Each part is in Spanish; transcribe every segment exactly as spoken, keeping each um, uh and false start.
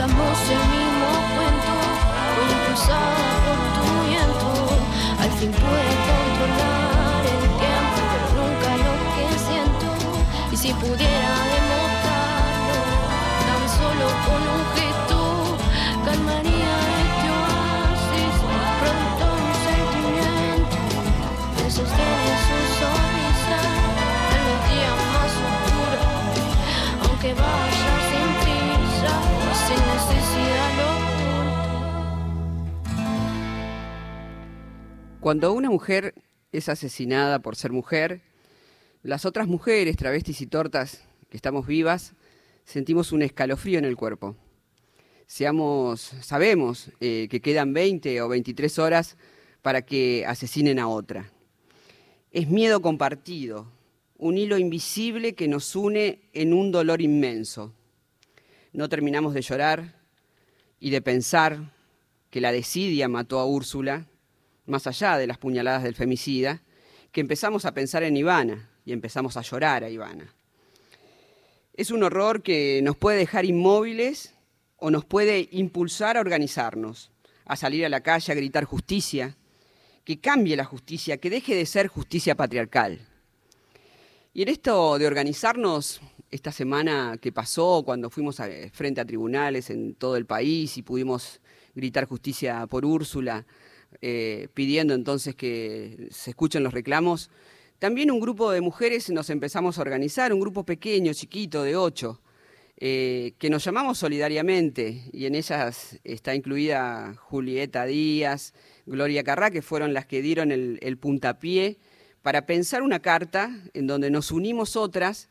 contamos el mismo cuento, voy impulsada por tu viento. Al fin pude controlar el tiempo, pero nunca lo que siento. Y si pudiera demostrarlo, tan solo con un gesto, calmaría este oasis, pronto un sentimiento que sostiene su sonrisa en los días más oscuros, aunque vaya sin prisa, sin necesidad lo oculto. Cuando una mujer es asesinada por ser mujer, las otras mujeres, travestis y tortas que estamos vivas, sentimos un escalofrío en el cuerpo. Seamos, sabemos eh, que quedan veinte o veintitrés horas para que asesinen a otra. Es miedo compartido, un hilo invisible que nos une en un dolor inmenso. No terminamos de llorar y de pensar que la desidia mató a Úrsula, más allá de las puñaladas del femicida, que empezamos a pensar en Ivana y empezamos a llorar a Ivana. Es un horror que nos puede dejar inmóviles o nos puede impulsar a organizarnos, a salir a la calle a gritar justicia, que cambie la justicia, que deje de ser justicia patriarcal. Y en esto de organizarnos, esta semana que pasó, cuando fuimos a, frente a tribunales en todo el país y pudimos gritar justicia por Úrsula, eh, pidiendo entonces que se escuchen los reclamos, también un grupo de mujeres nos empezamos a organizar, un grupo pequeño, chiquito, de ocho, eh, que nos llamamos solidariamente, y en ellas está incluida Julieta Díaz, Gloria Carrá, que fueron las que dieron el, el puntapié para pensar una carta en donde nos unimos otras,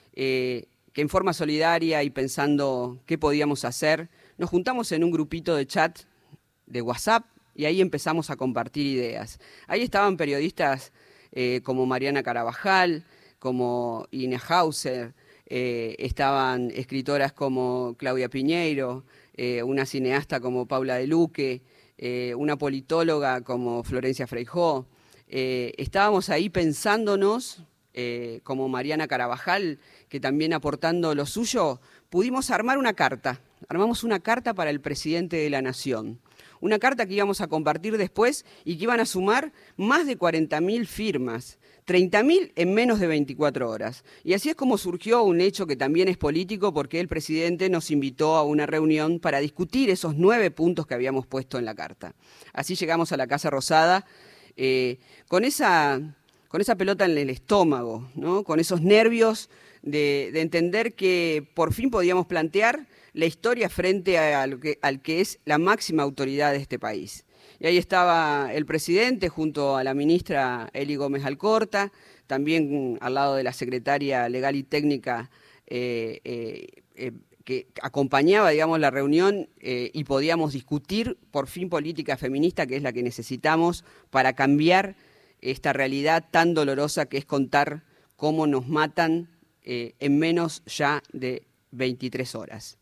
eh, que en forma solidaria y pensando qué podíamos hacer, nos juntamos en un grupito de chat de WhatsApp y ahí empezamos a compartir ideas. Ahí estaban periodistas eh, como Mariana Carabajal, como Ine Hauser, eh, estaban escritoras como Claudia Piñeiro, eh, una cineasta como Paula de Luque, eh, una politóloga como Florencia Freijó. Eh, estábamos ahí pensándonos, eh, como Mariana Carabajal, que también aportando lo suyo, pudimos armar una carta. Armamos una carta para el presidente de la Nación. Una carta que íbamos a compartir después y que iban a sumar más de cuarenta mil firmas, treinta mil en menos de veinticuatro horas. Y así es como surgió un hecho que también es político, porque el presidente nos invitó a una reunión para discutir esos nueve puntos que habíamos puesto en la carta. Así llegamos a la Casa Rosada, eh, con esa, con esa pelota en el estómago, ¿no? Con esos nervios de, de entender que por fin podíamos plantear la historia frente a lo que, al que es la máxima autoridad de este país. Y ahí estaba el presidente junto a la ministra Eli Gómez Alcorta, también al lado de la secretaria legal y técnica eh, eh, eh, que acompañaba, digamos, la reunión eh, y podíamos discutir por fin política feminista, que es la que necesitamos para cambiar esta realidad tan dolorosa que es contar cómo nos matan eh, en menos ya de veintitrés horas.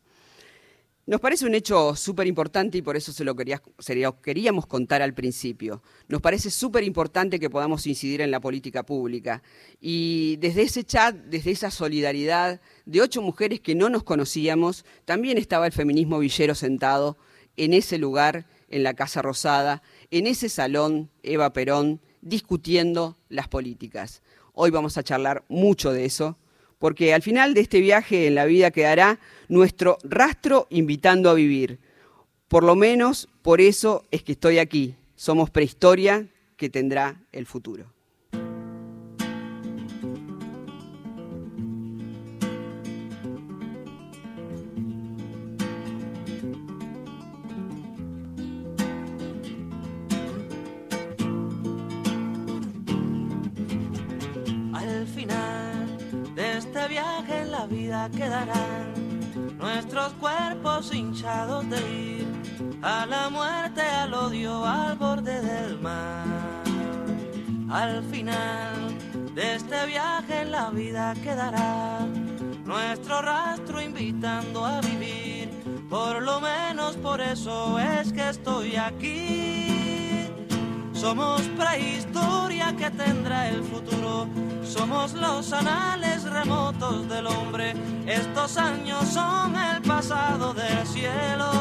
Nos parece un hecho súper importante y por eso se lo, quería, se lo queríamos contar al principio. Nos parece súper importante que podamos incidir en la política pública. Y desde ese chat, desde esa solidaridad de ocho mujeres que no nos conocíamos, también estaba el feminismo villero sentado en ese lugar, en la Casa Rosada, en ese salón Eva Perón, discutiendo las políticas. Hoy vamos a charlar mucho de eso, porque al final de este viaje en la vida quedará nuestro rastro invitando a vivir. Por lo menos por eso es que estoy aquí. Somos prehistoria que tendrá el futuro. Al final de este viaje en la vida quedarán nuestros cuerpos hinchados de ir a la muerte, al odio, al borde del mar. Al final de este viaje en la vida quedará nuestro rastro invitando a vivir. Por lo menos por eso es que estoy aquí. Somos prehistoria que tendrá el futuro. Somos los anales remotos del hombre. Estos años son el pasado del cielo.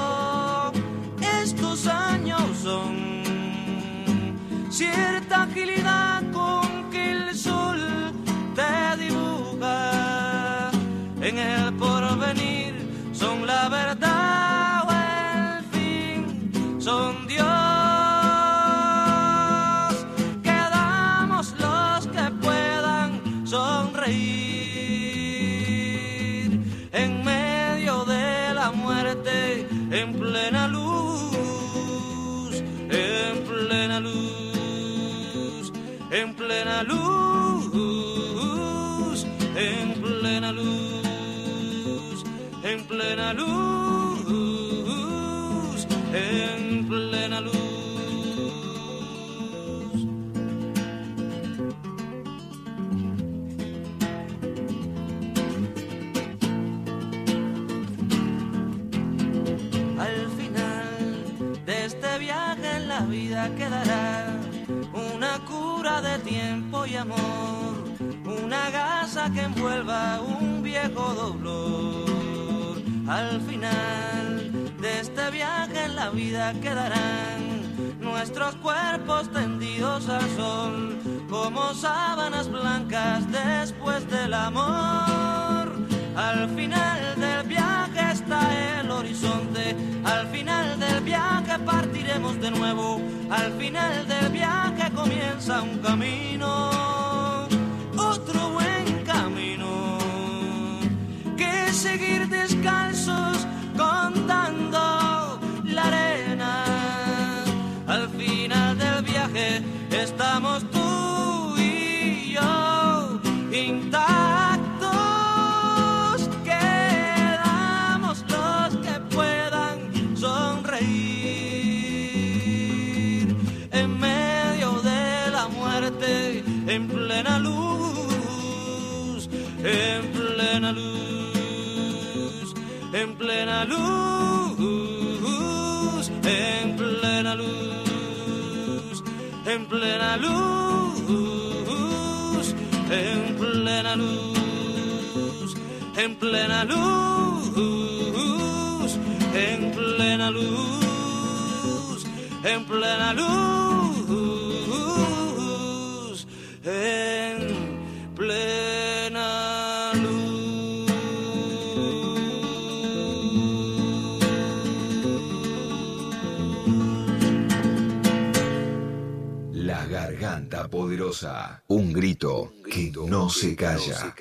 en el porvenir, son la verdad o el fin, son Dios. Quedamos los que puedan sonreír en medio de la muerte, en plena luz, en plena luz, en plena luz, en plena luz, en plena luz, en plena luz. Al final de este viaje en la vida quedará una cura de tiempo y amor, una gasa que envuelva un viejo dolor. Al final de este viaje en la vida quedarán nuestros cuerpos tendidos al sol, como sábanas blancas después del amor. Al final del viaje está el horizonte, al final del viaje partiremos de nuevo, al final del viaje comienza un camino, otro buen camino, que seguir descalzos contando la arena. Al final del viaje estamos tú y yo intactos. En plena luz, en plena luz, en plena luz, en plena luz, en plena luz, en plena luz, en plena luz, en plena luz, en plena luz, en plena luz. La garganta poderosa, un grito que no se calla.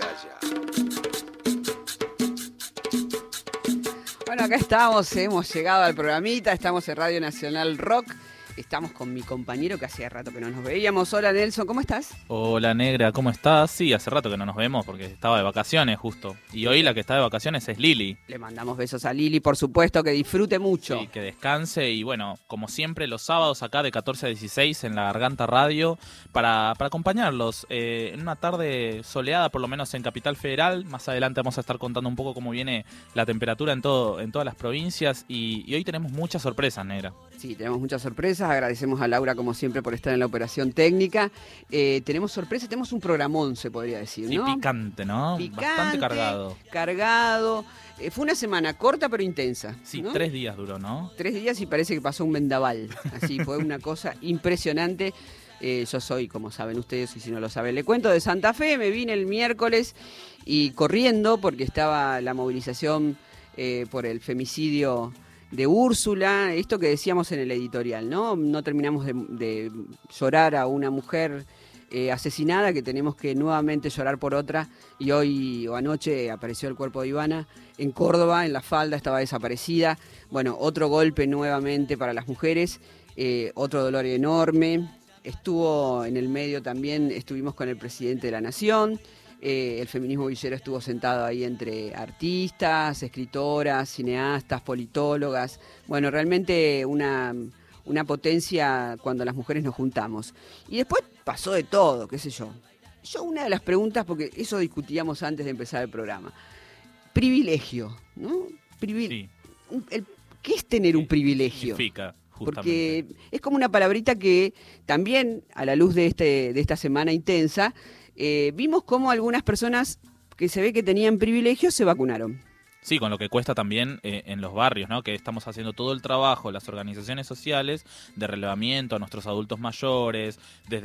Bueno, acá estamos, hemos llegado al programita, estamos en Radio Nacional Rock. Estamos con mi compañero que hacía rato que no nos veíamos. Hola Nelson, ¿cómo estás? Hola Negra, ¿cómo estás? Sí, hace rato que no nos vemos porque estaba de vacaciones justo. Y hoy la que está de vacaciones es Lili. Le mandamos besos a Lili, por supuesto, que disfrute mucho. Sí, que descanse y bueno, como siempre los sábados acá de catorce a dieciséis en La Garganta Radio para, para acompañarlos eh, en una tarde soleada, por lo menos en Capital Federal. Más adelante vamos a estar contando un poco cómo viene la temperatura en, todo, en todas las provincias y, y hoy tenemos muchas sorpresas, Negra. Sí, tenemos muchas sorpresas. Agradecemos a Laura, como siempre, por estar en la operación técnica. Eh, tenemos sorpresas, tenemos un programón, se podría decir, ¿no? Sí, picante, ¿no? Picante, bastante cargado. Cargado. Eh, fue una semana corta pero intensa. Sí, ¿no? tres días duró, ¿no? Tres días y parece que pasó un vendaval. Así fue una cosa impresionante. Eh, yo soy, como saben ustedes, y si no lo saben, le cuento de Santa Fe. Me vine el miércoles y corriendo porque estaba la movilización eh, por el femicidio de Úrsula, esto que decíamos en el editorial, ¿no? No terminamos de, de llorar a una mujer eh, asesinada, que tenemos que nuevamente llorar por otra, y hoy o anoche apareció el cuerpo de Ivana en Córdoba, en La Falda, estaba desaparecida. Bueno, otro golpe nuevamente para las mujeres, eh, otro dolor enorme. Estuvo en el medio también, estuvimos con el presidente de la Nación. Eh, el feminismo villero estuvo sentado ahí entre artistas, escritoras, cineastas, politólogas. Bueno, realmente una, una potencia cuando las mujeres nos juntamos. Y después pasó de todo, qué sé yo. Yo una de las preguntas, porque eso discutíamos antes de empezar el programa. Privilegio, ¿no? Privil- Sí. un- el, ¿Qué es tener un privilegio? Significa, justamente. Porque es como una palabrita que también, a la luz de, este, de esta semana intensa, Eh, vimos cómo algunas personas que se ve que tenían privilegios se vacunaron. Sí, con lo que cuesta también eh, en los barrios, ¿no? Que estamos haciendo todo el trabajo, las organizaciones sociales, de relevamiento a nuestros adultos mayores, desde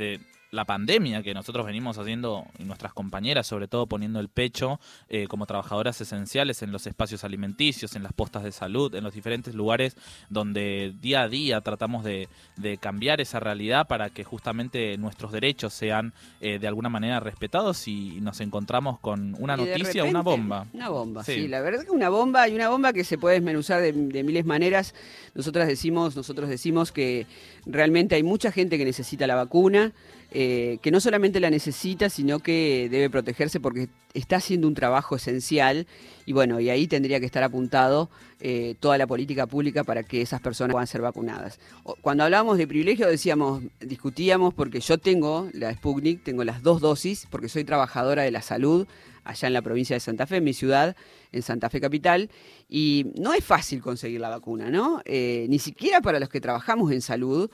la pandemia que nosotros venimos haciendo, y nuestras compañeras sobre todo poniendo el pecho eh, como trabajadoras esenciales en los espacios alimenticios, en las postas de salud, en los diferentes lugares donde día a día tratamos de, de cambiar esa realidad para que justamente nuestros derechos sean eh, de alguna manera respetados, y nos encontramos con una Y de noticia, repente, una bomba. Una bomba, sí. Sí. La verdad que una bomba, y una bomba que se puede desmenuzar de, de miles maneras. Nosotras decimos, nosotros decimos que realmente hay mucha gente que necesita la vacuna, eh, que no solamente la necesita, sino que debe protegerse porque está haciendo un trabajo esencial, y bueno, y ahí tendría que estar apuntado eh, toda la política pública para que esas personas puedan ser vacunadas. O- Cuando hablábamos de privilegio decíamos, discutíamos porque yo tengo la Sputnik, tengo las dos dosis, porque soy trabajadora de la salud allá en la provincia de Santa Fe, en mi ciudad, en Santa Fe capital, y no es fácil conseguir la vacuna, ¿no? Eh, ni siquiera para los que trabajamos en salud.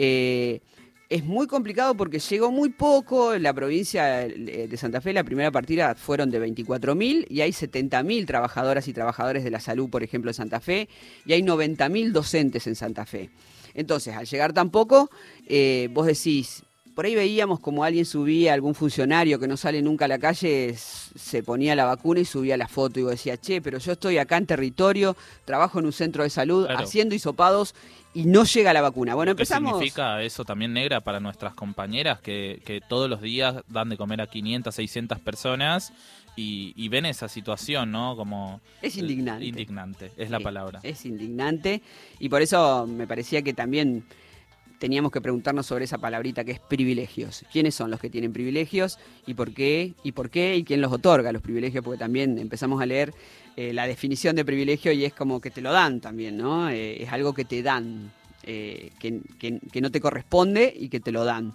eh, Es muy complicado porque llegó muy poco. En la provincia de Santa Fe, la primera partida fueron de veinticuatro mil y hay setenta mil trabajadoras y trabajadores de la salud, por ejemplo, en Santa Fe, y hay noventa mil docentes en Santa Fe. Entonces, al llegar tan poco, eh, vos decís, por ahí veíamos como alguien subía, algún funcionario que no sale nunca a la calle, s- se ponía la vacuna y subía la foto y vos decía, che, pero yo estoy acá en territorio, trabajo en un centro de salud, Claro. haciendo hisopados y no llega la vacuna. Bueno, ¿Qué empezamos... significa eso también, Negra, para nuestras compañeras que, que todos los días dan de comer a quinientas, seiscientas personas y, y ven esa situación, ¿no? Como Es indignante. Indignante, es la Sí, palabra. Es indignante, y por eso me parecía que también teníamos que preguntarnos sobre esa palabrita que es privilegios. ¿Quiénes son los que tienen privilegios y por qué? ¿Y por qué? ¿Y quién los otorga los privilegios? Porque también empezamos a leer eh, la definición de privilegio y es como que te lo dan también, ¿no? Eh, es algo que te dan, eh, que, que- que no te corresponde y que te lo dan.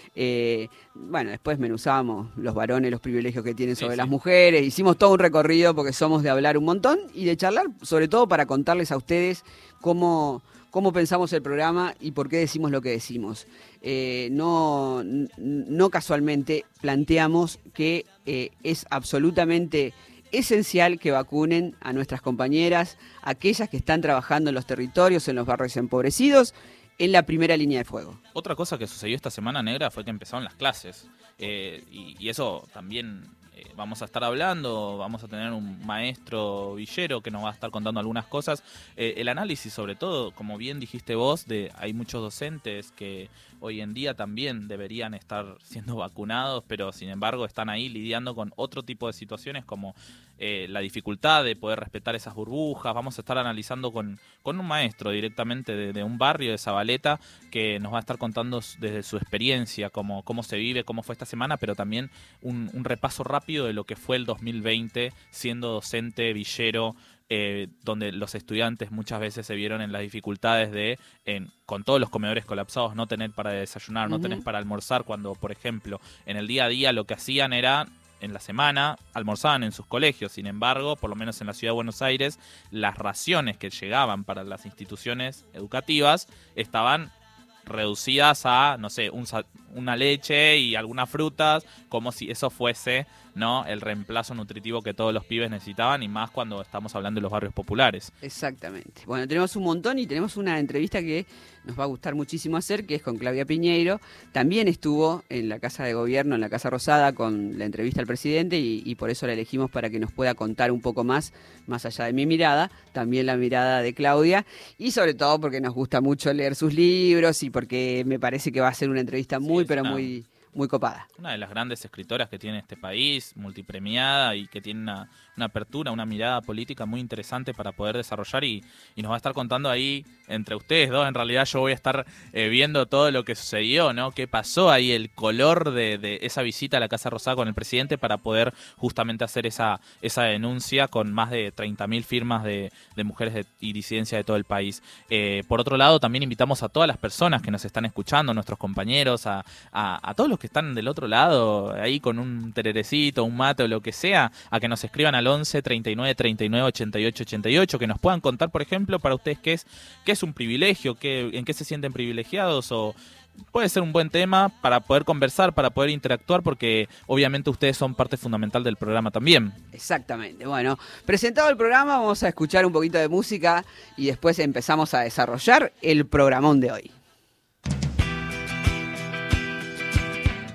Eh, bueno, después menuzamos los varones, los privilegios que tienen Sí, sobre sí. las mujeres. Hicimos todo un recorrido porque somos de hablar un montón y de charlar, sobre todo para contarles a ustedes cómo, cómo pensamos el programa y por qué decimos lo que decimos. Eh, no, n- no casualmente planteamos que eh, es absolutamente esencial que vacunen a nuestras compañeras, aquellas que están trabajando en los territorios, en los barrios empobrecidos, en la primera línea de fuego. Otra cosa que sucedió esta semana, Negra, fue que empezaron las clases. Eh, y, y eso también eh, vamos a estar hablando, vamos a tener un maestro villero que nos va a estar contando algunas cosas. Eh, el análisis, sobre todo, como bien dijiste vos, de hay muchos docentes que hoy en día también deberían estar siendo vacunados, pero sin embargo están ahí lidiando con otro tipo de situaciones como eh, la dificultad de poder respetar esas burbujas. Vamos a estar analizando con, con un maestro directamente de, de un barrio de Zabaleta que nos va a estar contando s- desde su experiencia cómo, cómo se vive, cómo fue esta semana, pero también un, un repaso rápido de lo que fue el dos mil veinte siendo docente villero, eh, donde los estudiantes muchas veces se vieron en las dificultades de, en, con todos los comedores colapsados, no tener para desayunar, no Ujú. tener para almorzar, cuando, por ejemplo, en el día a día lo que hacían era, en la semana, almorzaban en sus colegios. Sin embargo, por lo menos en la ciudad de Buenos Aires, las raciones que llegaban para las instituciones educativas estaban reducidas a, no sé, un sa- una leche y algunas frutas, como si eso fuese, ¿no?, el reemplazo nutritivo que todos los pibes necesitaban, y más cuando estamos hablando de los barrios populares. Exactamente. Bueno, tenemos un montón y tenemos una entrevista que nos va a gustar muchísimo hacer, que es con Claudia Piñeiro. También estuvo en la Casa de Gobierno, en la Casa Rosada, con la entrevista al presidente y, y por eso la elegimos para que nos pueda contar un poco más, más allá de mi mirada, también la mirada de Claudia, y sobre todo porque nos gusta mucho leer sus libros y porque me parece que va a ser una entrevista muy, es pero una- muy, muy copada. Una de las grandes escritoras que tiene este país, multipremiada y que tiene una, una apertura, una mirada política muy interesante para poder desarrollar, y, y nos va a estar contando ahí entre ustedes dos. En realidad yo voy a estar eh, viendo todo lo que sucedió, ¿no? Qué pasó ahí, el color de, de esa visita a la Casa Rosada con el presidente para poder justamente hacer esa, esa denuncia con más de treinta mil firmas de, de mujeres de, y disidencia de todo el país. Eh, por otro lado, también invitamos a todas las personas que nos están escuchando, nuestros compañeros, a, a, a todos los que están del otro lado, ahí con un tererecito, un mate o lo que sea, a que nos escriban al once, treinta y nueve, treinta y nueve, ochenta y ocho, ochenta y ocho, que nos puedan contar, por ejemplo, para ustedes qué es, qué es un privilegio, qué, en qué se sienten privilegiados, o puede ser un buen tema para poder conversar, para poder interactuar, porque obviamente ustedes son parte fundamental del programa también. Exactamente. Bueno, presentado el programa, vamos a escuchar un poquito de música y después empezamos a desarrollar el programón de hoy.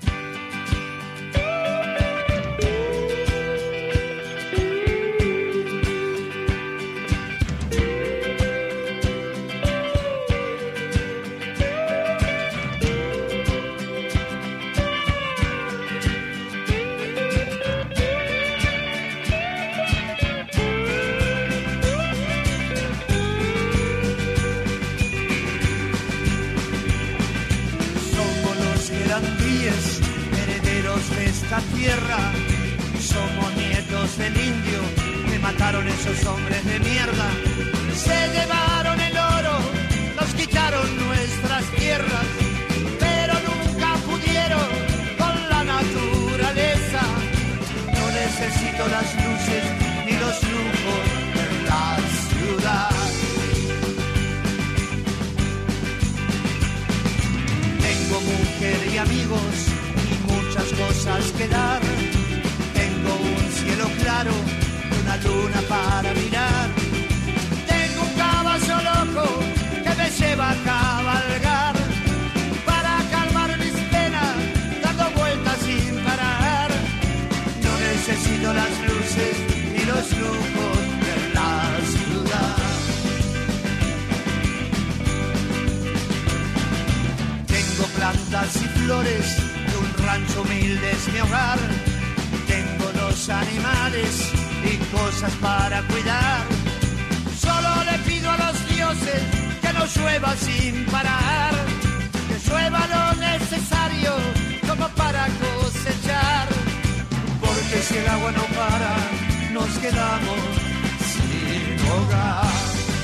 guaraníes, herederos de esta tierra. Somos nietos del indio, que mataron esos hombres de mierda. Se llevaron el oro, nos quitaron nuestras tierras, pero nunca pudieron con la naturaleza. No necesito las luces ni los lujos de la ciudad. Tengo mujer y amigos y muchas cosas que dar. Tengo un cielo claro y una luna para mirar. Tengo un caballo loco que me lleva a cabalgar, para calmar mis penas, dando vueltas sin parar. No necesito las luces ni los lujos de la ciudad. Tengo plantas y flores y un rancho humilde es mi hogar. Tengo los animales y cosas para cuidar. Solo le pido a los dioses que no llueva sin parar, que llueva lo necesario como para cosechar. Porque si el agua no para, nos quedamos sin hogar.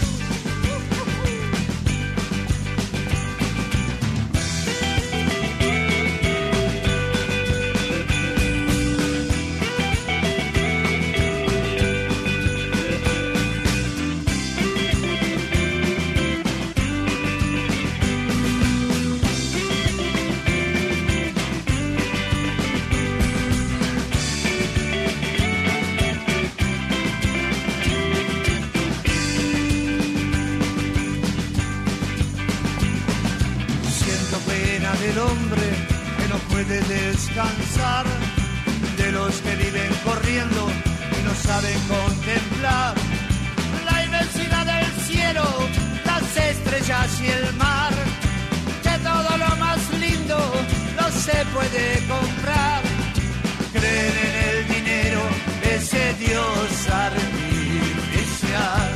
Del hombre que no puede descansar, de los que viven corriendo y no saben contemplar la inmensidad del cielo, las estrellas y el mar, que todo lo más lindo no se puede comprar. Creen en el dinero, ese Dios artificial.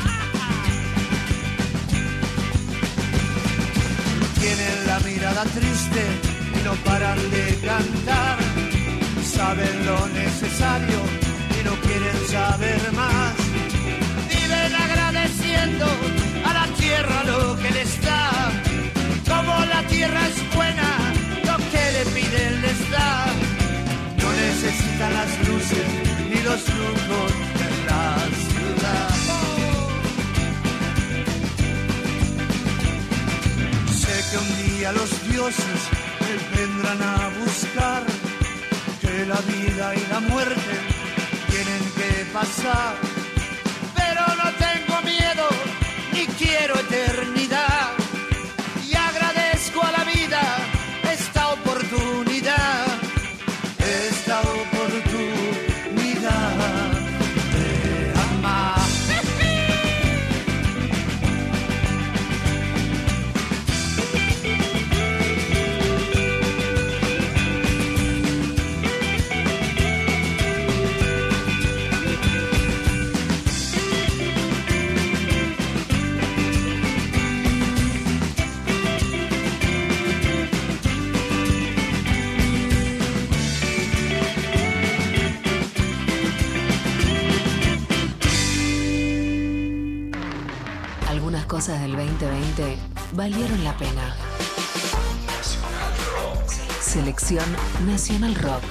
Tienen la mirada triste y no paran de cantar. Saben lo necesario y no quieren saber más. Viven agradeciendo a la tierra lo que les da. Como la tierra es buena, lo que le piden les da. No necesitan las luces ni los lujos de la ciudad. Que un día los dioses me vendrán a buscar, que la vida y la muerte tienen que pasar, pero no tengo miedo ni quiero eternidad, y agradezco a la vida esta oportunidad, esta oportunidad de amar. Cosas del veinte veinte valieron la pena. Selección Nacional Rock.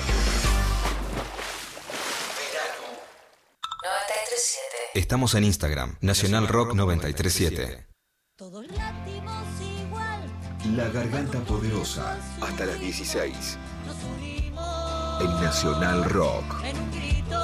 noventa y tres siete. Estamos en Instagram, Nacional Rock noventa y tres siete. Todos latimos igual. La Garganta Poderosa, hasta las dieciséis. Nos unimos en Nacional Rock. en un grito.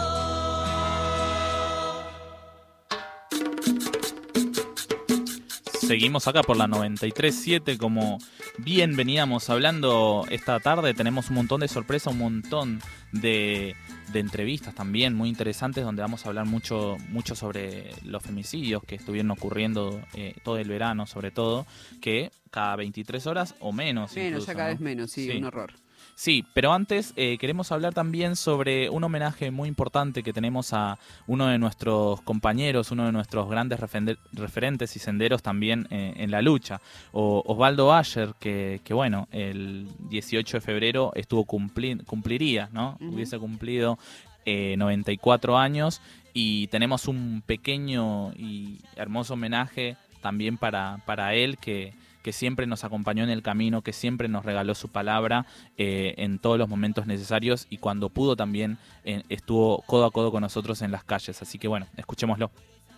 Seguimos acá por la noventa y tres siete, como bien veníamos hablando esta tarde. Tenemos un montón de sorpresas, un montón de, de entrevistas también muy interesantes, donde vamos a hablar mucho, mucho sobre los femicidios que estuvieron ocurriendo eh, todo el verano, sobre todo, que cada veintitrés horas o menos. Menos, incluso, ya cada ¿no? vez menos, sí, Sí. un horror. Sí, pero antes eh, queremos hablar también sobre un homenaje muy importante que tenemos a uno de nuestros compañeros, uno de nuestros grandes refer- referentes y senderos también eh, en la lucha, o, Osvaldo Bayer, que, que bueno, el dieciocho de febrero estuvo cumpli- cumpliría, ¿no? Uh-huh. Hubiese cumplido eh, noventa y cuatro años y tenemos un pequeño y hermoso homenaje también para, para él que... que siempre nos acompañó en el camino, que siempre nos regaló su palabra eh, en todos los momentos necesarios y cuando pudo también eh, estuvo codo a codo con nosotros en las calles. Así que bueno, escuchémoslo.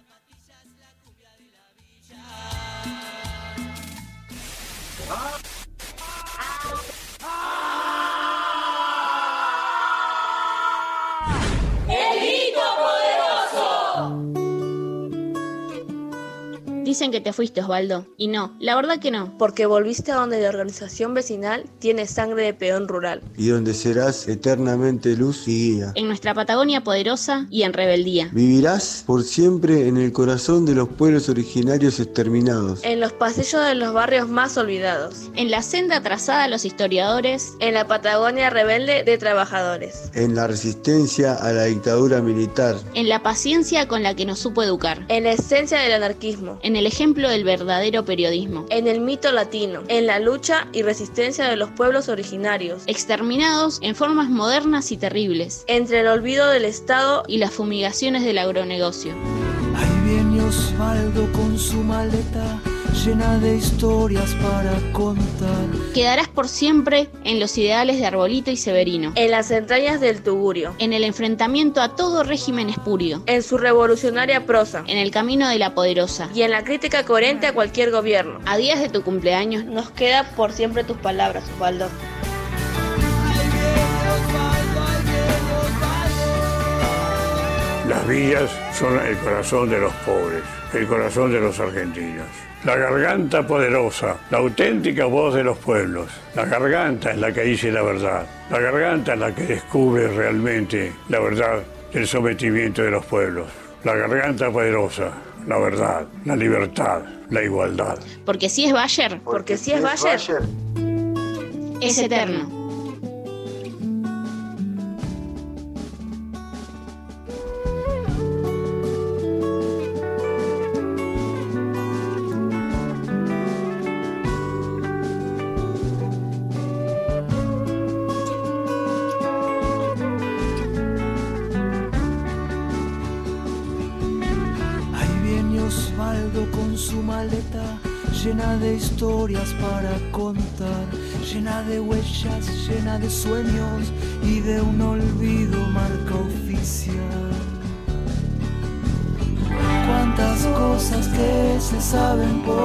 Dicen que te fuiste, Osvaldo, y no, la verdad que no. Porque volviste a donde la organización vecinal tiene sangre de peón rural. Y donde serás eternamente luz y guía. En nuestra Patagonia poderosa y en rebeldía. Vivirás por siempre en el corazón de los pueblos originarios exterminados. En los pasillos de los barrios más olvidados. En la senda trazada a los historiadores. En la Patagonia rebelde de trabajadores. En la resistencia a la dictadura militar. En la paciencia con la que nos supo educar. En la esencia del anarquismo. En el ejemplo del verdadero periodismo. En el mito latino. En la lucha y resistencia de los pueblos originarios. Exterminados en formas modernas y terribles. Entre el olvido del Estado y las fumigaciones del agronegocio. Ahí viene Osvaldo con su maleta llena de historias para contar. Quedarás por siempre en los ideales de Arbolito y Severino. En las entrañas del Tugurio. En el enfrentamiento a todo régimen espurio. En su revolucionaria prosa. En el camino de la poderosa. Y en la crítica coherente a cualquier gobierno. A días de tu cumpleaños nos queda por siempre tus palabras, Osvaldo. Las villas son el corazón de los pobres, el corazón de los argentinos. La garganta poderosa, la auténtica voz de los pueblos. La garganta es la que dice la verdad. La garganta es la que descubre realmente la verdad del sometimiento de los pueblos. La garganta poderosa, la verdad, la libertad, la igualdad. Porque si es Bayer, porque, porque si es Bayer, es eterno. Con su maleta llena de historias para contar, llena de huellas, llena de sueños y de un olvido marca oficial. Cuántas cosas que se saben por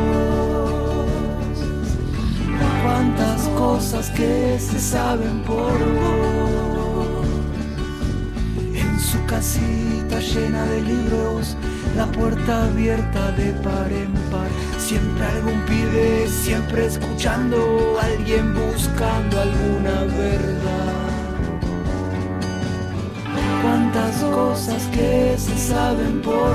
vos, cuántas cosas que se saben por vos. En su casita llena de libros, la puerta abierta de par en par. Siempre algún pibe, siempre escuchando, alguien buscando alguna verdad. Cuántas cosas que se saben por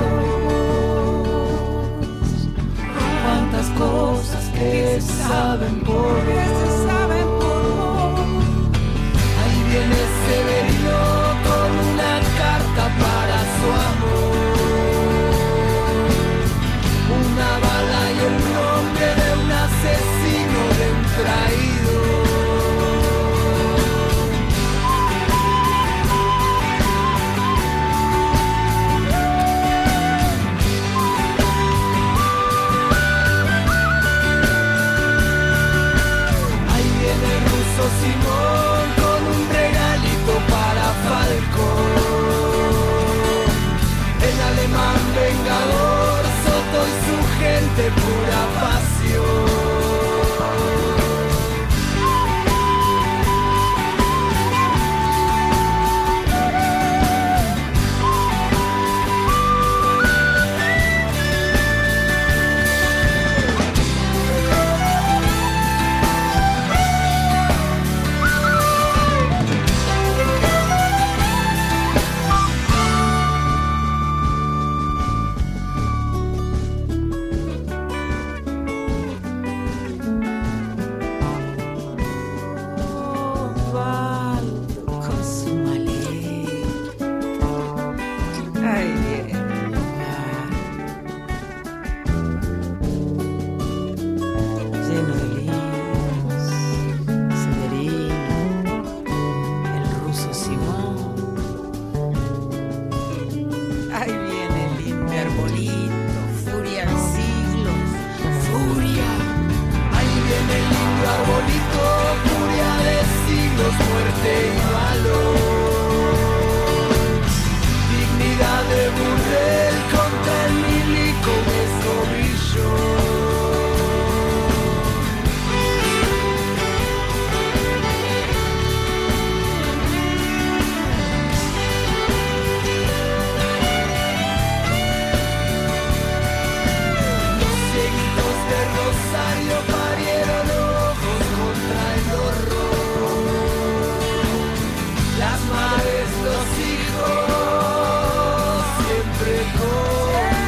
vos, cuántas cosas que se saben por vos. Ahí viene Severino con una carta para su amor. Una bala y el nombre de un asesino, de un traidor. Ahí viene el ruso Simón con un regalito para Falcón. El alemán vengador Soto y su gente, pura pasión. Somos muerte y valor. Dignidad de burdel contra el milico de escobillo. Rosario parieron ojos contra el horror. Las madres, los hijos, siempre como.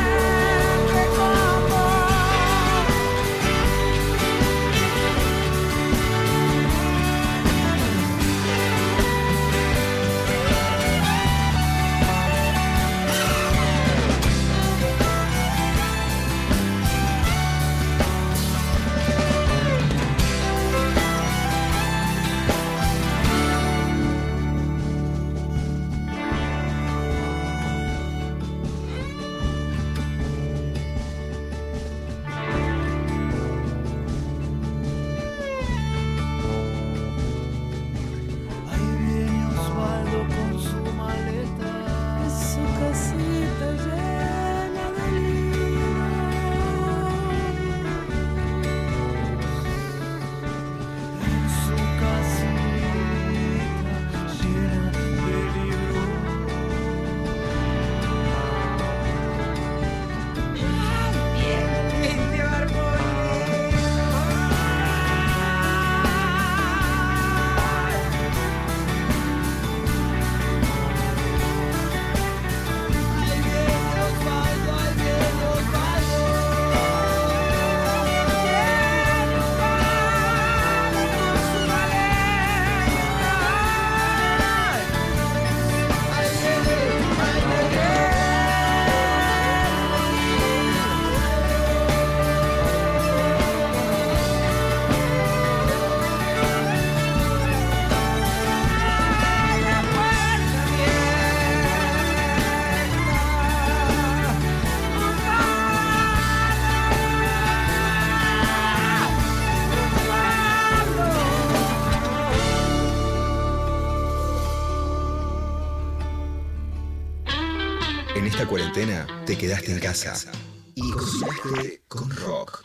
En esta cuarentena te quedaste en casa y cocinaste con rock.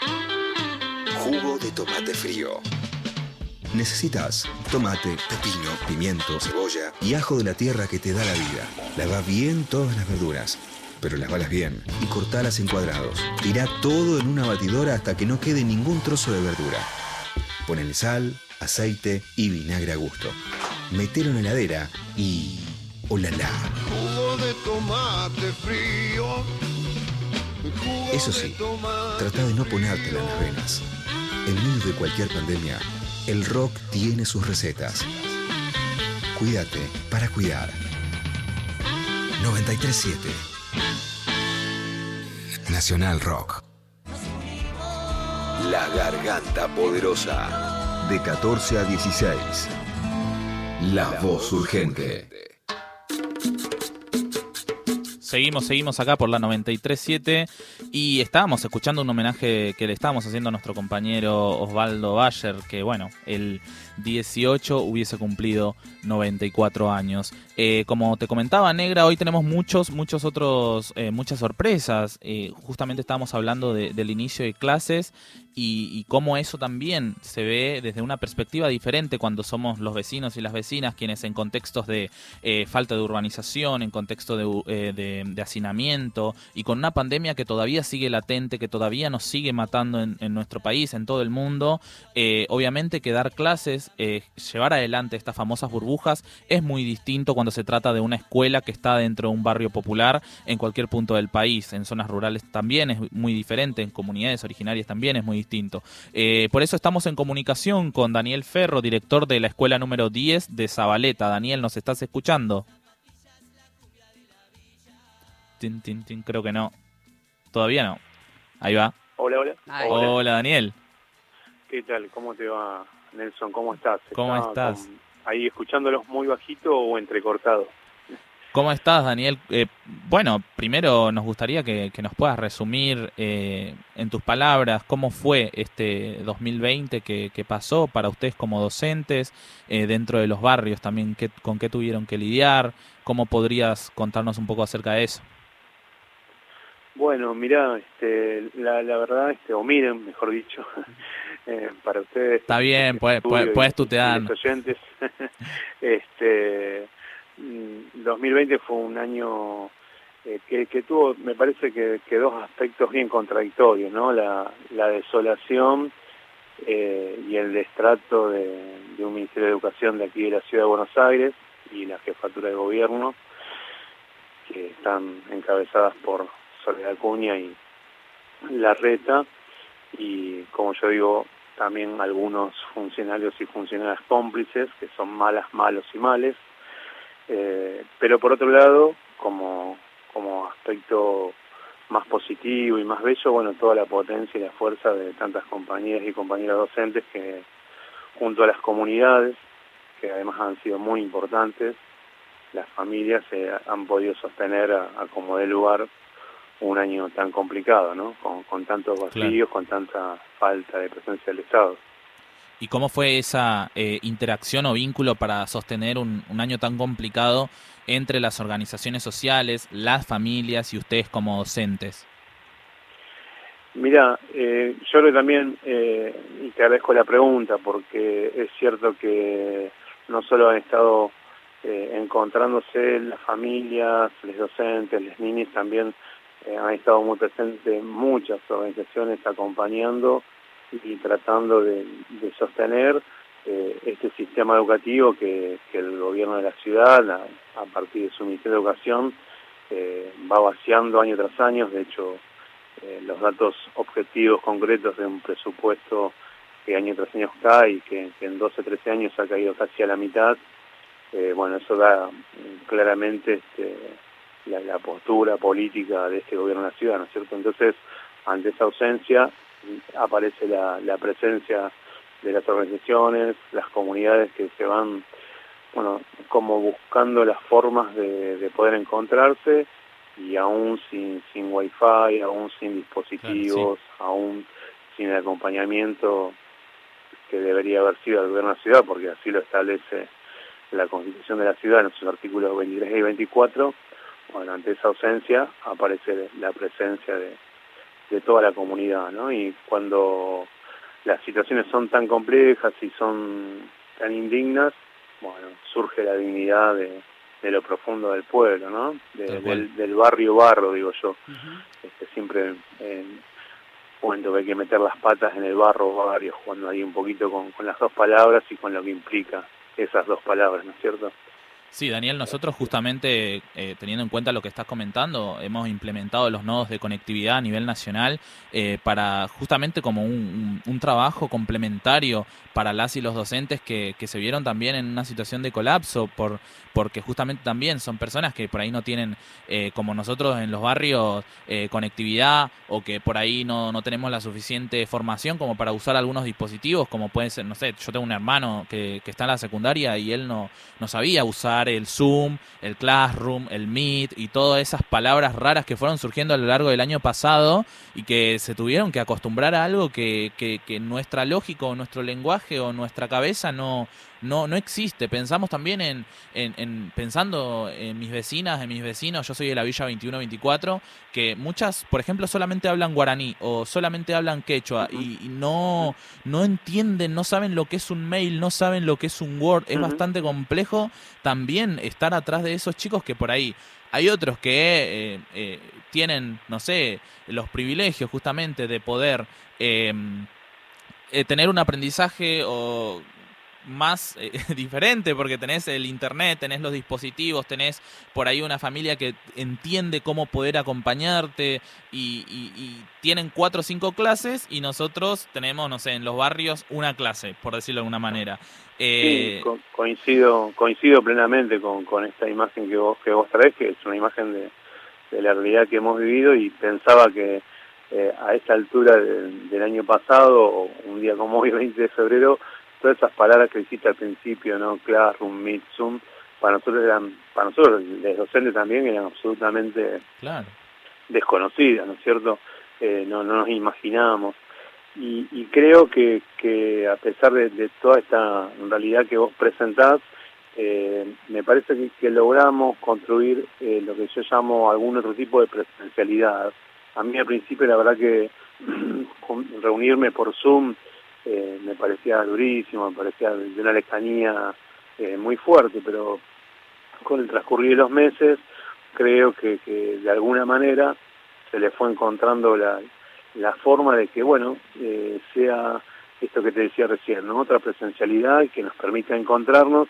Jugo de tomate frío. Necesitas tomate, pepino, pimiento, cebolla y ajo de la tierra que te da la vida. Lava bien todas las verduras, pero lavalas bien y cortalas en cuadrados. Tirá todo en una batidora hasta que no quede ningún trozo de verdura. Ponele sal, aceite y vinagre a gusto. Metelo en la heladera y... ¡olala! Jugo de tomate frío. Jugo Eso sí, trata de no ponértela en las venas. En medio de cualquier pandemia, el rock tiene sus recetas. Cuídate para cuidar. noventa y tres siete Nacional Rock. La Garganta Poderosa. De catorce a dieciséis. La Voz Urgente. Seguimos, seguimos acá por la noventa y tres siete y estábamos escuchando un homenaje que le estábamos haciendo a nuestro compañero Osvaldo Bayer, que bueno, el dieciocho hubiese cumplido noventa y cuatro años. Eh, como te comentaba, Negra, hoy tenemos muchos, muchos otros, eh, muchas sorpresas. Eh, justamente estábamos hablando de, del inicio de clases y, y cómo eso también se ve desde una perspectiva diferente cuando somos los vecinos y las vecinas quienes en contextos de eh, falta de urbanización, en contexto de, eh, de, de hacinamiento y con una pandemia que todavía sigue latente, que todavía nos sigue matando en, en nuestro país, en todo el mundo, eh, obviamente que dar clases, eh, llevar adelante estas famosas burbujas es muy distinto cuando se trata de una escuela que está dentro de un barrio popular en cualquier punto del país. En zonas rurales también es muy diferente, en comunidades originarias también es muy distinto. Eh, por eso estamos en comunicación con Daniel Ferro, director de la escuela número diez de Zabaleta. Daniel, ¿nos estás escuchando? Tin, tin, tin, creo que no. Todavía no. Ahí va. Hola, hola. Hola, hola Daniel. ¿Qué tal? ¿Cómo te va, Nelson? ¿Cómo estás? ¿Cómo Estaba estás? con- ahí escuchándolos muy bajito o entrecortado. ¿Cómo estás, Daniel? Eh, bueno, primero nos gustaría que, que nos puedas resumir eh, en tus palabras cómo fue este dos mil veinte que, que pasó para ustedes como docentes, eh, dentro de los barrios también, qué, con qué tuvieron que lidiar, cómo podrías contarnos un poco acerca de eso. Bueno, mirá, este, la, la verdad, este, o miren, mejor dicho, eh, para ustedes. Está bien, puedes, puedes, puedes tutear. Los oyentes, este, dos mil veinte fue un año eh, que, que tuvo, me parece que, que dos aspectos bien contradictorios, ¿no? La, la desolación eh, y el destrato de, de un Ministerio de Educación de aquí de la Ciudad de Buenos Aires y la Jefatura de Gobierno, que están encabezadas por Soledad Acuña y Larreta, y como yo digo, también algunos funcionarios y funcionarias cómplices, que son malas, malos y males. Eh, pero por otro lado, como, como aspecto más positivo y más bello, bueno, toda la potencia y la fuerza de tantas compañeras y compañeros docentes que, junto a las comunidades, que además han sido muy importantes, las familias eh, han podido sostener a, a como dé lugar un año tan complicado, ¿no? Con, con tantos vacíos, claro, con tanta falta de presencia del Estado. ¿Y cómo fue esa eh, interacción o vínculo para sostener un, un año tan complicado entre las organizaciones sociales, las familias y ustedes como docentes? Mira, eh, yo creo que también, eh, y te agradezco la pregunta, porque es cierto que no solo han estado eh, encontrándose las familias, los docentes, los niños, también eh, han estado muy presentes muchas organizaciones acompañando y tratando de, de sostener eh, este sistema educativo que, que el gobierno de la ciudad, a, a partir de su Ministerio de Educación, eh, va vaciando año tras año. De hecho, eh, los datos objetivos concretos de un presupuesto que año tras año cae y que, que en doce, trece años ha caído casi a la mitad, eh, bueno, eso da claramente este, la, la postura política de este gobierno de la ciudad, ¿no es cierto? Entonces, ante esa ausencia, aparece la, la presencia de las organizaciones, las comunidades que se van, bueno, como buscando las formas de, de poder encontrarse, y aún sin, sin wifi, aún sin dispositivos, claro, sí, aún sin el acompañamiento que debería haber sido del gobierno de la ciudad, porque así lo establece la Constitución de la ciudad en sus artículos veintitrés y veinticuatro. Bueno, ante esa ausencia aparece la presencia de de toda la comunidad, ¿no? Y cuando las situaciones son tan complejas y son tan indignas, bueno, surge la dignidad de, de lo profundo del pueblo, ¿no? De, del, del barrio barro, digo yo. Uh-huh. Este, siempre eh, cuento que hay que meter las patas en el barro barrio, jugando ahí un poquito con, con las dos palabras y con lo que implica esas dos palabras, ¿no es cierto? Sí, Daniel, nosotros justamente, eh, teniendo en cuenta lo que estás comentando, hemos implementado los nodos de conectividad a nivel nacional eh, para justamente como un, un, un trabajo complementario para las y los docentes que, que se vieron también en una situación de colapso, por porque justamente también son personas que por ahí no tienen, eh, como nosotros en los barrios, eh, conectividad, o que por ahí no, no tenemos la suficiente formación como para usar algunos dispositivos, como puede ser, no sé, yo tengo un hermano que, que está en la secundaria y él no, no sabía usar el Zoom, el Classroom, el Meet y todas esas palabras raras que fueron surgiendo a lo largo del año pasado y que se tuvieron que acostumbrar a algo que, que, que nuestra lógica o nuestro lenguaje o nuestra cabeza no, no, no existe. Pensamos también en, en, en pensando en mis vecinas, en mis vecinos, yo soy de la Villa veintiuno veinticuatro, que muchas, por ejemplo, solamente hablan guaraní o solamente hablan quechua y, y no, no entienden, no saben lo que es un mail, no saben lo que es un Word. Es uh-huh. bastante complejo también estar atrás de esos chicos que por ahí hay otros que eh, eh, tienen, no sé, los privilegios justamente de poder eh, eh, tener un aprendizaje o más eh, diferente, porque tenés el internet, tenés los dispositivos, tenés por ahí una familia que entiende cómo poder acompañarte y, y, y tienen cuatro o cinco clases y nosotros tenemos, no sé, en los barrios una clase, por decirlo de alguna manera. Eh... Sí, co- coincido coincido plenamente con, con esta imagen que vos, que vos traés, que es una imagen de, de la realidad que hemos vivido, y pensaba que eh, a esta altura de, del año pasado, un día como hoy, veinte de febrero, todas esas palabras que dijiste al principio, ¿no? Classroom, Meet, Zoom, para nosotros eran, para nosotros los docentes también eran absolutamente claro. desconocidas, ¿no es cierto? Eh, no, no nos imaginábamos. Y, y creo que, que a pesar de, de toda esta realidad que vos presentás, eh, me parece que, que logramos construir eh, lo que yo llamo algún otro tipo de presencialidad. A mí al principio la verdad que reunirme por Zoom eh, me parecía durísimo, me parecía de una lejanía eh, muy fuerte, pero con el transcurrir de los meses creo que, que de alguna manera se le fue encontrando la la forma de que, bueno, eh, sea esto que te decía recién, ¿no? Otra presencialidad que nos permita encontrarnos.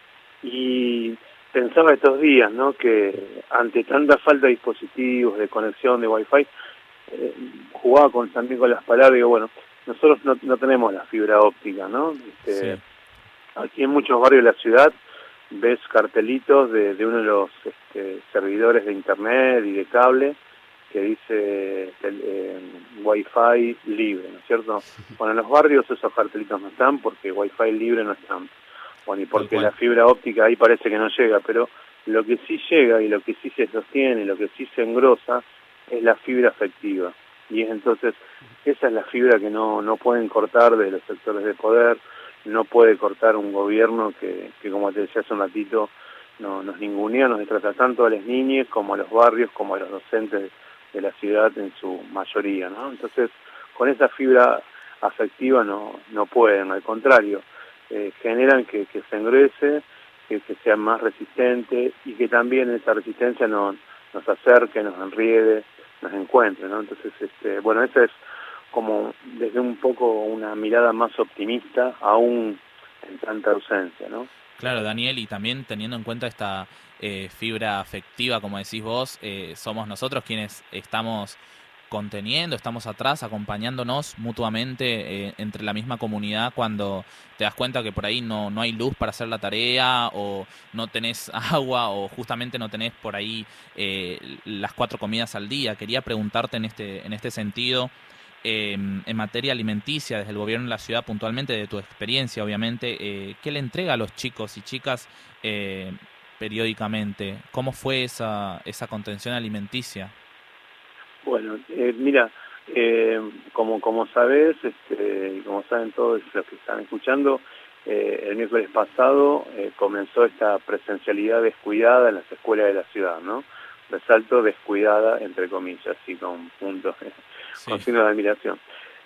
Y pensaba estos días, ¿no? Que ante tanta falta de dispositivos, de conexión, de wifi, eh, jugaba con, también con las palabras y digo, bueno, nosotros no, no tenemos la fibra óptica, ¿no? Este, sí. Aquí en muchos barrios de la ciudad ves cartelitos de, de uno de los este, servidores de internet y de cable que dice eh, Wi-Fi libre, ¿no es cierto? Bueno, en los barrios esos cartelitos no están porque Wi-Fi libre no están. Bueno, y porque la fibra óptica ahí parece que no llega, pero lo que sí llega y lo que sí se sostiene, lo que sí se engrosa, es la fibra afectiva. Y es entonces, esa es la fibra que no, no pueden cortar de los sectores de poder, no puede cortar un gobierno que, que como te decía hace un ratito, no, nos ningunea, nos trata tanto a las niñas como a los barrios, como a los docentes de la ciudad en su mayoría, ¿no? Entonces, con esa fibra afectiva no, no pueden, al contrario, eh, generan que, que se engruese, que, que sea más resistente y que también esa resistencia no, nos acerque, nos enriede, nos encuentre, ¿no? Entonces, este, bueno, esa es como desde un poco una mirada más optimista, aún en tanta ausencia, ¿no? Claro, Daniel, y también teniendo en cuenta esta eh, fibra afectiva, como decís vos, eh, somos nosotros quienes estamos conteniendo, estamos atrás, acompañándonos mutuamente eh, entre la misma comunidad cuando te das cuenta que por ahí no, no hay luz para hacer la tarea o no tenés agua o justamente no tenés por ahí eh, las cuatro comidas al día. Quería preguntarte en este, en este sentido, eh, en materia alimenticia, desde el gobierno de la ciudad puntualmente, de tu experiencia obviamente, eh, ¿qué le entrega a los chicos y chicas eh, periódicamente? ¿Cómo fue esa, esa contención alimenticia? Bueno, eh, mira, eh, como como sabés, este, como saben todos los que están escuchando, eh, el miércoles pasado eh, comenzó esta presencialidad descuidada en las escuelas de la ciudad, ¿no? Resalto descuidada, entre comillas, y con puntos, sí. Con signos de admiración.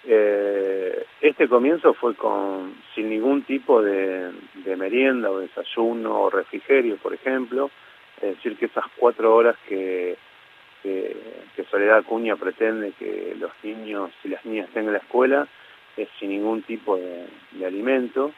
Eh, este comienzo fue con sin ningún tipo de, de merienda o desayuno o refrigerio, por ejemplo, es decir, que esas cuatro horas que Que, que Soledad Acuña pretende que los niños y las niñas tengan en la escuela es sin ningún tipo de, de alimento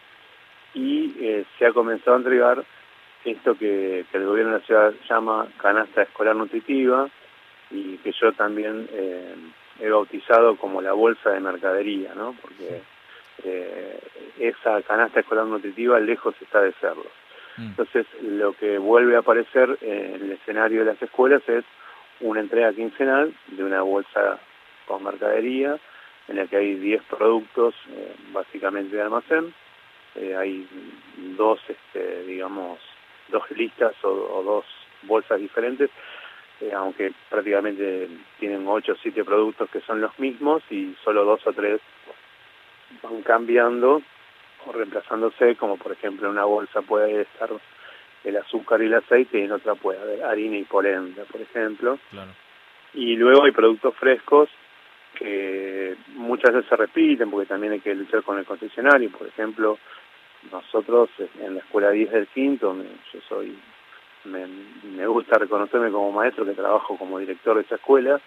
y eh, se ha comenzado a entregar esto que, que el gobierno de la ciudad llama canasta escolar nutritiva y que yo también eh, he bautizado como la bolsa de mercadería, ¿no? Porque eh, esa canasta escolar nutritiva lejos está de serlo. Entonces lo que vuelve a aparecer en el escenario de las escuelas es una entrega quincenal de una bolsa con mercadería en la que hay diez productos eh, básicamente de almacén, eh, hay dos, este, digamos, dos listas o, o dos bolsas diferentes, eh, aunque prácticamente tienen ocho o siete productos que son los mismos y solo dos o tres van cambiando o reemplazándose, como por ejemplo en una bolsa puede estar el azúcar y el aceite y en otra puede haber harina y polenta, por ejemplo. Claro. Y luego hay productos frescos que muchas veces se repiten porque también hay que luchar con el concesionario. Por ejemplo, nosotros en la escuela diez del quinto, yo soy, me, me gusta reconocerme como maestro que trabajo como director de esa escuela,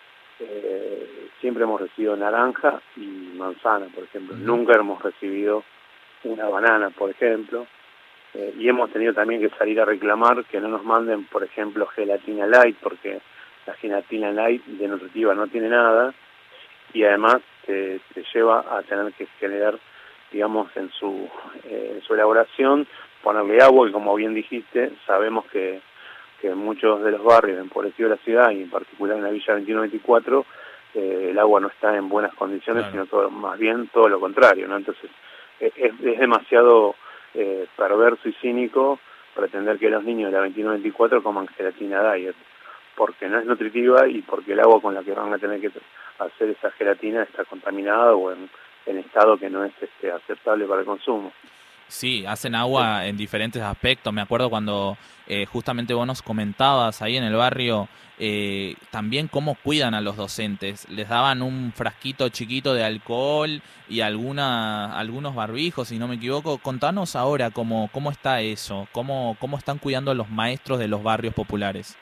eh, siempre hemos recibido naranja y manzana, por ejemplo. Uh-huh. Nunca hemos recibido una banana, por ejemplo. Eh, y hemos tenido también que salir a reclamar que no nos manden, por ejemplo, gelatina light, porque la gelatina light de nutritiva no tiene nada y además te, te lleva a tener que generar, digamos, en su, eh, en su elaboración, ponerle agua, y como bien dijiste, sabemos que, que en muchos de los barrios empobrecidos de la ciudad, y en particular en la Villa veintiuno veinticuatro, eh, el agua no está en buenas condiciones, claro. Sino todo, más bien todo lo contrario, ¿no? Entonces, es, es demasiado... Eh, perverso y cínico pretender que los niños de la veintiuno veinticuatro coman gelatina diet, porque no es nutritiva y porque el agua con la que van a tener que hacer esa gelatina está contaminada o en, en estado que no es este, aceptable para el consumo. Sí, hacen agua en diferentes aspectos. Me acuerdo cuando eh, justamente vos nos comentabas ahí en el barrio eh, también cómo cuidan a los docentes. Les daban un frasquito chiquito de alcohol y alguna, algunos barbijos, si no me equivoco. Contanos ahora cómo, cómo está eso, cómo, cómo están cuidando a los maestros de los barrios populares.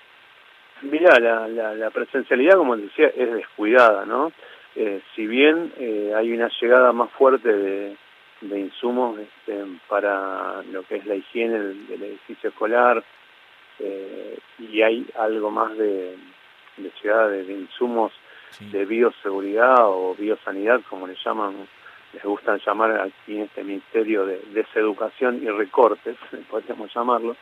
Mirá, la, la, la presencialidad, como decía, es descuidada, ¿no? Eh, si bien eh, hay una llegada más fuerte de, de insumos este, para lo que es la higiene del, del edificio escolar, eh, y hay algo más de, de llegada de, de insumos sí. de bioseguridad o biosanidad, como le llaman, les gustan llamar aquí en este Ministerio de Deseducación y Recortes, podríamos llamarlo.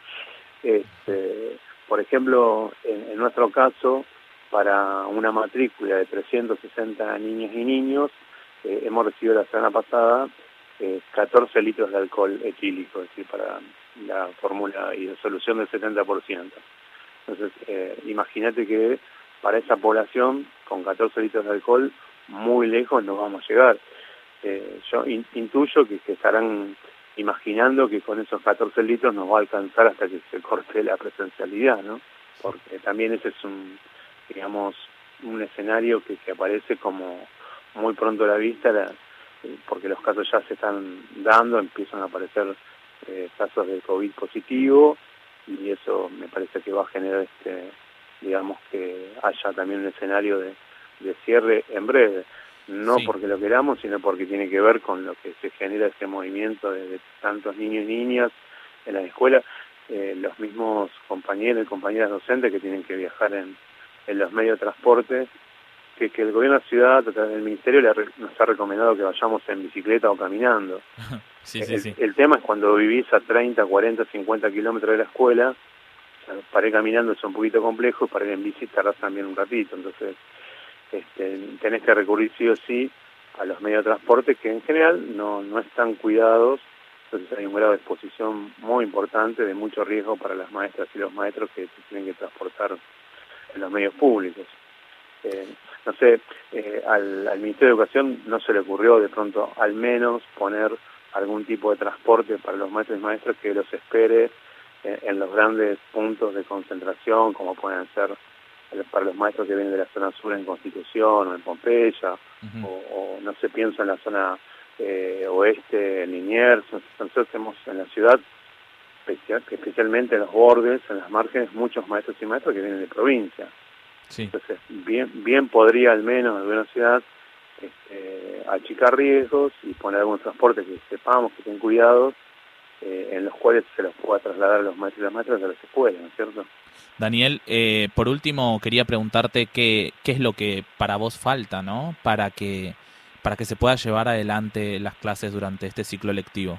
Este, por ejemplo, en, en nuestro caso, para una matrícula de trescientos sesenta niñas y niños, eh, hemos recibido la semana pasada eh, catorce litros de alcohol etílico, es decir, para la fórmula y resolución del setenta por ciento. Entonces, eh, imagínate que para esa población, con catorce litros de alcohol, muy lejos nos vamos a llegar. Eh, yo in, intuyo que, que estarán imaginando que con esos catorce litros nos va a alcanzar hasta que se corte la presencialidad, ¿no? Porque también ese es un, digamos, un escenario que, que aparece como muy pronto a la vista, la, porque los casos ya se están dando, empiezan a aparecer eh, casos de COVID positivo, y eso me parece que va a generar, este, digamos, que haya también un escenario de, de cierre en breve. No sí. porque lo queramos, sino porque tiene que ver con lo que se genera este movimiento de, de tantos niños y niñas en la escuela, eh, los mismos compañeros y compañeras docentes que tienen que viajar en, en los medios de transporte, que, que el gobierno de la ciudad, a través del ministerio, le, nos ha recomendado que vayamos en bicicleta o caminando. sí, sí, el, sí. el tema es cuando vivís a treinta, cuarenta, cincuenta kilómetros de la escuela, o sea, para ir caminando es un poquito complejo, para ir en bici tardás también un ratito, entonces Este, tenés que recurrir sí o sí a los medios de transporte que en general no, no están cuidados, entonces hay un grado de exposición muy importante, de mucho riesgo para las maestras y los maestros que se tienen que transportar en los medios públicos. Eh, no sé, eh, al, al Ministerio de Educación no se le ocurrió de pronto al menos poner algún tipo de transporte para los maestros y maestras que los espere eh, en los grandes puntos de concentración, como pueden ser para los maestros que vienen de la zona sur en Constitución o en Pompeya, uh-huh. o, o no se piensa en la zona eh, oeste, en Liniers. Nosotros tenemos en la ciudad, especial, especialmente en los bordes, en las márgenes, muchos maestros y maestras que vienen de provincia. Sí. Entonces, bien, bien podría al menos en una ciudad este, achicar riesgos y poner algún transporte que sepamos que estén cuidados, eh, en los cuales se los pueda trasladar a los maestros y las maestras a las escuelas, ¿no es cierto? Daniel, eh, por último quería preguntarte qué, qué es lo que para vos falta, ¿no? Para que, para que se pueda llevar adelante las clases durante este ciclo lectivo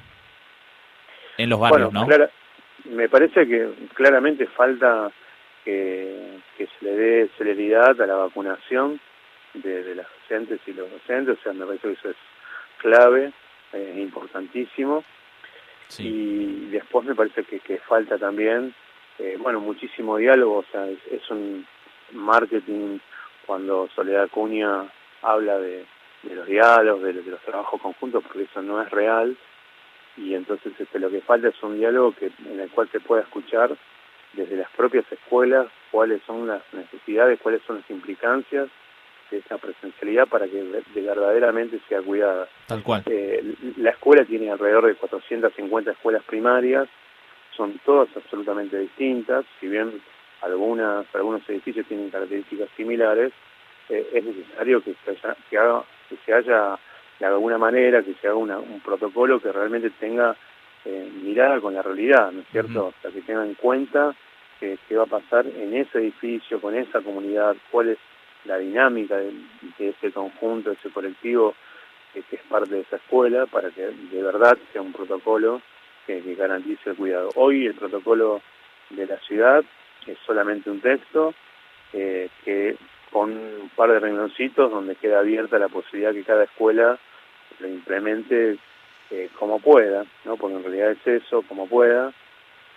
en los barrios, bueno, ¿no? Clara, me parece que claramente falta que, que se le dé celeridad a la vacunación de, de las docentes y los docentes, o sea, me parece que eso es clave, es eh, importantísimo. Sí. Y después me parece que, que falta también Eh, bueno, muchísimo diálogo, o sea, es, es un marketing cuando Soledad Acuña habla de, de los diálogos, de, de los trabajos conjuntos, porque eso no es real, y entonces este, lo que falta es un diálogo que en el cual se pueda escuchar desde las propias escuelas cuáles son las necesidades, cuáles son las implicancias de esta presencialidad para que de, de verdaderamente sea cuidada. Tal cual. Eh, la escuela tiene alrededor de cuatrocientas cincuenta escuelas primarias, son todas absolutamente distintas, si bien algunas, algunos edificios tienen características similares, eh, es necesario que se haya, que haga, que se haya de alguna manera, que se haga una, un protocolo que realmente tenga eh, mirada con la realidad, ¿no es cierto? Uh-huh. O sea, que tenga en cuenta que, qué va a pasar en ese edificio, con esa comunidad, cuál es la dinámica de, de ese conjunto, de ese colectivo eh, que es parte de esa escuela, para que de verdad sea un protocolo Que, que garantice el cuidado. Hoy el protocolo de la ciudad es solamente un texto eh, que con un par de rengloncitos donde queda abierta la posibilidad que cada escuela lo implemente eh, como pueda, ¿no? Porque en realidad es eso, como pueda.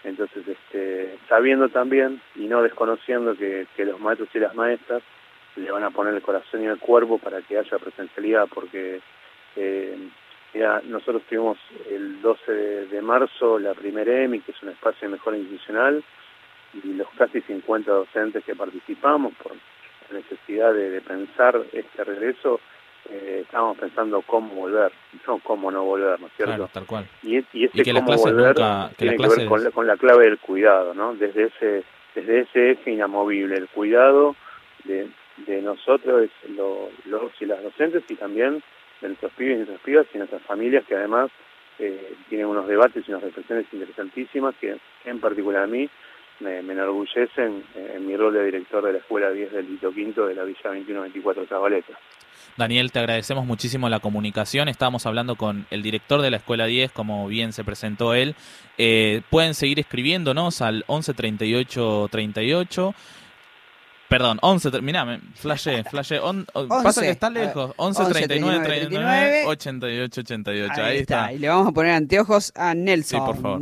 Entonces, este, sabiendo también y no desconociendo que, que los maestros y las maestras le van a poner el corazón y el cuerpo para que haya presencialidad, porque eh, ya nosotros tuvimos el doce de marzo la primera E M I, que es un espacio de mejora institucional, y los casi cincuenta docentes que participamos por la necesidad de, de pensar este regreso, eh, estábamos pensando cómo volver, no cómo no volver, ¿no es cierto? Claro, tal cual. Y, y ese Y que las cómo clases volver nunca- que tiene las que ver clases- con la, con la clave del cuidado, ¿no? Desde ese desde ese eje inamovible, el cuidado de, de nosotros, lo, los y las docentes, y también de nuestros pibes y nuestras pibas y nuestras familias, que además eh, tienen unos debates y unas reflexiones interesantísimas que en particular a mí me, me enorgullecen eh, en mi rol de director de la Escuela diez del Lito Quinto de la Villa veintiuno veinticuatro Zabaleta. Daniel, te agradecemos muchísimo la comunicación. Estábamos hablando con el director de la Escuela diez, como bien se presentó él. Eh, pueden seguir escribiéndonos al once treinta y ocho treinta y ocho. Perdón, once, mirá, me flashé, flashé. On, on- pasa que está lejos. once treinta y nueve treinta y nueve ochenta y ocho ochenta y ocho. Ahí, Ahí está. está. Y le vamos a poner anteojos a Nelson. Sí, por favor.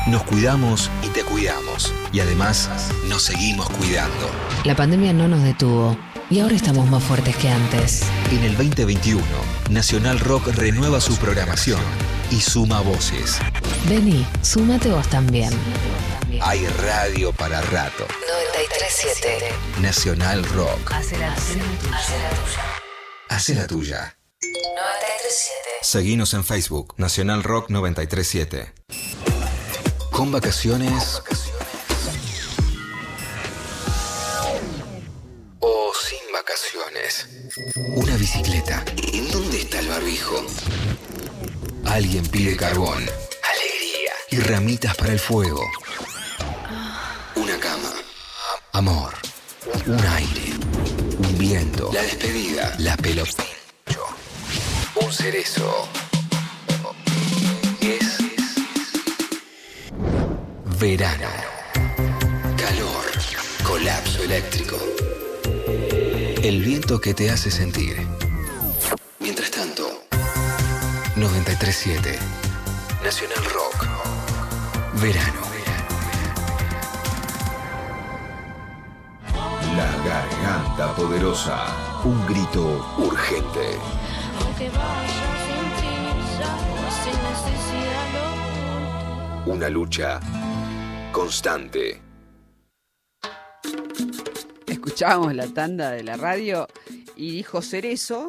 Nos cuidamos y te cuidamos. Y además, nos seguimos cuidando. La pandemia no nos detuvo y ahora estamos más fuertes que antes. En el veinte veintiuno, Nacional Rock renueva su programación y suma voces. Vení, súmate vos también. Hay radio para rato. noventa y tres punto siete. Nacional Rock. Hace la tuya. Hace la tuya. noventa y tres punto siete. Seguinos en Facebook, Nacional Rock noventa y tres punto siete. Con vacaciones o sin vacaciones. Una bicicleta. ¿En dónde está el barbijo? Alguien pide carbón, alegría y ramitas para el fuego. Una cama, amor, un aire, un viento, la despedida, la pelopincho, un cerezo. Es verano, calor, colapso eléctrico, el viento que te hace sentir. Mientras tanto, noventa y tres punto siete, Nacional Rock, verano. La garganta poderosa, un grito urgente. Aunque vaya sin prisa o sin necesidad lo oculto. Una lucha constante. Escuchábamos la tanda de la radio y dijo Cerezo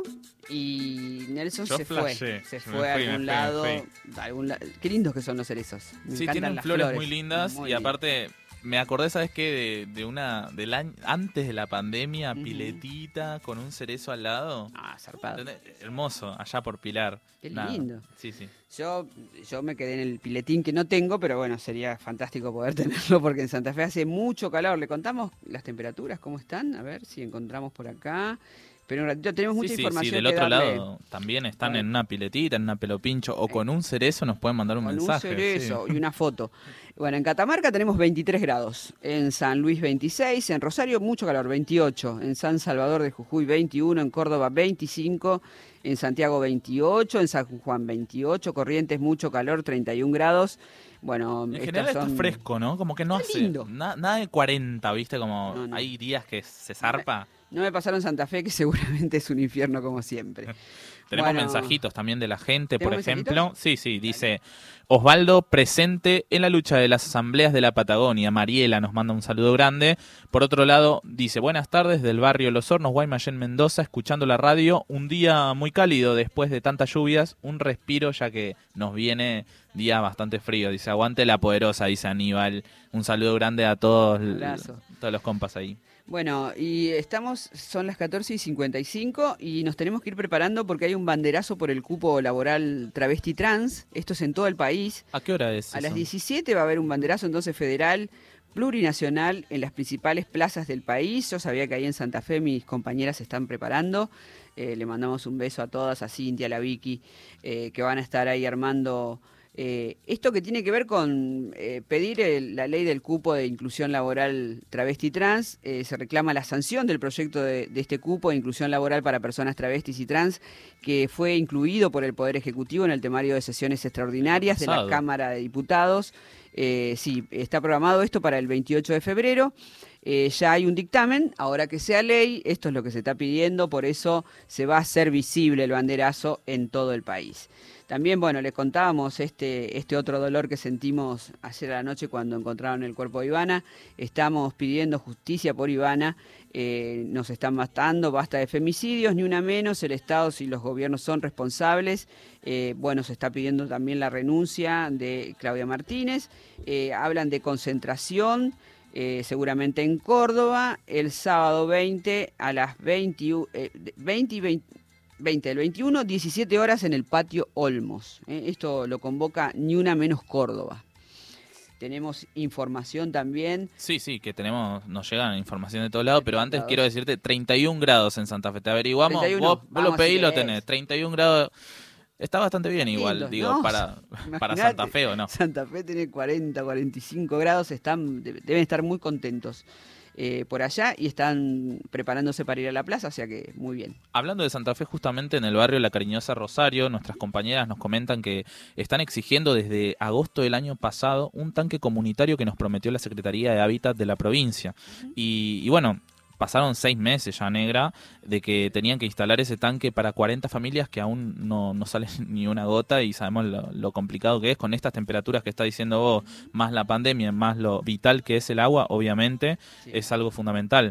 y Nelson Yo se flashé, fue. Se me fue a fui, me algún fui, lado, me a algún la- Qué lindos que son los cerezos. Me Sí, encantan tienen las flores, muy lindas Muy y lindas. aparte me acordé, ¿sabes qué? De, de una del año antes de la pandemia, Ujú. piletita con un cerezo al lado. Ah, zarpado. ¿Entendés? Hermoso, allá por Pilar. Qué Nada. lindo. Sí, sí. Yo, yo me quedé en el piletín que no tengo, pero bueno, sería fantástico poder tenerlo porque en Santa Fe hace mucho calor. ¿Le contamos las temperaturas cómo están? A ver si encontramos por acá. Pero un ratito tenemos mucha Sí, sí, información. sí, del que otro darle. lado también están Bueno. en una piletita, en una pelopincho o con un cerezo nos pueden mandar un Con mensaje. un cerezo sí. y una foto. Bueno, en Catamarca tenemos veintitrés grados, en San Luis veintiséis, en Rosario mucho calor, veintiocho, en San Salvador de Jujuy veintiuno, en Córdoba veinticinco, en Santiago veintiocho, en San Juan veintiocho, Corrientes mucho calor, treinta y un grados. Bueno, En estas general son- está fresco, ¿no? Como que no Qué hace lindo. na- nada de cuarenta, ¿viste? Como No, no. hay días que se zarpa. No me pasaron Santa Fe, que seguramente es un infierno como siempre. Tenemos Bueno, mensajitos también de la gente, por ¿tenemos ejemplo. mensajitos? Sí, sí, dice Osvaldo presente en la lucha de las asambleas de la Patagonia. Mariela nos manda un saludo grande. Por otro lado, dice buenas tardes del barrio Los Hornos, Guaymallén, Mendoza, escuchando la radio. Un día muy cálido después de tantas lluvias, un respiro ya que nos viene día bastante frío. Dice aguante la poderosa, dice Aníbal. Un saludo grande a todos, Abrazo. todos los compas ahí. Bueno, y estamos, son las catorce y cincuenta y cinco y nos tenemos que ir preparando porque hay un banderazo por el cupo laboral travesti trans. Esto es en todo el país. ¿A qué hora es A las eso? diecisiete va a haber un banderazo entonces federal plurinacional en las principales plazas del país. Yo sabía que ahí en Santa Fe mis compañeras se están preparando. Eh, le mandamos un beso a todas, a Cintia, a la Vicky, eh, que van a estar ahí armando eh, esto que tiene que ver con eh, pedir el- la ley del cupo de inclusión laboral travesti trans. Eh, se reclama la sanción del proyecto de, de este cupo de inclusión laboral para personas travestis y trans que fue incluido por el Poder Ejecutivo en el temario de sesiones extraordinarias de la Pasado. Cámara de Diputados. Eh, sí, está programado esto para el veintiocho de febrero. Eh, ya hay un dictamen, ahora que sea ley, esto es lo que se está pidiendo, por eso se va a hacer visible el banderazo en todo el país. También, bueno, les contábamos este, este otro dolor que sentimos ayer a la noche cuando encontraron el cuerpo de Ivana. Estamos pidiendo justicia por Ivana, eh, nos están matando, basta de femicidios, ni una menos, el Estado y los gobiernos son responsables. Eh, bueno, se está pidiendo también la renuncia de Claudia Martínez, eh, hablan de concentración, eh, seguramente en Córdoba, el sábado veinte a las veinte, eh, veinte y veinte. veinte del veintiuno, diecisiete horas en el patio Olmos. ¿eh? Esto lo convoca Ni Una Menos Córdoba. Tenemos información también. Sí, sí, que tenemos, nos llegan información de todos lados, pero antes lados. quiero decirte, treinta y un grados en Santa Fe, te averiguamos, treinta y uno, vos, vos vamos, lo pedís, si lo querés. tenés, treinta y un grados, está bastante bien igual, Lindo, digo, ¿no? para, para Imaginate, Santa Fe o no. Santa Fe tiene cuarenta, cuarenta y cinco grados, están, de- deben estar muy contentos. eh, por allá y están preparándose para ir a la plaza, o sea que muy bien. Hablando de Santa Fe, justamente en el barrio La Cariñosa Rosario, nuestras compañeras nos comentan que están exigiendo desde agosto del año pasado un tanque comunitario que nos prometió la Secretaría de Hábitat de la provincia. Uh-huh. y, y bueno... Pasaron seis meses ya, Negra, de que tenían que instalar ese tanque para cuarenta familias que aún no, no sale ni una gota y sabemos lo, lo complicado que es con estas temperaturas que está diciendo vos, más la pandemia, más lo vital que es el agua, obviamente, sí. Es algo fundamental.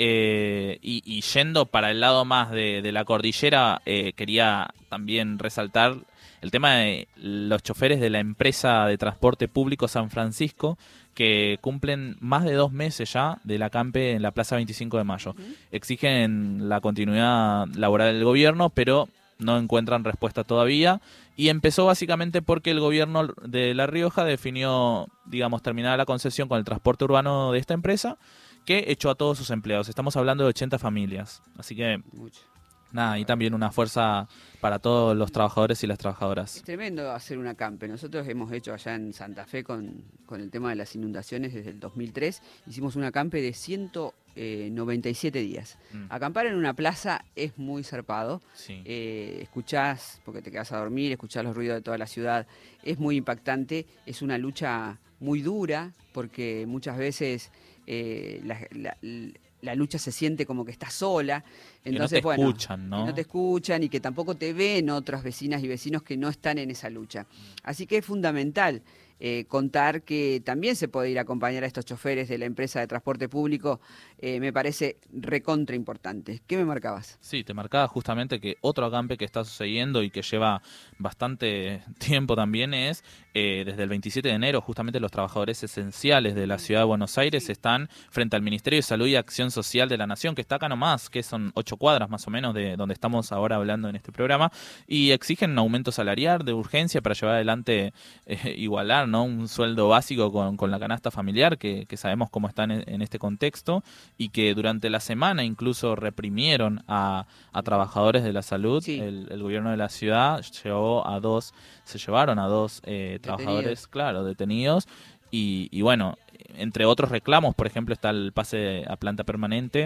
Eh, y, y yendo para el lado más de, de la cordillera, eh, quería también resaltar el tema de los choferes de la empresa de transporte público San Francisco, que cumplen más de dos meses ya del acampe en la Plaza veinticinco de mayo. Uh-huh. Exigen la continuidad laboral del gobierno, pero no encuentran respuesta todavía. Y empezó básicamente porque el gobierno de La Rioja definió, digamos, terminada la concesión con el transporte urbano de esta empresa, que echó a todos sus empleados. Estamos hablando de ochenta familias. Así que... Mucho. Nada, y también una fuerza para todos los trabajadores y las trabajadoras. Es tremendo hacer un acampe. Nosotros hemos hecho allá en Santa Fe con, con el tema de las inundaciones desde el dos mil tres. Hicimos un acampe de ciento noventa y siete días. Mm. Acampar en una plaza es muy zarpado. Sí. Eh, escuchás, porque te quedás a dormir, escuchás los ruidos de toda la ciudad. Es muy impactante. Es una lucha muy dura porque muchas veces eh, la, la, la lucha se siente como que estás sola. Entonces, que no te bueno, escuchan, ¿no? Que no te escuchan y que tampoco te ven otras vecinas y vecinos que no están en esa lucha. Así que es fundamental eh, contar que también se puede ir a acompañar a estos choferes de la empresa de transporte público. Eh, me parece recontra importante. ¿Qué me marcabas? Sí, te marcaba justamente que otro acampe que está sucediendo y que lleva bastante tiempo también es, eh, desde el veintisiete de enero, justamente los trabajadores esenciales de la ciudad de Buenos Aires están frente al Ministerio de Salud y Acción Social de la Nación, que está acá nomás, que son ocho cuadras más o menos de donde estamos ahora hablando en este programa, y exigen un aumento salarial de urgencia para llevar adelante, eh, igualar, ¿no?, un sueldo básico con, con la canasta familiar, que, que sabemos cómo están en, en este contexto, y que durante la semana incluso reprimieron a, a trabajadores de la salud. Sí. El, el gobierno de la ciudad llevó a dos, se llevaron a dos eh, trabajadores, detenidos. claro, detenidos, y, y bueno, entre otros reclamos, por ejemplo, está el pase a planta permanente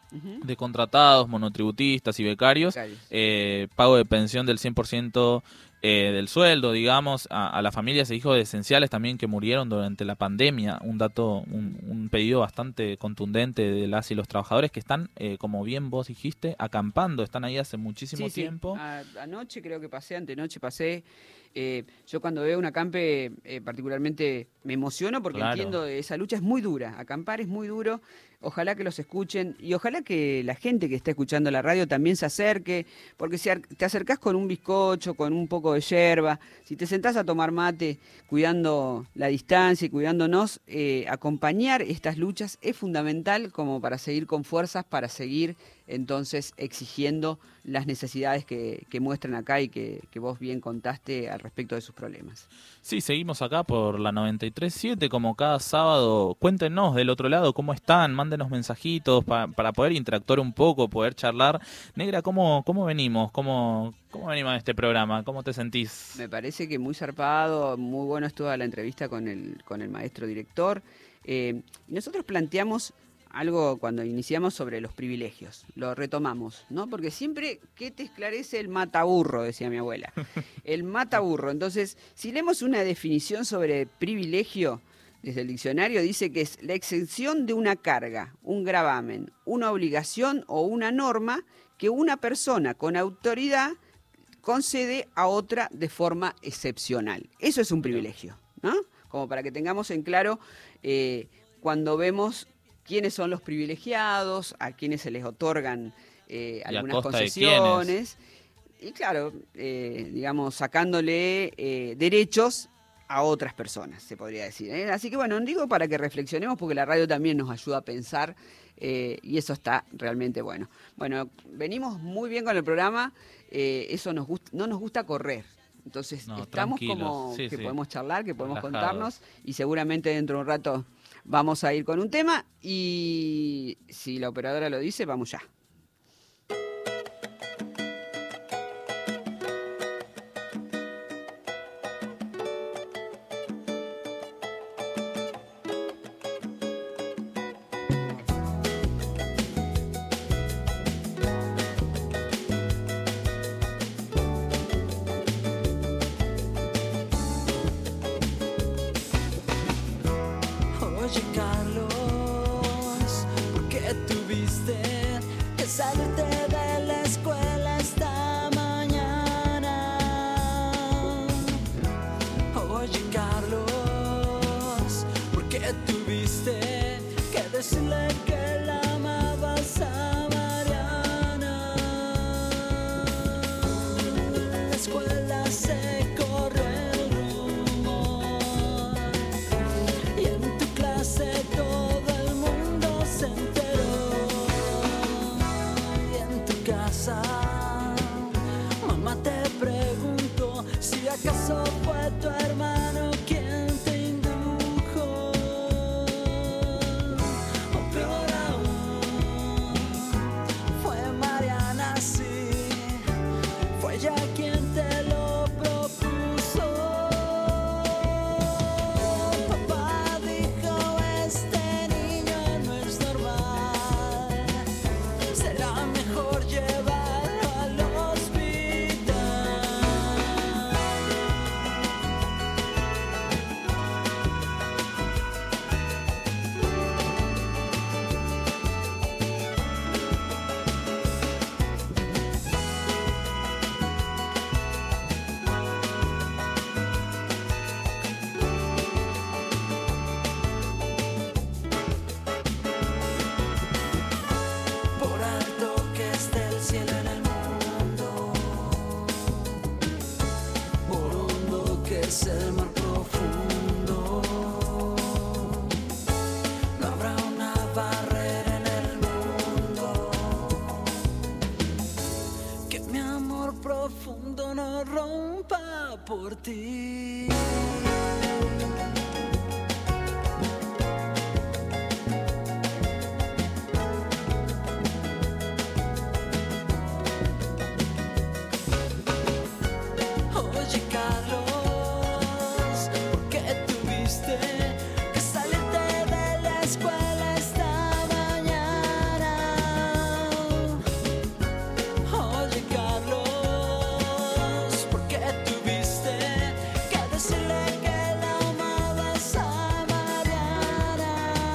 de contratados, monotributistas y becarios, becarios. Eh, pago de pensión del cien por ciento eh, del sueldo, digamos, a, a las familias e hijos de esenciales también que murieron durante la pandemia, un dato, un, un pedido bastante contundente de las y los trabajadores que están, eh, como bien vos dijiste, acampando, están ahí hace muchísimo sí, tiempo. Sí. A, anoche creo que pasé, antenoche pasé. Eh, yo cuando veo un acampe eh, particularmente me emociono porque claro. entiendo esa lucha es muy dura, acampar es muy duro, ojalá que los escuchen y ojalá que la gente que está escuchando la radio también se acerque, porque si te acercás con un bizcocho, con un poco de yerba, si te sentás a tomar mate cuidando la distancia y cuidándonos, eh, acompañar estas luchas es fundamental como para seguir con fuerzas, para seguir entonces exigiendo las necesidades que, que muestran acá y que, que vos bien contaste al respecto de sus problemas. Sí, seguimos acá por la noventa y tres punto siete como cada sábado. Cuéntenos del otro lado cómo están, mándenos mensajitos pa, para poder interactuar un poco, poder charlar. Negra, ¿cómo, cómo venimos? ¿Cómo, ¿Cómo venimos a este programa? ¿Cómo te sentís? Me parece que muy zarpado, muy bueno estuvo la entrevista con el, con el maestro director. Eh, nosotros planteamos algo cuando iniciamos sobre los privilegios, lo retomamos, ¿no? Porque siempre, ¿qué te esclarece el mataburro?, decía mi abuela. El mataburro. Entonces, si leemos una definición sobre privilegio, desde el diccionario dice que es la exención de una carga, un gravamen, una obligación o una norma que una persona con autoridad concede a otra de forma excepcional. Eso es un privilegio, ¿no? Como para que tengamos en claro eh, cuando vemos quiénes son los privilegiados, a quienes se les otorgan eh, algunas concesiones. Y claro, eh, digamos, sacándole eh, derechos a otras personas, se podría decir. ¿eh? Así que bueno, digo para que reflexionemos, porque la radio también nos ayuda a pensar eh, y eso está realmente bueno. Bueno, venimos muy bien con el programa, eh, eso nos gusta, no nos gusta correr. Entonces no, estamos como sí, que sí. podemos charlar, que podemos Relajados. contarnos y seguramente dentro de un rato vamos a ir con un tema y si la operadora lo dice, vamos ya. Oye Carlos, ¿por qué tuviste que salirte de la escuela esta mañana? Oye Carlos, ¿por qué tuviste que decirle que la amabas a Mariana? En la escuela se corrió el rumor y en tu clase todo el mundo se enteró. Y en tu casa mamá te preguntó si acaso fue tu hermano quien te indujo. O peor aún, fue Mariana, sí, fue ella quien te lo propuso. Papá dijo, este niño no es normal, será mejor llevarlo al hospital. Por alto que esté el cielo en el mundo, por hondo que es el mar profundo, no habrá una barrera en el mundo que mi amor profundo no rompa por ti. Oye Carlos, ¿por qué tuviste que salirte de la escuela esta mañana? Oye Carlos, ¿por qué tuviste que decirle que la amabas a Mariana?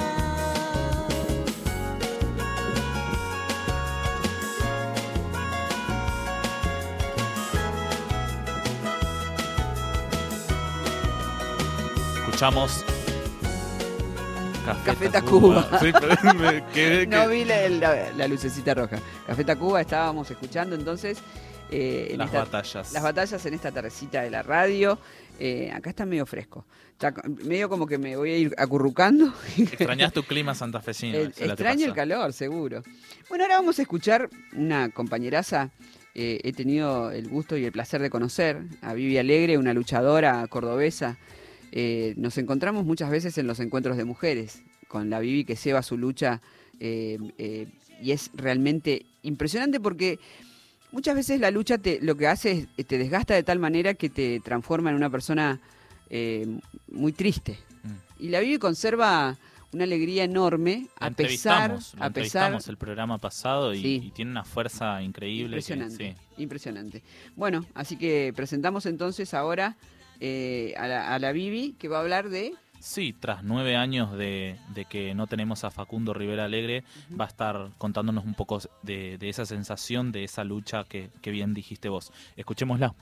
Escuchamos Café, Café Tacuba. Sí, pero me quedé No que- vi la, la- la lucecita roja. Café Tacuba estábamos escuchando entonces eh, en Las esta- batallas. Las batallas en esta tardecita de la radio. Eh, acá está medio fresco. Está co- medio como que me voy a ir acurrucando. Extrañás tu clima santafesino. El- eso es lo que extraño el pasa. calor, seguro. Bueno, ahora vamos a escuchar una compañeraza. Eh, he tenido el gusto y el placer de conocer a Vivi Alegre, una luchadora cordobesa. Eh, nos encontramos muchas veces en los encuentros de mujeres, con la Vivi que lleva su lucha eh, eh, y es realmente impresionante porque muchas veces la lucha te, lo que hace es te desgasta de tal manera que te transforma en una persona eh, muy triste. Y la Vivi conserva una alegría enorme La a pesar, entrevistamos, la a pesar entrevistamos el programa pasado y, Sí. y tiene una fuerza increíble. que- impresionante, sí. impresionante. Bueno, así que presentamos entonces ahora eh, a, la, a la Vivi que va a hablar de Sí, tras nueve años de, de que no tenemos a Facundo Rivera Alegre, va a estar contándonos un poco de, de esa sensación, de esa lucha que, que bien dijiste vos. Escuchémosla.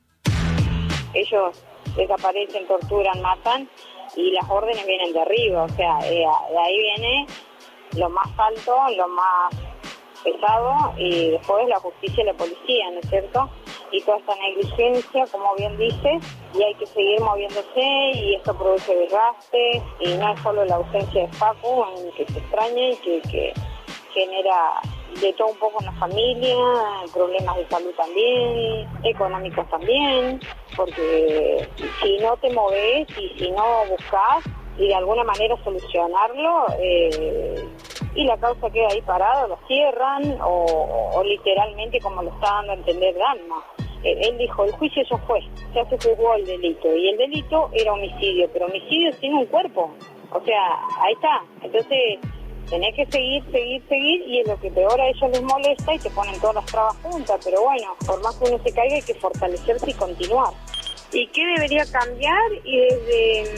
Ellos desaparecen, torturan, matan y las órdenes vienen de arriba, o sea, eh, de ahí viene lo más alto, lo más pesado y después la justicia y la policía, ¿no es cierto? Y toda esta negligencia, como bien dices, y hay que seguir moviéndose y esto produce desgaste y no es solo la ausencia de Facu en que se extraña y que, que genera de todo un poco en la familia, problemas de salud también, económicos también, porque si no te moves y si no buscas y de alguna manera solucionarlo, eh, y la causa queda ahí parada, lo cierran o, o literalmente como lo está dando a entender Dalma. Eh, él dijo, el juicio ya fue, ya se juzgó el delito y el delito era homicidio, pero homicidio sin un cuerpo, o sea, ahí está, entonces tenés que seguir, seguir, seguir y es lo que peor a ellos les molesta y te ponen todas las trabas juntas, pero bueno, por más que uno se caiga hay que fortalecerse y continuar. ¿Y qué debería cambiar? Y desde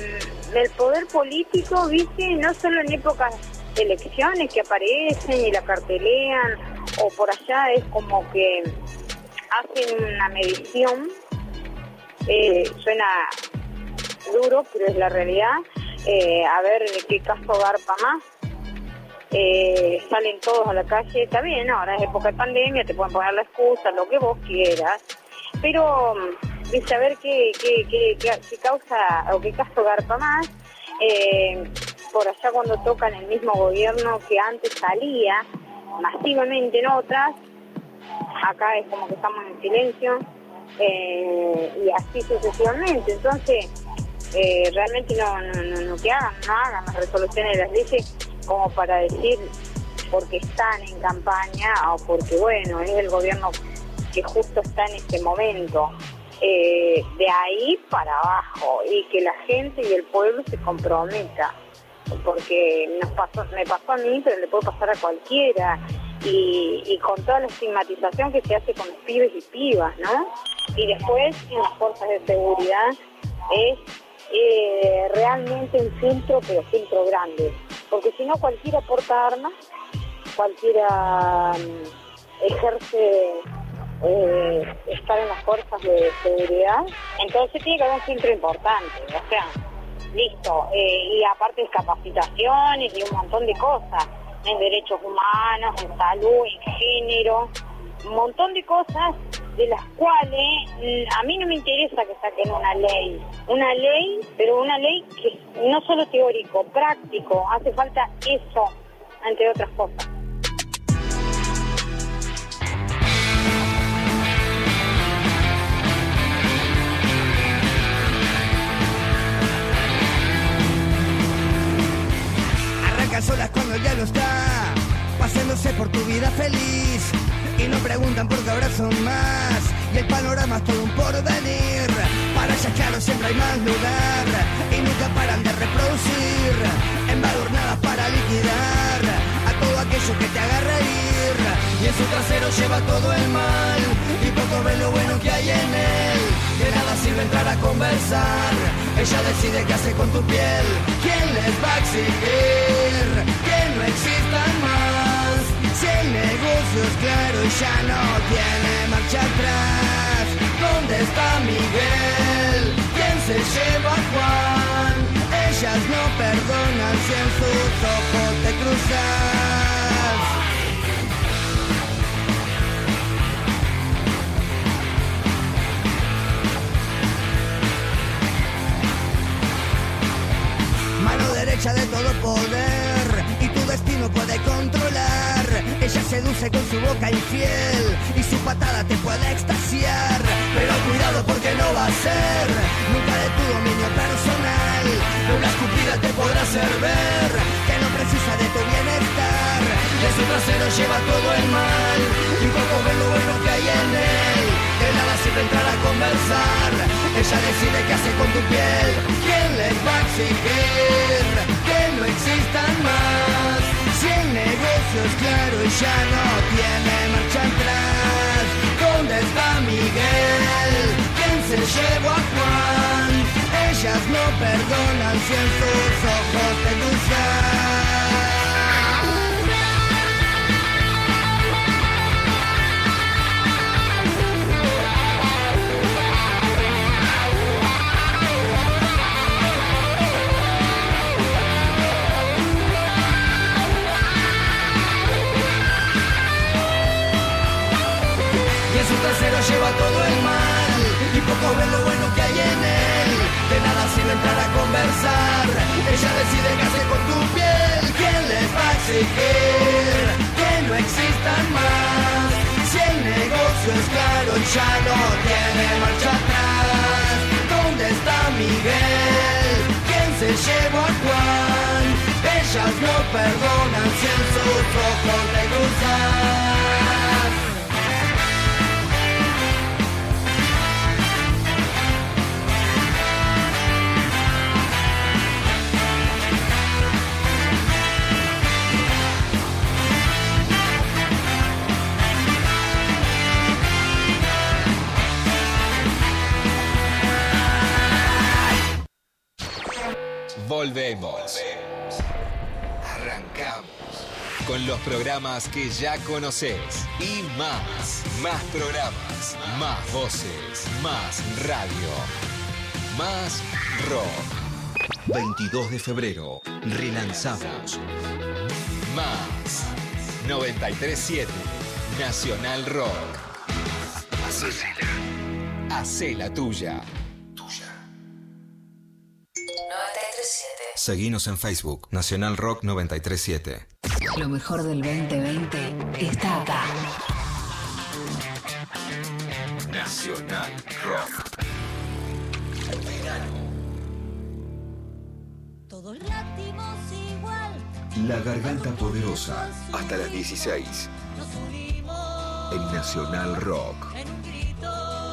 del poder político, viste, no solo en épocas de elecciones que aparecen y la cartelean, o por allá es como que hacen una medición, eh, suena duro, pero es la realidad, eh, a ver de qué caso garpa más. Eh, salen todos a la calle, está bien, ahora es época de pandemia, te pueden poner la excusa, lo que vos quieras, pero de saber qué, qué, qué, qué, qué causa o qué caso garpa más, eh, por allá cuando tocan el mismo gobierno que antes salía masivamente en otras, acá es como que estamos en silencio, eh, y así sucesivamente. Entonces, eh, realmente no, no, no, no que hagan, no hagan las resoluciones de las leyes como para decir porque están en campaña o porque, bueno, es el gobierno que justo está en este momento. Eh, de ahí para abajo, y que la gente y el pueblo se comprometa, porque nos pasó, me pasó a mí, pero le puede pasar a cualquiera, y, y con toda la estigmatización que se hace con los pibes y pibas, ¿no? Y después en las fuerzas de seguridad es eh, realmente un filtro, pero filtro grande, porque si no cualquiera porta armas, cualquiera um, ejerce eh, estar en las fuerzas de seguridad, entonces tiene que haber un filtro importante, o sea, listo, eh, y aparte de capacitaciones y un montón de cosas, en derechos humanos, en salud, en género, un montón de cosas de las cuales mm, a mí no me interesa que saquen una ley, una ley, pero una ley que no solo teórico, práctico, hace falta eso, entre otras cosas. Solas cuando ya no está, pasándose por tu vida feliz, y no preguntan por qué ahora son más, y el panorama es todo un porvenir. Para ellas claro siempre hay más lugar, y nunca paran de reproducir embadurnadas para liquidar a todo aquello que te haga reír, y en su trasero lleva todo el mal, y poco ve lo bueno que hay en él, que nada sirve entrar a conversar, ella decide qué hace con tu piel. ¿Quién les va a exigir que no existan más? Si el negocio es claro y ya no tiene marcha atrás, ¿dónde está Miguel? ¿Quién se lleva a Juan? Ellas no perdonan si en sus ojos te cruzas. Mano derecha de todo poder, y tu destino puede controlar. Ella seduce con su boca infiel, y su patada te puede extasiar. Pero cuidado porque no va a ser nunca de tu dominio personal. Una escupida te podrá hacer ver que no precisa de tu bienestar. De su trasero lleva todo el mal, y poco ve lo bueno que hay en él, que nada sirve entrar a conversar. Ella decide qué hace con tu piel. ¿Quién les va a exigir que no existan más? Si el negocio es claro y ya no tiene marcha atrás, ¿dónde está Miguel? ¿Quién se llevó a Juan? Ellas no perdonan si en sus ojos te cruzan. Trasero lleva todo el mal, y poco ve lo bueno que hay en él, de nada sirve entrar a conversar. Ella decide qué hace con tu piel. ¿Quién les va a exigir que no existan más? Si el negocio es claro y ya no tiene marcha atrás, ¿dónde está Miguel? ¿Quién se llevó a Juan? Ellas no perdonan si en sus ojos te cruzan. Volvemos. Arrancamos con los programas que ya conoces y más. Más programas, más voces, más radio, más rock. veintidós de febrero, relanzamos Más noventa y tres siete Nacional Rock. Hacela. Hacé la tuya. noventa y tres siete. Seguinos en Facebook, Nacional Rock noventa y tres siete. Lo mejor del veinte veinte está acá. Nacional Rock. Verano. Todos latimos igual. La Garganta Poderosa. Hasta las dieciséis. Nos unimos En Nacional Rock. en un grito.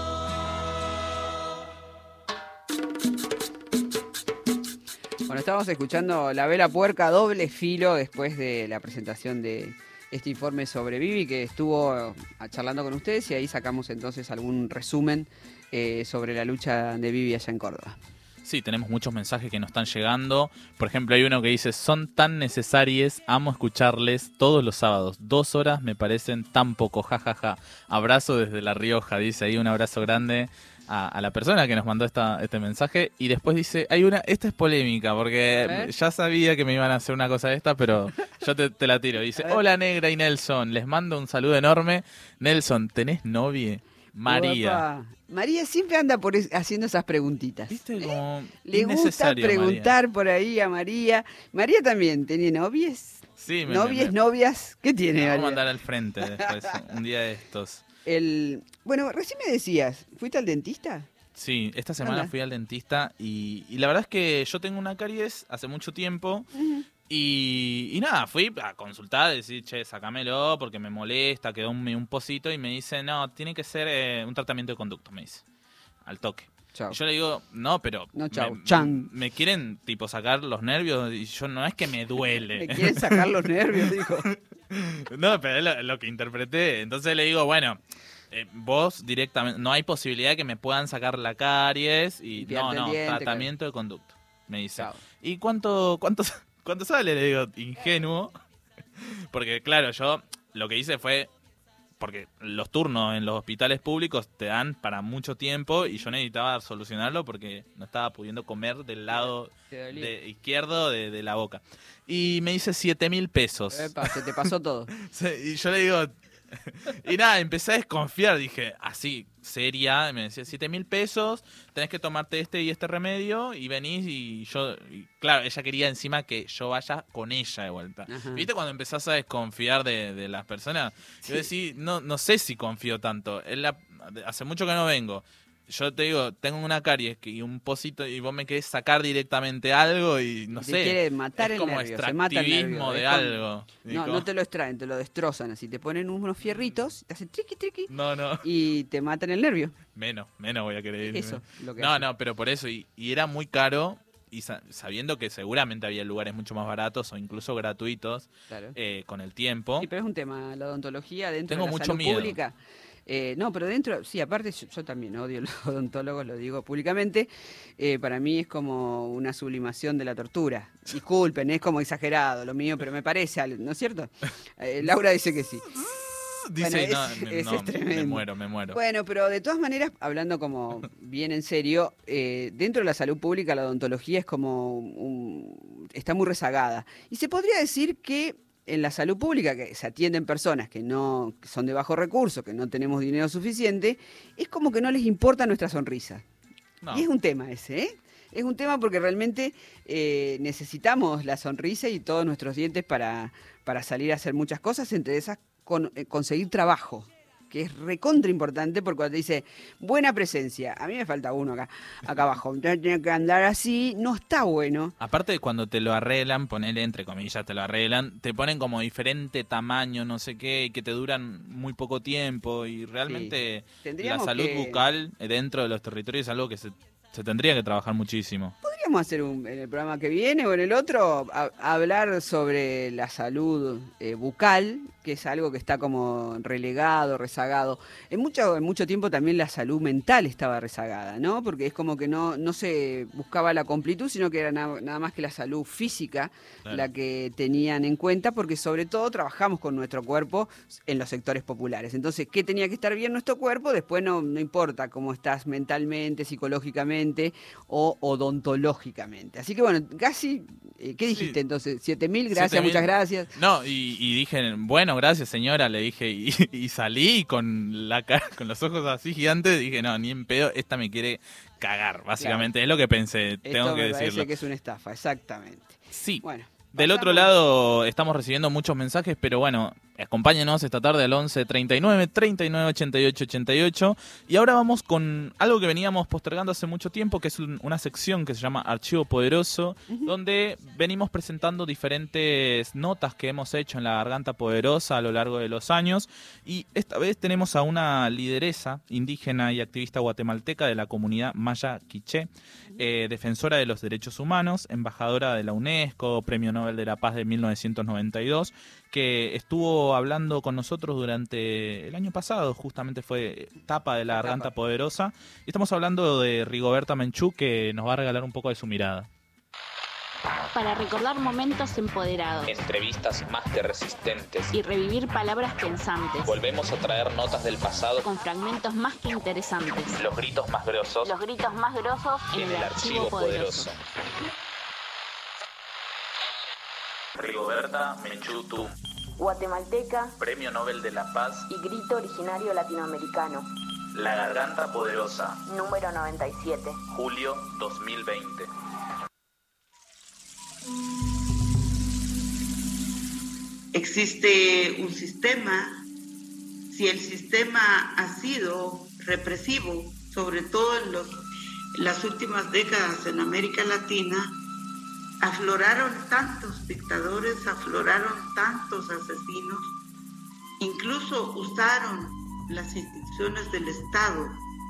Bueno, estábamos escuchando La Vela Puerca, doble filo, después de la presentación de este informe sobre Vivi, que estuvo charlando con ustedes, y ahí sacamos entonces algún resumen eh, sobre la lucha de Vivi allá en Córdoba. Sí, tenemos muchos mensajes que nos están llegando. Por ejemplo, hay uno que dice: son tan necesarias, amo escucharles todos los sábados. Dos horas me parecen tan poco, jajaja. Abrazo desde La Rioja, dice ahí, un abrazo grande a, a la persona que nos mandó esta, este mensaje. Y después dice, hay una, esta es polémica, porque ¿Eh? ya sabía que me iban a hacer una cosa de esta, pero yo te, te la tiro. Dice, hola Negra y Nelson, les mando un saludo enorme. Nelson, ¿tenés novia? María. Opa. María siempre anda por es- haciendo esas preguntitas. ¿Viste? Como Le gusta innecesario, preguntar por ahí a María. María también tiene novias. Sí, me, Novias, me, me- novias. ¿Qué tiene me vamos a María? mandar al frente después, un día de estos. El... Bueno, recién me decías, ¿fuiste al dentista? Sí, esta semana Anda. fui al dentista y, y la verdad es que yo tengo una caries hace mucho tiempo y, y nada, fui a consultar, decir, che, sacámelo porque me molesta, quedó un, un pocito y me dice, no, tiene que ser eh, un tratamiento de conducto, me dice, al toque. Chau. Y yo le digo, no, pero No, chau, me, chan. me quieren tipo sacar los nervios y yo no es que me duele. Me quieren sacar los nervios, dijo. No, pero es lo, lo que interpreté. Entonces le digo, bueno, eh, vos directamente, no hay posibilidad de que me puedan sacar la caries y Limpiarte no, el no, diente, tratamiento de conducto, me dice. Chao. ¿Y cuánto, cuánto, cuánto sale? Le digo, ingenuo. Porque claro, yo lo que hice fue, porque los turnos en los hospitales públicos te dan para mucho tiempo y yo necesitaba solucionarlo porque no estaba pudiendo comer del lado Te dolía. de izquierdo de, de la boca. Y me dice siete mil pesos. Epa, se te pasó todo. Sí, y yo le digo, y nada, empecé a desconfiar, dije, así, seria, y me decía, siete mil pesos, tenés que tomarte este y este remedio, y venís, y yo, y claro, ella quería encima que yo vaya con ella de vuelta. Ajá. ¿Viste cuando empezás a desconfiar de, de las personas? Yo decía, no, no sé si confío tanto, es la- hace mucho que no vengo. Yo te digo, tengo una caries que- y un pocito y vos me querés sacar directamente algo y no Te sé. quiere matar es el como nervio, se mata el extractivismo nervio. de Es como- algo. No, Digo, no te lo extraen, te lo destrozan así. Te ponen unos fierritos, te hacen triqui triqui no, no. y te matan el nervio. Menos, menos voy a querer irme. Eso, lo que No, hacen. no, pero por eso. Y, y era muy caro. Y sa- sabiendo que seguramente había lugares mucho más baratos o incluso gratuitos Claro. eh, con el tiempo. Sí, pero es un tema, la odontología dentro Tengo de la mucho salud miedo. pública. Eh, no, pero dentro, sí, aparte yo, yo también odio a los odontólogos, lo digo públicamente. Eh, para mí es como una sublimación de la tortura. Disculpen, es como exagerado lo mío, pero me parece, algo, ¿no es cierto? Eh, Laura dice que sí. Dice, Bueno, no, es- me, es no, me tremendo. muero, me muero. Bueno, pero de todas maneras, hablando como bien en serio, eh, dentro de la salud pública la odontología es como un- está muy rezagada. Y se podría decir que en la salud pública, que se atienden personas que no que son de bajo recurso, que no tenemos dinero suficiente, es como que no les importa nuestra sonrisa. No. Y es un tema ese, ¿eh? Es un tema porque realmente eh, necesitamos la sonrisa y todos nuestros dientes para, para salir a hacer muchas cosas, entre esas con- eh, conseguir trabajo, que es recontra importante porque cuando te dice buena presencia, a mí me falta uno acá, acá abajo, tiene que andar así, no está bueno. Aparte de cuando te lo arreglan, ponele entre comillas, te lo arreglan, te ponen como diferente tamaño, no sé qué, y que te duran muy poco tiempo y realmente la Tendríamos salud que- bucal eh, dentro de los territorios es algo que se, se tendría que trabajar muchísimo. Podríamos hacer un, en el programa que viene o en el otro, a- hablar sobre la salud eh, bucal que es algo que está como relegado, rezagado. En mucho, en mucho tiempo también la salud mental estaba rezagada, ¿no? Porque es como que no, no se buscaba la completud, sino que era na- nada más que la salud física Claro. la que tenían en cuenta, porque sobre todo trabajamos con nuestro cuerpo en los sectores populares. Entonces, ¿qué tenía que estar bien nuestro cuerpo? Después no, no importa cómo estás mentalmente, psicológicamente o odontológicamente. Así que bueno, casi, eh, ¿qué dijiste entonces? siete mil, gracias, siete mil. muchas gracias. No, y, y dije, bueno, gracias señora, le dije, y, y salí con la cara, con los ojos así gigantes, dije, no, ni en pedo, esta me quiere cagar, básicamente, Claro. es lo que pensé, Esto tengo que me parece decirlo. que es una estafa, exactamente. Sí. Bueno. Del otro lado estamos recibiendo muchos mensajes, pero bueno, acompáñenos esta tarde al once treinta y nueve, treinta y nueve, ochenta y ocho, ochenta y ocho. Y ahora vamos con algo que veníamos postergando hace mucho tiempo, que es un- una sección que se llama Archivo Poderoso, donde venimos presentando diferentes notas que hemos hecho en la Garganta Poderosa a lo largo de los años. Y esta vez tenemos a una lideresa indígena y activista guatemalteca de la comunidad maya quiché, eh, defensora de los derechos humanos, embajadora de la UNESCO, Premio Nobel de la Paz de mil novecientos noventa y dos, que estuvo hablando con nosotros durante el año pasado, justamente fue tapa de la Garganta Poderosa, y estamos hablando de Rigoberta Menchú, que nos va a regalar un poco de su mirada. Para recordar momentos empoderados Entrevistas más que resistentes. y revivir palabras pensantes, Volvemos a traer notas del pasado, con fragmentos más que interesantes. los gritos más grosos Los gritos más grosos en, el archivo poderoso. Rigoberta Menchú Tú, Guatemalteca Premio Nobel de la Paz, y grito originario latinoamericano. La Garganta Poderosa, Número noventa y siete. julio dos mil veinte. Existe un sistema, si el sistema ha sido represivo, sobre todo en, los, en las últimas décadas en América Latina, afloraron tantos dictadores, afloraron tantos asesinos, incluso usaron las instituciones del Estado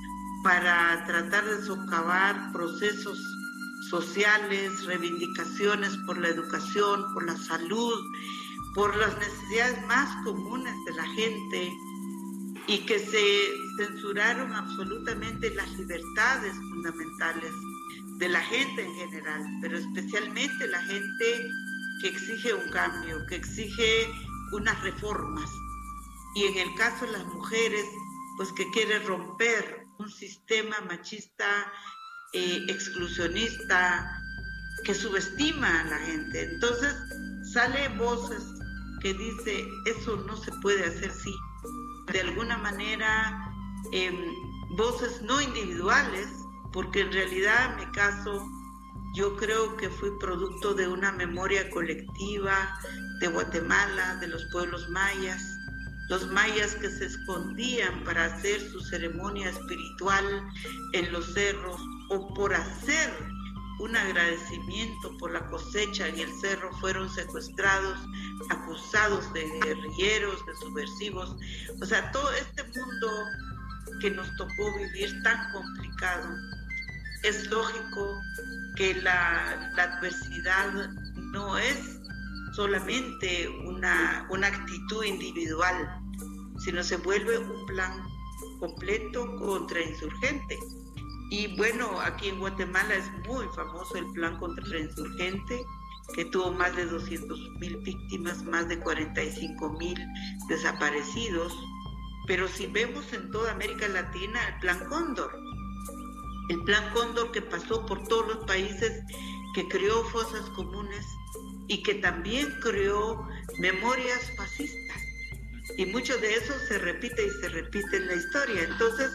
para tratar de socavar procesos sociales, reivindicaciones por la educación, por la salud, por las necesidades más comunes de la gente, y que se censuraron absolutamente las libertades fundamentales de la gente en general, pero especialmente la gente que exige un cambio, que exige unas reformas. Y en el caso de las mujeres, pues que quiere romper un sistema machista, eh, exclusionista, que subestima a la gente. Entonces sale voces que dice, eso no se puede hacer así. De alguna manera, eh, voces no individuales, porque en realidad en mi caso yo creo que fui producto de una memoria colectiva de Guatemala, de los pueblos mayas, los mayas que se escondían para hacer su ceremonia espiritual en los cerros o por hacer un agradecimiento por la cosecha en el cerro, fueron secuestrados, acusados de guerrilleros, de subversivos. O sea, todo este mundo que nos tocó vivir tan complicado, es lógico que la, la adversidad no es solamente una, una actitud individual, sino se vuelve un plan completo contra insurgente. Y bueno, aquí en Guatemala es muy famoso el plan contra insurgente, que tuvo más de doscientas mil víctimas, más de cuarenta y cinco mil desaparecidos. Pero si vemos en toda América Latina el plan Cóndor, el plan Cóndor que pasó por todos los países, que creó fosas comunes y que también creó memorias fascistas. Y mucho de eso se repite y se repite en la historia. Entonces,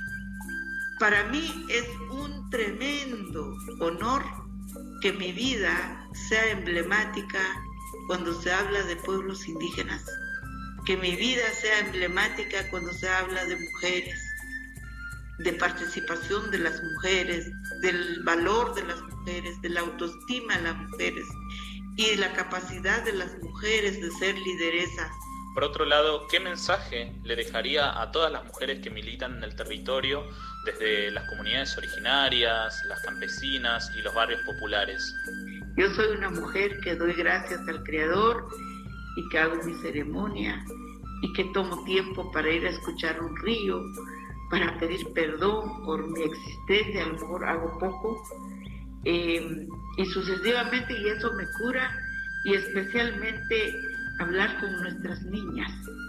para mí es un tremendo honor que mi vida sea emblemática cuando se habla de pueblos indígenas, que mi vida sea emblemática cuando se habla de mujeres, de participación de las mujeres, del valor de las mujeres, de la autoestima de las mujeres y de la capacidad de las mujeres de ser lideresas. Por otro lado, ¿qué mensaje le dejaría a todas las mujeres que militan en el territorio, desde las comunidades originarias, las campesinas y los barrios populares? Yo soy una mujer que doy gracias al Creador y que hago mi ceremonia y que tomo tiempo para ir a escuchar un río, para pedir perdón por mi existencia, a lo mejor hago poco, eh, y sucesivamente, y eso me cura, y especialmente hablar con nuestras niñas.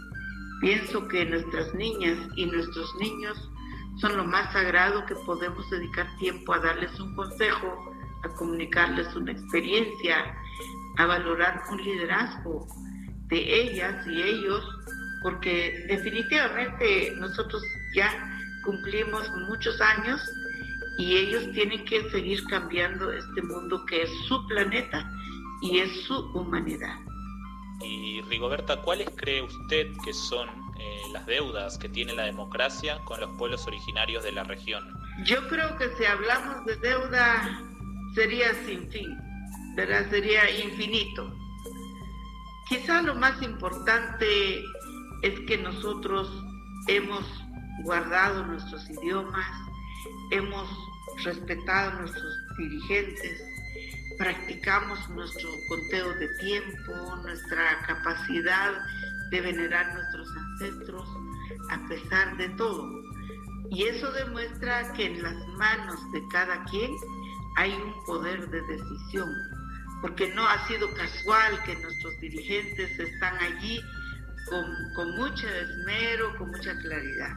Pienso que nuestras niñas y nuestros niños son lo más sagrado que podemos dedicar tiempo a darles un consejo, a comunicarles una experiencia, a valorar un liderazgo de ellas y ellos, porque definitivamente nosotros ya cumplimos muchos años y ellos tienen que seguir cambiando este mundo que es su planeta y es su humanidad. Y Rigoberta, ¿cuáles cree usted que son eh, las deudas que tiene la democracia con los pueblos originarios de la región? Yo creo que si hablamos de deuda sería sin fin, ¿verdad? Sería infinito. Quizá lo más importante es que nosotros hemos guardado nuestros idiomas, hemos respetado a nuestros dirigentes, practicamos nuestro conteo de tiempo, nuestra capacidad de venerar a nuestros ancestros a pesar de todo. Y eso demuestra que en las manos de cada quien hay un poder de decisión, porque no ha sido casual que nuestros dirigentes están allí con, con mucho esmero, con mucha claridad.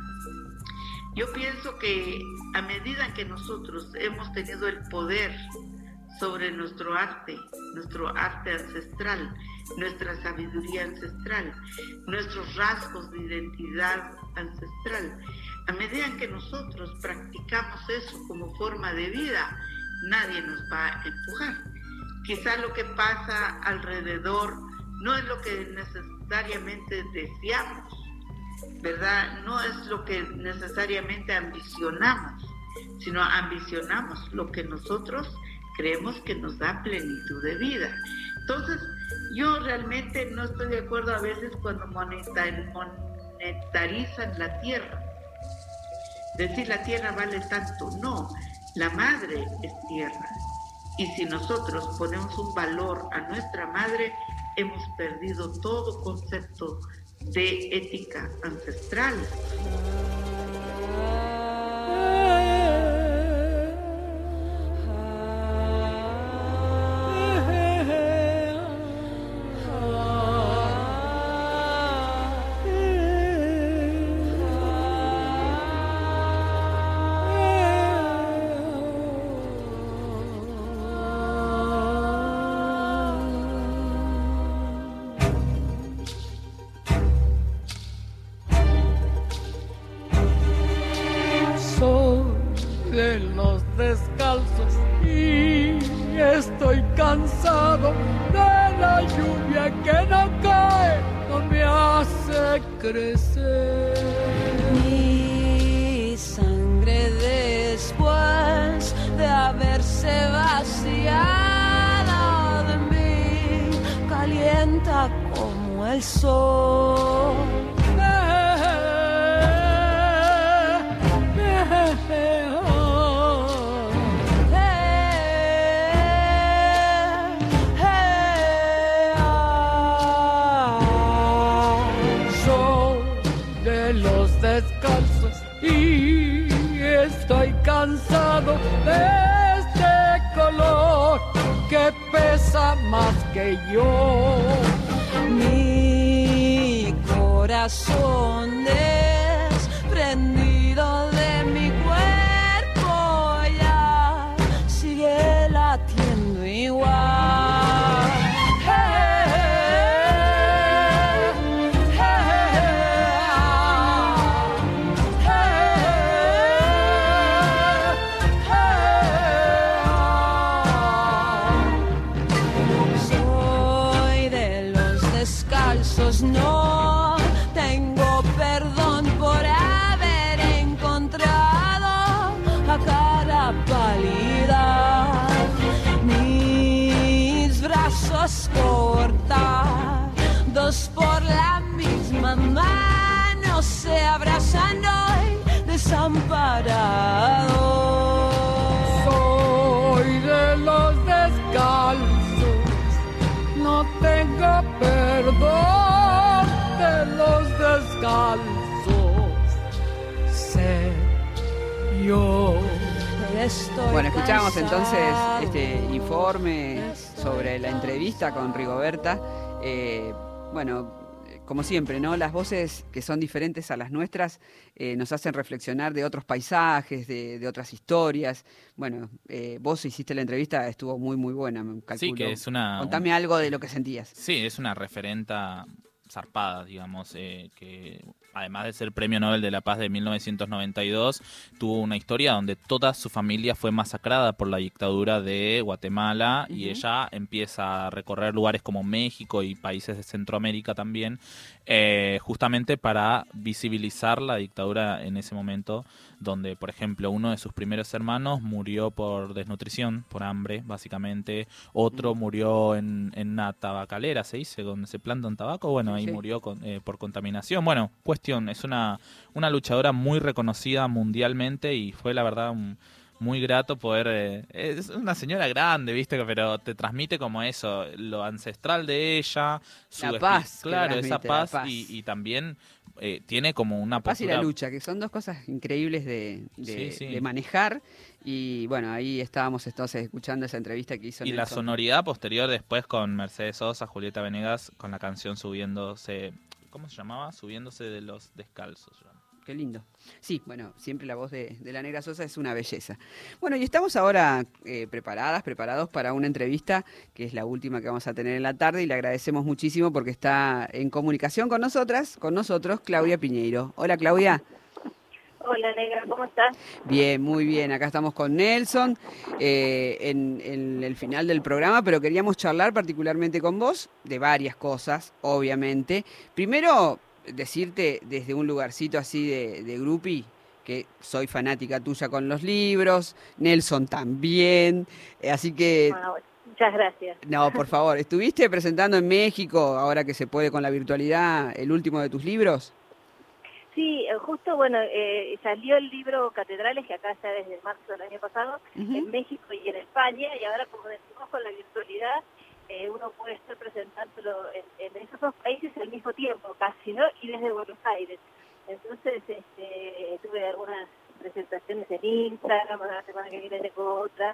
Yo pienso que a medida que nosotros hemos tenido el poder sobre nuestro arte, nuestro arte ancestral, nuestra sabiduría ancestral, nuestros rasgos de identidad ancestral, a medida que nosotros practicamos eso como forma de vida, nadie nos va a empujar. Quizá lo que pasa alrededor no es lo que necesariamente deseamos, ¿verdad? No es lo que necesariamente ambicionamos, sino ambicionamos lo que nosotros creemos que nos da plenitud de vida. Entonces, yo realmente no estoy de acuerdo a veces cuando monetarizan la tierra. Decir la tierra vale tanto, no, la madre es tierra. Y si nosotros ponemos un valor a nuestra madre, hemos perdido todo concepto de ética ancestral. De los descalzos y estoy cansado de la lluvia que no cae, no me hace crecer. Mi sangre después de haberse vaciado de mí calienta como el sol. Descalzos y estoy cansado de este color que pesa más que yo. Mi corazón desprendido de mi cuerpo ya sigue latiendo igual. No tengo perdón por haber encontrado a cara pálida mis brazos cortados por la misma mano se abrazan hoy desamparados. Soy de los descalzos, no tengo diga perdón de los descalzos. Sé yo. Estoy Bueno, escuchamos entonces cansado. este informe sobre la entrevista con Rigoberta. Eh, bueno, como siempre, ¿no? Las voces que son diferentes a las nuestras eh, nos hacen reflexionar de otros paisajes, de, de otras historias. Bueno, eh, vos hiciste la entrevista, estuvo muy, muy buena, me calculo. Sí, que es una... Contame un- algo de lo que sentías. Sí, es una referenta zarpada, digamos, eh, que además de ser Premio Nobel de la Paz de mil novecientos noventa y dos, tuvo una historia donde toda su familia fue masacrada por la dictadura de Guatemala y Ujú. ella empieza a recorrer lugares como México y países de Centroamérica también, eh, justamente para visibilizar la dictadura en ese momento, donde, por ejemplo, uno de sus primeros hermanos murió por desnutrición, por hambre, básicamente. Otro murió en, en una tabacalera, se dice, donde se plantan tabaco. Bueno, Sí, ahí sí. murió con- eh, por contaminación. Bueno, cuestión, es una, una luchadora muy reconocida mundialmente y fue, la verdad, un- muy grato poder... eh, es una señora grande, ¿viste? Pero te transmite como eso, lo ancestral de ella, su La espi- paz que claro, esa transmite, la paz, paz. Y, y también eh, tiene como una Paz y postura... la lucha, que son dos cosas increíbles de, de- Sí, sí. de manejar. Y bueno, ahí estábamos entonces escuchando esa entrevista que hizo Y la Nelson. sonoridad posterior después con Mercedes Sosa, Julieta Venegas, con la canción subiéndose, ¿cómo se llamaba? Subiéndose de los descalzos. Qué lindo. Sí, bueno, siempre la voz de, de la Negra Sosa es una belleza. Bueno, y estamos ahora eh, preparadas, preparados para una entrevista que es la última que vamos a tener en la tarde y le agradecemos muchísimo porque está en comunicación con nosotras, con nosotros, Claudia Piñeiro. Hola, Claudia. Hola, Negra, ¿cómo estás? Bien, muy bien. Acá estamos con Nelson eh, en, en el final del programa, pero queríamos charlar particularmente con vos de varias cosas, obviamente. Primero, decirte desde un lugarcito así de, de groupie que soy fanática tuya con los libros, Nelson también, eh, así que... Ah, bueno, muchas gracias. No, por favor, ¿estuviste presentando en México, ahora que se puede con la virtualidad, el último de tus libros? Sí, eh, justo, bueno, eh, salió el libro Catedrales, que acá está desde marzo del año pasado, Ujú. en México y en España, y ahora, como decimos, con la virtualidad, eh, uno puede estar presentándolo en, en esos dos países al mismo tiempo, casi, ¿no? Y desde Buenos Aires. Entonces, este, tuve algunas presentaciones en Instagram, la semana que viene tengo otra,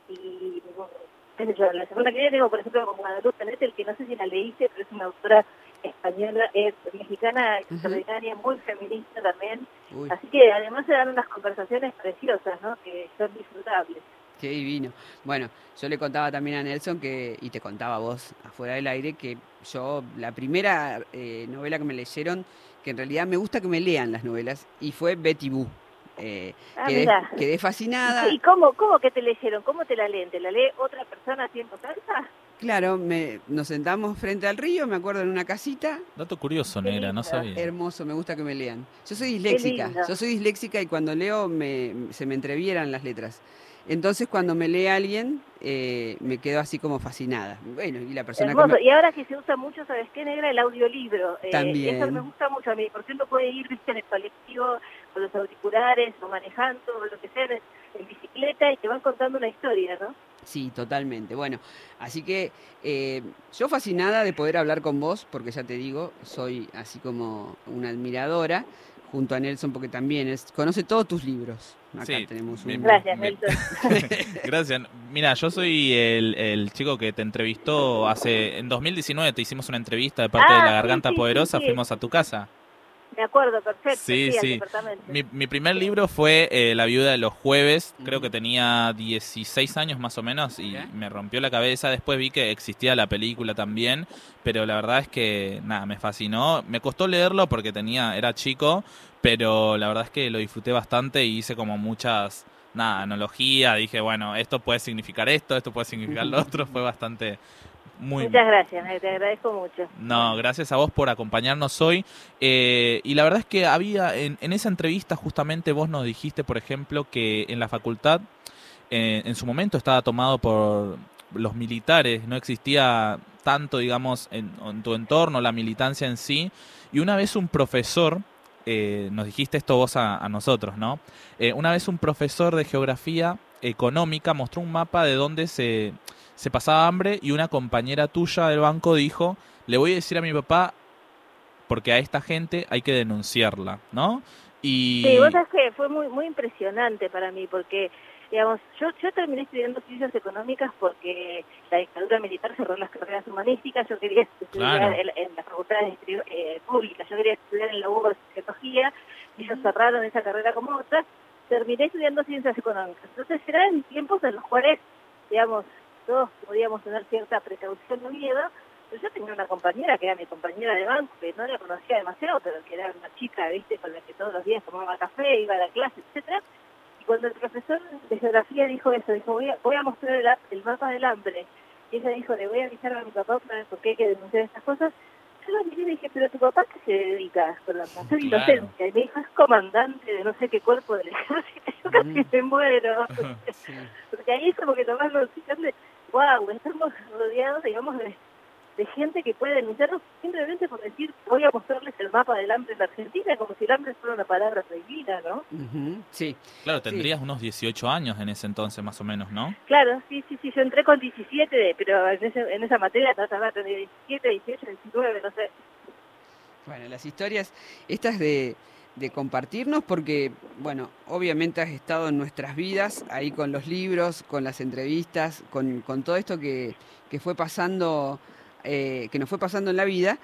y bueno, qué sé yo, la semana que viene tengo, por ejemplo, con Guadalupe Nettel, que no sé si la leíste, pero es una autora española, es mexicana, extraordinaria, muy feminista también. Uy. Así que además se dan unas conversaciones preciosas, ¿no? Que son disfrutables. Qué divino. Bueno, yo le contaba también a Nelson que, y te contaba a vos afuera del aire, que yo, la primera eh, novela que me leyeron, que en realidad me gusta que me lean las novelas, y fue Betty Boo. Eh, Ah, quedé, mirá. quedé fascinada. ¿Y cómo, cómo que te leyeron? ¿Cómo te la leen? ¿Te la lee otra persona haciendo salsa? Claro, me, nos sentamos frente al río, me acuerdo, en una casita. Dato curioso, Negra, no sabía. Hermoso, me gusta que me lean. Yo soy disléxica, lindo. yo soy disléxica y cuando leo me, se me entrevieran las letras. Entonces cuando me lee alguien, eh, me quedo así como fascinada. Bueno, y la persona Hermoso. que me... Y ahora que se usa mucho, ¿sabes qué, Negra? El audiolibro. Eh, También. Eso me gusta mucho a mí, porque uno puede ir, viste, en el colectivo, con los auriculares, o manejando, o lo que sea, en, en bicicleta, y te van contando una historia, ¿no? Sí, totalmente. Bueno, así que eh, yo fascinada de poder hablar con vos, porque ya te digo, soy así como una admiradora, junto a Nelson, porque también es, conoce todos tus libros. Acá Sí, tenemos me- un... Gracias, me- Nelson. Gracias. Mira, yo soy el, el chico que te entrevistó hace... En dos mil diecinueve te hicimos una entrevista de parte Ah, de La sí, Garganta sí, sí, Poderosa, sí. fuimos a tu casa. Me acuerdo, perfecto. Sí, al sí. departamento. Mi, mi primer libro fue eh, La Viuda de los Jueves, creo que tenía dieciséis años más o menos y me rompió la cabeza. Después vi que existía la película también, pero la verdad es que nada, me fascinó. Me costó leerlo porque tenía era chico, pero la verdad es que lo disfruté bastante y hice como muchas, nada, analogía. Dije, bueno, esto puede significar esto, esto puede significar lo otro. Fue bastante... Muy, Muchas gracias, Negra, te agradezco mucho. no, gracias a vos por acompañarnos hoy. Eh, y la verdad es que había, en, en esa entrevista justamente vos nos dijiste, por ejemplo, que en la facultad, eh, en su momento estaba tomado por los militares, no existía tanto, digamos, en, en tu entorno, la militancia en sí. Y una vez un profesor, eh, nos dijiste esto vos a, a nosotros, ¿no? Eh, una vez un profesor de geografía económica mostró un mapa de dónde se... se pasaba hambre y una compañera tuya del banco dijo, le voy a decir a mi papá porque a esta gente hay que denunciarla, ¿no? Y... Sí, vos sabés que fue muy muy impresionante para mí, porque, digamos, yo yo terminé estudiando ciencias económicas porque la dictadura militar cerró las carreras humanísticas, yo quería estudiar Claro. en, en las facultades eh, públicas, yo quería estudiar en la U B A de Sociología, y ellos cerraron esa carrera como otras, terminé estudiando ciencias económicas. Entonces eran tiempos en los cuales, digamos, todos podíamos tener cierta precaución o miedo, pero yo tenía una compañera que era mi compañera de banco, que no la conocía demasiado, pero que era una chica, viste, con la que todos los días tomaba café, iba a la clase, etcétera. Y cuando el profesor de geografía dijo eso, dijo, voy a, voy a mostrar el, el mapa del hambre, y ella dijo, le voy a avisar a mi papá otra vez porque hay que denunciar estas cosas. Yo lo miré y dije, pero tu papá, ¿qué se dedica? Con la hacer inocencia. Y me dijo, es comandante de no sé qué cuerpo del ejército. Yo casi mm. me muero. Sí. Porque ahí es como que tomás noción de, wow, estamos rodeados, digamos, de, de gente que puede denunciarnos simplemente por decir, voy a mostrarles el mapa del hambre en la Argentina, como si el hambre fuera una palabra prohibida, ¿no? Uh-huh. Sí. Claro, tendrías sí. unos dieciocho años en ese entonces, más o menos, ¿no? Claro, sí, sí, sí, yo entré con diecisiete, pero en, ese, en esa materia trataba de diecisiete, dieciocho, diecinueve, no sé. Bueno, las historias estas de, de compartirnos, porque, bueno, obviamente has estado en nuestras vidas, ahí con los libros, con las entrevistas, con, con todo esto que, que fue pasando... Eh, que nos fue pasando en la vida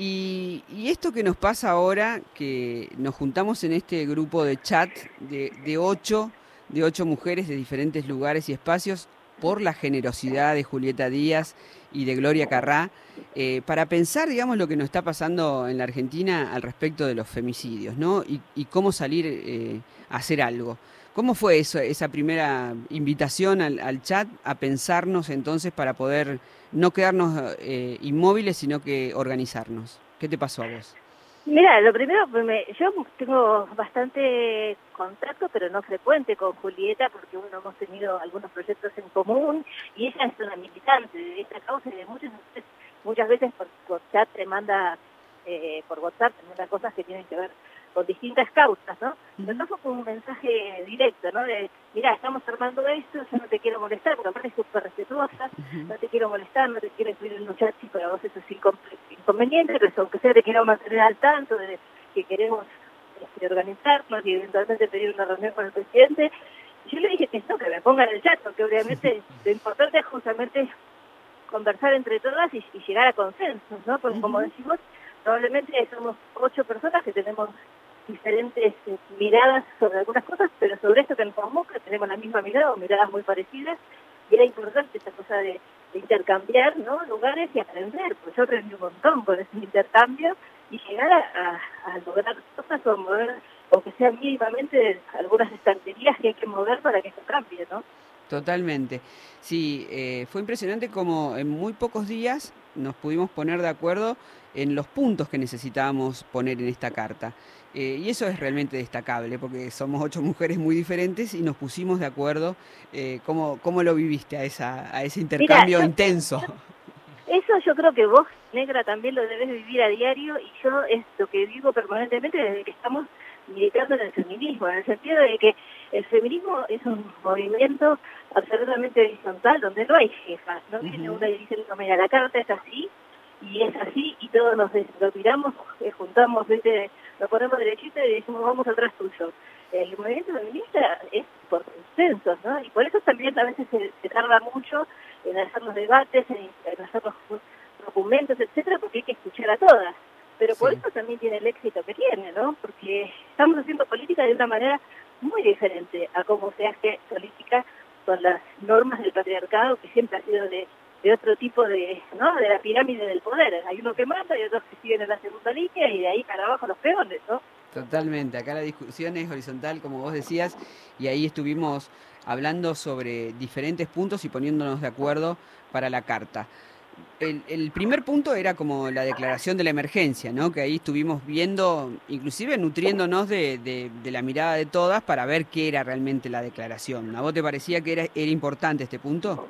y, y esto que nos pasa ahora, que nos juntamos en este grupo de chat de, de ocho de ocho mujeres de diferentes lugares y espacios por la generosidad de Julieta Díaz y de Gloria Carrá, eh, para pensar, digamos, lo que nos está pasando en la Argentina al respecto de los femicidios, ¿no? Y, y cómo salir eh, a hacer algo. ¿Cómo fue eso, esa primera invitación al, al chat a pensarnos entonces para poder no quedarnos eh, inmóviles, sino que organizarnos? ¿Qué te pasó a vos? Mira, lo primero, me, yo tengo bastante contacto, pero no frecuente con Julieta, porque bueno, hemos tenido algunos proyectos en común, y ella es una militante de esta causa, y de muchas veces, muchas veces por, por chat te manda, eh, por WhatsApp te manda cosas que tienen que ver con distintas causas, ¿no? Pero no fue como un mensaje directo, ¿no? De, mira, estamos armando esto, yo no te quiero molestar, porque aparte es súper respetuosa, uh-huh. no te quiero molestar, no te quiero incluir en un chat si para vos eso es inconveniente, pero aunque sea te quiero mantener al tanto de que queremos este, organizarnos y eventualmente pedir una reunión con el presidente. Y yo le dije que no, que me pongan en el chat, porque obviamente lo importante es justamente conversar entre todas y, y llegar a consensos, ¿no? Porque uh-huh. como decimos, probablemente somos ocho personas que tenemos diferentes eh, miradas sobre algunas cosas, pero sobre esto que nos convoca tenemos la misma mirada o miradas muy parecidas, y era importante esta cosa de, de intercambiar, ¿no?, lugares y aprender, pues yo aprendí un montón con ese intercambio y llegar a, a, a lograr cosas o mover, aunque sean mínimamente algunas estanterías que hay que mover para que esto cambie, ¿no? Totalmente. Sí, eh, fue impresionante como en muy pocos días nos pudimos poner de acuerdo en los puntos que necesitábamos poner en esta carta. Eh, y eso es realmente destacable, porque somos ocho mujeres muy diferentes y nos pusimos de acuerdo. Eh, ¿cómo, ¿Cómo lo viviste a, esa, a ese intercambio Mira, yo, intenso? Yo, eso yo creo que vos, Negra, también lo debes vivir a diario, y yo es lo que vivo permanentemente desde que estamos militando en el feminismo, en el sentido de que el feminismo es un movimiento absolutamente horizontal, donde no hay jefas, no viene uh-huh. una y dice, no, mira, la carta es así, y es así, y todos nos lo tiramos, eh, juntamos, ¿viste? Lo ponemos derechito y decimos, vamos atrás tuyo. El movimiento feminista es por consensos, ¿no? Y por eso también a veces se, se tarda mucho en hacer los debates, en, en hacer los documentos, etcétera, porque hay que escuchar a todas. Pero por sí. eso también tiene el éxito que tiene, ¿no? Porque estamos haciendo política de una manera muy diferente a cómo se hace política con las normas del patriarcado, que siempre ha sido de, de otro tipo de, ¿no?, de la pirámide del poder. Hay uno que manda y otros que siguen en la segunda línea, y de ahí para abajo los peones, ¿no? Totalmente. Acá la discusión es horizontal, como vos decías, y ahí estuvimos hablando sobre diferentes puntos y poniéndonos de acuerdo para la carta. El, el primer punto era como la declaración de la emergencia, ¿no? Que ahí estuvimos viendo, inclusive nutriéndonos de, de, de la mirada de todas para ver qué era realmente la declaración. ¿A vos te parecía que era, era importante este punto?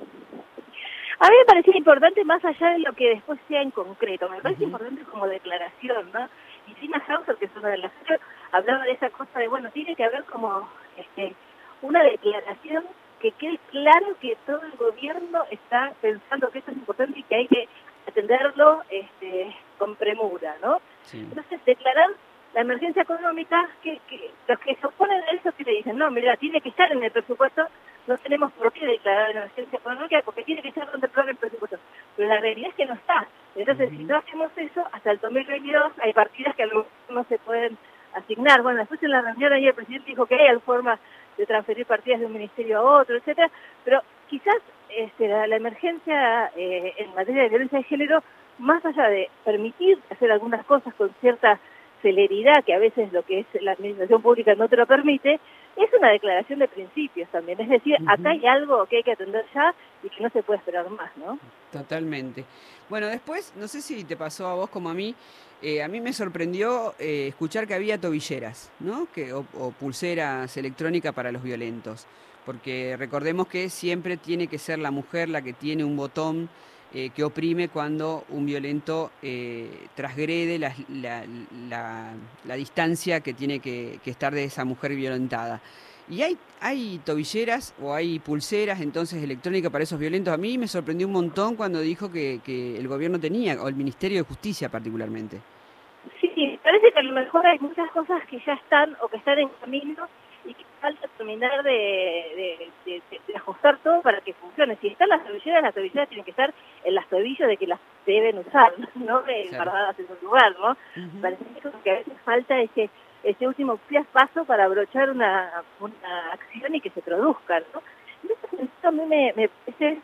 A mí me parecía importante más allá de lo que después sea en concreto. Me parece uh-huh. importante como declaración, ¿no? Y Tina Hauser, que es una de las que hablaba de esa cosa de, bueno, tiene que haber como este, una declaración que quede claro que todo el gobierno está pensando que esto es importante y que hay que atenderlo este, con premura, ¿no? Sí. Entonces, declarar la emergencia económica, que, que los que se oponen a eso, que le dicen, no, mira, tiene que estar en el presupuesto, no tenemos por qué declarar la emergencia económica porque tiene que estar contemplado en el presupuesto. Pero la realidad es que no está. Entonces, uh-huh. si no hacemos eso, hasta el dos mil veintidós hay partidas que no se pueden asignar. Bueno, después en la reunión ayer el presidente dijo que hay formas de transferir partidas de un ministerio a otro, etcétera, pero quizás este, la, la emergencia eh, en materia de violencia de género, más allá de permitir hacer algunas cosas con cierta celeridad, que a veces lo que es la administración pública no te lo permite, es una declaración de principios también. Es decir, uh-huh. acá hay algo que hay que atender ya y que no se puede esperar más, ¿no? Totalmente. Bueno, después, no sé si te pasó a vos como a mí, eh, a mí me sorprendió eh, escuchar que había tobilleras, ¿no? Que, o, o pulseras electrónicas para los violentos, porque recordemos que siempre tiene que ser la mujer la que tiene un botón eh, que oprime cuando un violento eh, transgrede la, la, la, la distancia que tiene que, que estar de esa mujer violentada. Y hay, hay tobilleras o hay pulseras entonces electrónicas para esos violentos. A mí me sorprendió un montón cuando dijo que, que el gobierno tenía, o el Ministerio de Justicia particularmente. Sí, parece que a lo mejor hay muchas cosas que ya están o que están en camino y que falta terminar de, de, de, de, de ajustar todo para que funcione. Si están las tobilleras, las tobilleras tienen que estar en las tobillas de que las deben usar, no guardadas claro. en un lugar, ¿no? Uh-huh. Parece que a veces falta ese... ese último paso para abrochar una, una acción y que se produzca, ¿no? En ese sentido a mí me, me parece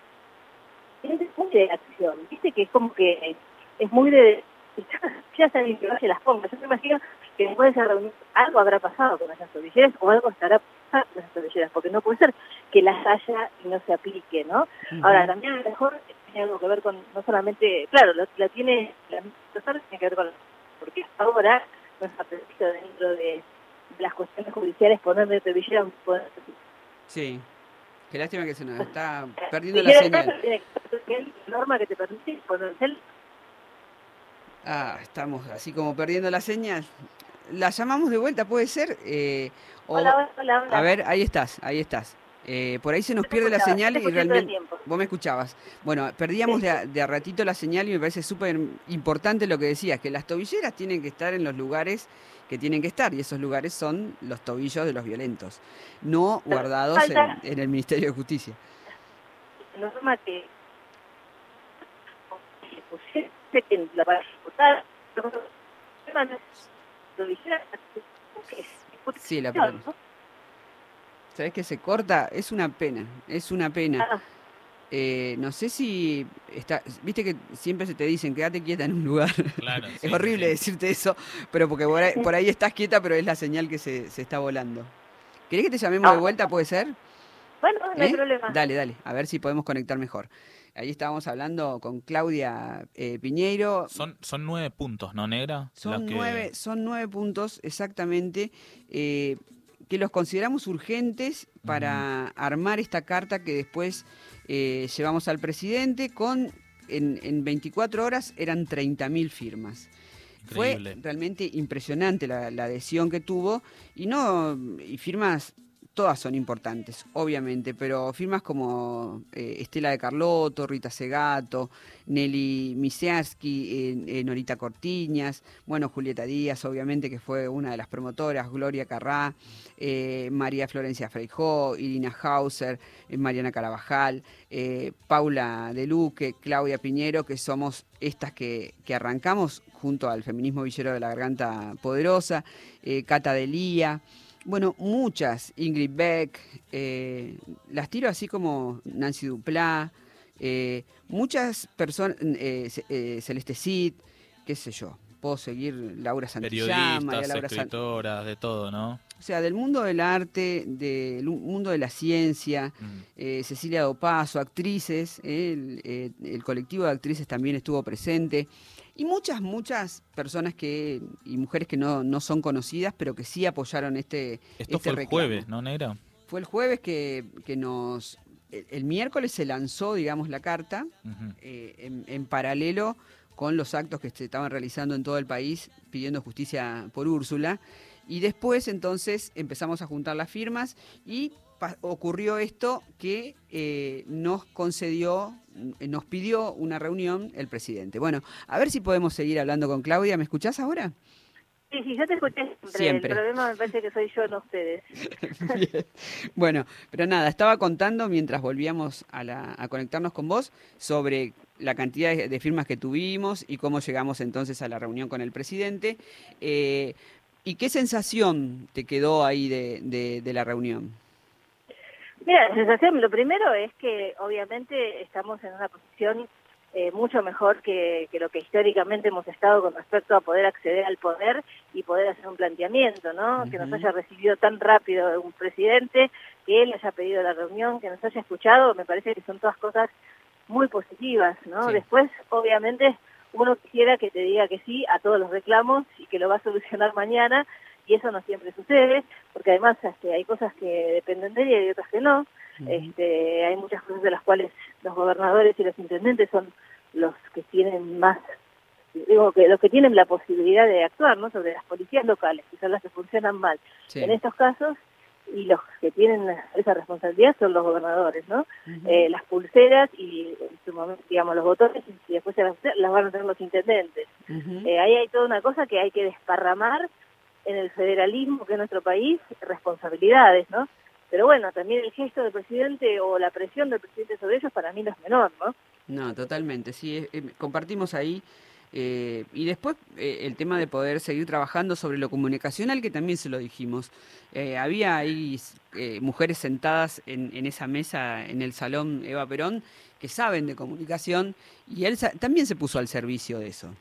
es muy de acción, viste que es como que es muy de ya saben que se las ponga. Yo me imagino que después de esa reunión algo habrá pasado con esas tobilleras o algo estará pasando con esas tobilleras, porque no puede ser que las haya y no se aplique, ¿no? Uh-huh. Ahora, también a lo mejor tiene algo que ver con, no solamente, claro, la, la tiene, la tiene que ver con, porque ahora no está previsto dentro de, de las cuestiones judiciales ponerle tobillera un poder. Sí, qué lástima que se nos está perdiendo la señal. ¿Qué norma que te permite ponerse? Ah, estamos así como perdiendo la señal. La llamamos de vuelta, puede ser. Eh, o, hola, hola, hola, hola. A ver, ahí estás, ahí estás. Eh, por ahí se nos pierde la señal y realmente vos me escuchabas. Bueno, perdíamos de a, de a ratito la señal y me parece súper importante lo que decías, que las tobilleras tienen que estar en los lugares que tienen que estar y esos lugares son los tobillos de los violentos, no guardados en, en el Ministerio de Justicia. Norma que que la para ejecutar sí, la perdón. ¿Sabés que se corta? Es una pena, es una pena. Ah. Eh, no sé si está, viste que siempre se te dicen quédate quieta en un lugar. Claro, es sí, horrible sí. decirte eso, pero porque por ahí, por ahí estás quieta, pero es la señal que se, se está volando. ¿Querés que te llamemos ah. de vuelta? ¿Puede ser? Bueno, no ¿Eh? hay problema. Dale, dale, a ver si podemos conectar mejor. Ahí estábamos hablando con Claudia eh, Piñeiro. Son, son nueve puntos, ¿no, Negra? Son, que... nueve, son nueve puntos, exactamente. Eh, que los consideramos urgentes para uh-huh. armar esta carta que después eh, llevamos al presidente con, en, en veinticuatro horas eran treinta mil firmas. Increíble. Fue realmente impresionante la, la adhesión que tuvo y no y firmas todas son importantes, obviamente, pero firmas como eh, Estela de Carlotto, Rita Segato, Nelly Misiaski, eh, eh, Norita Cortiñas, bueno, Julieta Díaz, obviamente, que fue una de las promotoras, Gloria Carrá, eh, María Florencia Freijó, Irina Hauser, eh, Mariana Carabajal, eh, Paula De Luque, Claudia Piñeiro, que somos estas que, que arrancamos junto al Feminismo Villero de la Garganta Poderosa, eh, Cata Delía. Bueno, muchas, Ingrid Beck, eh, las tiro así como Nancy Duplá, eh, muchas personas, eh, eh, Celeste Cid, qué sé yo, puedo seguir Laura Santillán, María Laura escritoras, Sant... de todo, ¿no? O sea, del mundo del arte, del mundo de la ciencia, mm. eh, Cecilia Dopazo, actrices, eh, el, eh, el colectivo de actrices también estuvo presente. Y muchas, muchas personas que y mujeres que no, no son conocidas, pero que sí apoyaron este Esto este fue el reclamo. jueves, ¿no, Negra? Fue el jueves que, que nos... El, el miércoles se lanzó, digamos, la carta, uh-huh. eh, en, en paralelo con los actos que se estaban realizando en todo el país pidiendo justicia por Úrsula. Y después entonces empezamos a juntar las firmas y ocurrió esto que eh, nos concedió, nos pidió una reunión el presidente. Bueno, a ver si podemos seguir hablando con Claudia. ¿Me escuchás ahora? Sí, sí, yo te escuché siempre. Siempre. El problema me parece que soy yo, no ustedes. Bien. Bueno, pero nada, estaba contando mientras volvíamos a, la, a conectarnos con vos sobre la cantidad de, de firmas que tuvimos y cómo llegamos entonces a la reunión con el presidente. Eh, ¿Y qué sensación te quedó ahí de, de, de la reunión? Mira, la sensación, lo primero es que obviamente estamos en una posición eh, mucho mejor que, que lo que históricamente hemos estado con respecto a poder acceder al poder y poder hacer un planteamiento, ¿no? Uh-huh. Que nos haya recibido tan rápido un presidente, que él haya pedido la reunión, que nos haya escuchado, me parece que son todas cosas muy positivas, ¿no? Sí. Después, obviamente, uno quisiera que te diga que sí a todos los reclamos y que lo va a solucionar mañana, y eso no siempre sucede, porque además este, hay cosas que dependen de ella y otras que no. Uh-huh. Este, hay muchas cosas de las cuales los gobernadores y los intendentes son los que tienen más, digo, que los que tienen la posibilidad de actuar, ¿no? Sobre las policías locales, que son las que funcionan mal. Sí. En estos casos, y los que tienen esa responsabilidad son los gobernadores, ¿no? Uh-huh. Eh, las pulseras y, en su momento, digamos, los botones, y después las, las van a tener los intendentes. Uh-huh. Eh, ahí hay toda una cosa que hay que desparramar en el federalismo que es nuestro país, responsabilidades, ¿no? Pero bueno, también el gesto del presidente o la presión del presidente sobre ellos para mí no es menor, ¿no? No, totalmente, sí, eh, compartimos ahí. Eh, y después eh, el tema de poder seguir trabajando sobre lo comunicacional, que también se lo dijimos. Eh, había ahí eh, mujeres sentadas en, en esa mesa, en el salón Eva Perón, que saben de comunicación, y él también se puso al servicio de eso.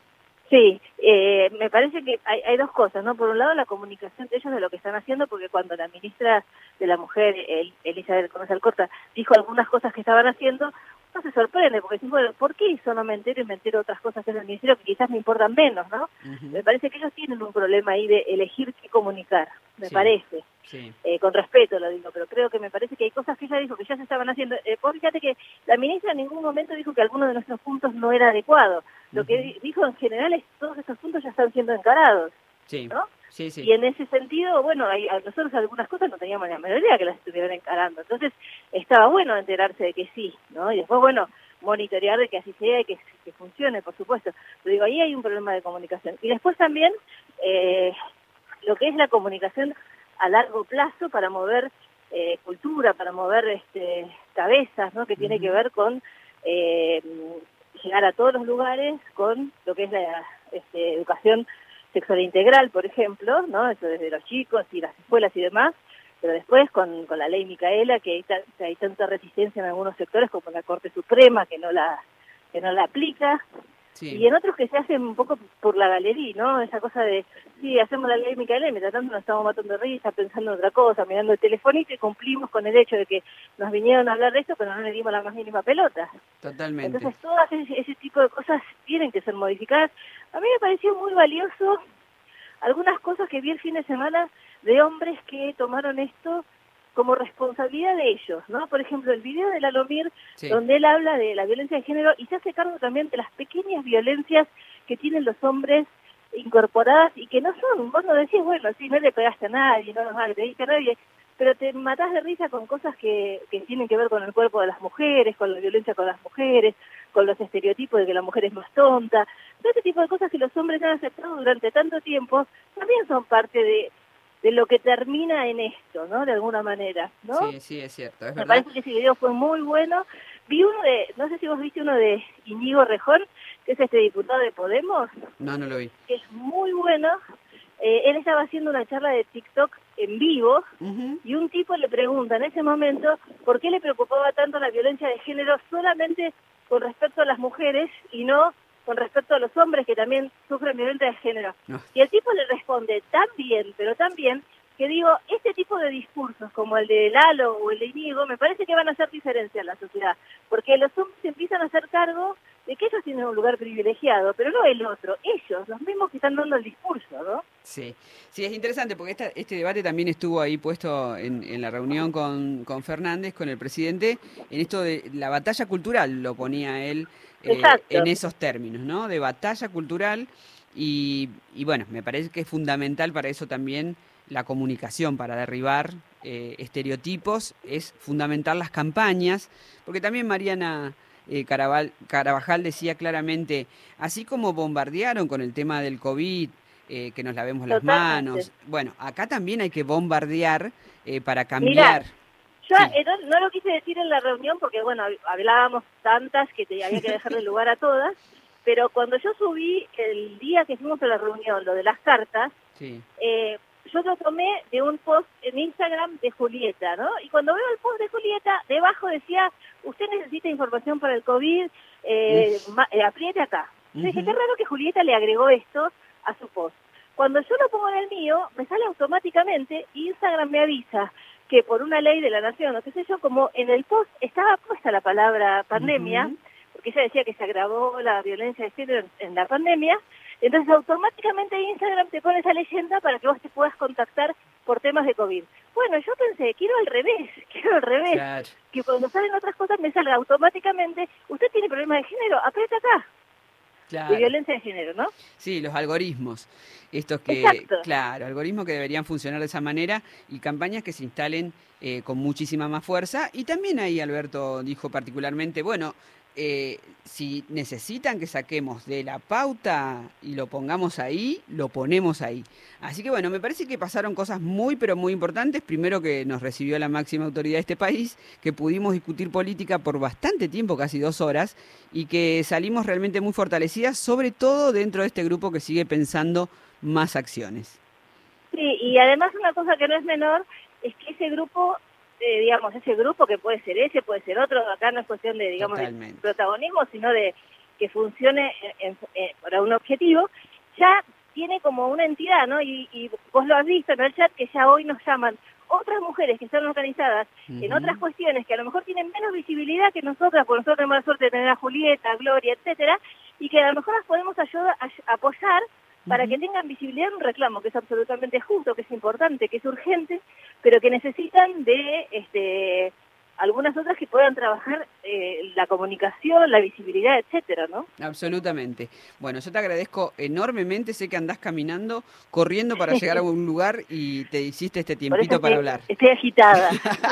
Sí, eh, me parece que hay, hay dos cosas, ¿no? Por un lado, la comunicación de ellos de lo que están haciendo, porque cuando la ministra de la Mujer, el, Elizabeth Gómez Alcorta, dijo algunas cosas que estaban haciendo, uno se sorprende, porque dice, bueno, ¿por qué eso no me entero y me entero otras cosas que es el ministerio que quizás me importan menos, ¿no? Uh-huh. Me parece que ellos tienen un problema ahí de elegir qué comunicar, me sí. parece. Sí. Eh, con respeto lo digo, pero creo que me parece que hay cosas que ella dijo que ya se estaban haciendo. Eh, vos fíjate que la ministra en ningún momento dijo que alguno de nuestros puntos no era adecuado. Lo uh-huh. que dijo en general es que todos estos puntos ya están siendo encarados, sí. ¿no? Sí, sí. Y en ese sentido, bueno, hay, a nosotros algunas cosas no teníamos la menor idea que las estuvieran encarando. Entonces, estaba bueno enterarse de que sí, ¿no? Y después, bueno, monitorear de que así sea y que, que funcione, por supuesto. Pero digo, ahí hay un problema de comunicación. Y después también, eh, lo que es la comunicación a largo plazo para mover eh, cultura, para mover este, cabezas, ¿no? Que uh-huh. tiene que ver con eh, llegar a todos los lugares con lo que es la este, educación sexual integral, por ejemplo, ¿no? Eso desde los chicos y las escuelas y demás, pero después con, con la ley Micaela, que hay, ta, hay tanta resistencia en algunos sectores como la Corte Suprema, que no la que no la aplica, sí. y en otros que se hacen un poco por la galería, ¿no? Esa cosa de, sí, hacemos la ley Micaela y mientras tanto nos estamos matando de risa, pensando en otra cosa, mirando el telefonito y cumplimos con el hecho de que nos vinieron a hablar de esto, pero no le dimos la más mínima pelota. Totalmente. Entonces todas ese, ese tipo de cosas tienen que ser modificadas. A mí me pareció muy valioso algunas cosas que vi el fin de semana de hombres que tomaron esto como responsabilidad de ellos, ¿no? Por ejemplo, el video de Lalomir, sí. donde él habla de la violencia de género y se hace cargo también de las pequeñas violencias que tienen los hombres incorporadas y que no son, vos no decís, bueno, sí, no le pegaste a nadie, no nos agrediste a nadie, pero te matás de risa con cosas que, que tienen que ver con el cuerpo de las mujeres, con la violencia con las mujeres, con los estereotipos de que la mujer es más tonta. Todo este tipo de cosas que los hombres han aceptado durante tanto tiempo también son parte de, de lo que termina en esto, ¿no? De alguna manera, ¿no? Sí, sí, es cierto, es Me verdad. parece que ese video fue muy bueno. Vi uno de, no sé si vos viste uno de Íñigo Rejón, que es este diputado de Podemos. No, no lo vi. Que es muy bueno. Eh, él estaba haciendo una charla de TikTok en vivo uh-huh. y un tipo le pregunta en ese momento por qué le preocupaba tanto la violencia de género solamente con respecto a las mujeres y no con respecto a los hombres que también sufren violencia de género. No. Y el tipo le responde tan bien, pero tan bien, que digo, este tipo de discursos como el de Lalo o el de Íñigo me parece que van a hacer diferencia en la sociedad, porque los hombres se empiezan a hacer cargo de que ellos tienen un lugar privilegiado, pero no el otro, ellos, los mismos que están dando el discurso, ¿no? Sí, sí, es interesante porque esta, este debate también estuvo ahí puesto en, en la reunión con, con Fernández, con el presidente, en esto de la batalla cultural, lo ponía él eh, en esos términos, ¿no? De batalla cultural. Y, y bueno, me parece que es fundamental para eso también la comunicación, para derribar eh, estereotipos, es fundamental las campañas, porque también Mariana eh, Caraval, Carabajal decía claramente, así como bombardearon con el tema del COVID, eh, que nos lavemos las Totalmente. manos, bueno, acá también hay que bombardear eh, para cambiar. Mirá, yo eh, no, no lo quise decir en la reunión porque, bueno, hablábamos tantas que te, había que dejarle lugar a todas, pero cuando yo subí el día que fuimos a la reunión, lo de las cartas, Sí. eh, yo lo tomé de un post en Instagram de Julieta, ¿no? Y cuando veo el post de Julieta, debajo decía, usted necesita información para el COVID, eh, ma- eh, apriete acá. Yo dije, qué raro que Julieta le agregó esto a su post. Cuando yo lo pongo en el mío, me sale automáticamente y Instagram me avisa que por una ley de la nación, o qué sé yo, como en el post estaba puesta la palabra pandemia, Ujú. porque ella decía que se agravó la violencia de género en, en la pandemia, entonces automáticamente Instagram te pone esa leyenda para que vos te puedas contactar por temas de COVID. Bueno, yo pensé, quiero al revés, quiero al revés, Claro. que cuando salen otras cosas me salga automáticamente, usted tiene problemas de género, aprieta acá, Claro. de violencia de género, ¿no? Sí, los algoritmos, estos que, Exacto. claro, algoritmos que deberían funcionar de esa manera y campañas que se instalen eh, con muchísima más fuerza. Y también ahí Alberto dijo particularmente, bueno, eh, si necesitan que saquemos de la pauta y lo pongamos ahí, lo ponemos ahí. Así que bueno, me parece que pasaron cosas muy, pero muy importantes. Primero que nos recibió la máxima autoridad de este país, que pudimos discutir política por bastante tiempo, casi dos horas, y que salimos realmente muy fortalecidas, sobre todo dentro de este grupo que sigue pensando más acciones. Sí, y además una cosa que no es menor es que ese grupo, eh, digamos, ese grupo que puede ser ese, puede ser otro, acá no es cuestión de, digamos, de Totalmente. protagonismo, sino de que funcione en- en- eh, para un objetivo, ya tiene como una entidad, ¿no? Y, y vos lo has visto en el chat que ya hoy nos llaman otras mujeres que están organizadas en Ujú. otras cuestiones que a lo mejor tienen menos visibilidad que nosotras, porque nosotros tenemos la suerte de tener a Julieta, a Gloria, etcétera, y que a lo mejor las podemos ayudar, a- apoyar para que tengan visibilidad en un reclamo que es absolutamente justo, que es importante, que es urgente, pero que necesitan de este algunas otras que puedan trabajar eh, la comunicación, la visibilidad, etcétera, ¿no? Absolutamente. Bueno, yo te agradezco enormemente, sé que andás caminando, corriendo para llegar a un lugar y te hiciste este Por tiempito eso para estoy, hablar. estoy agitada.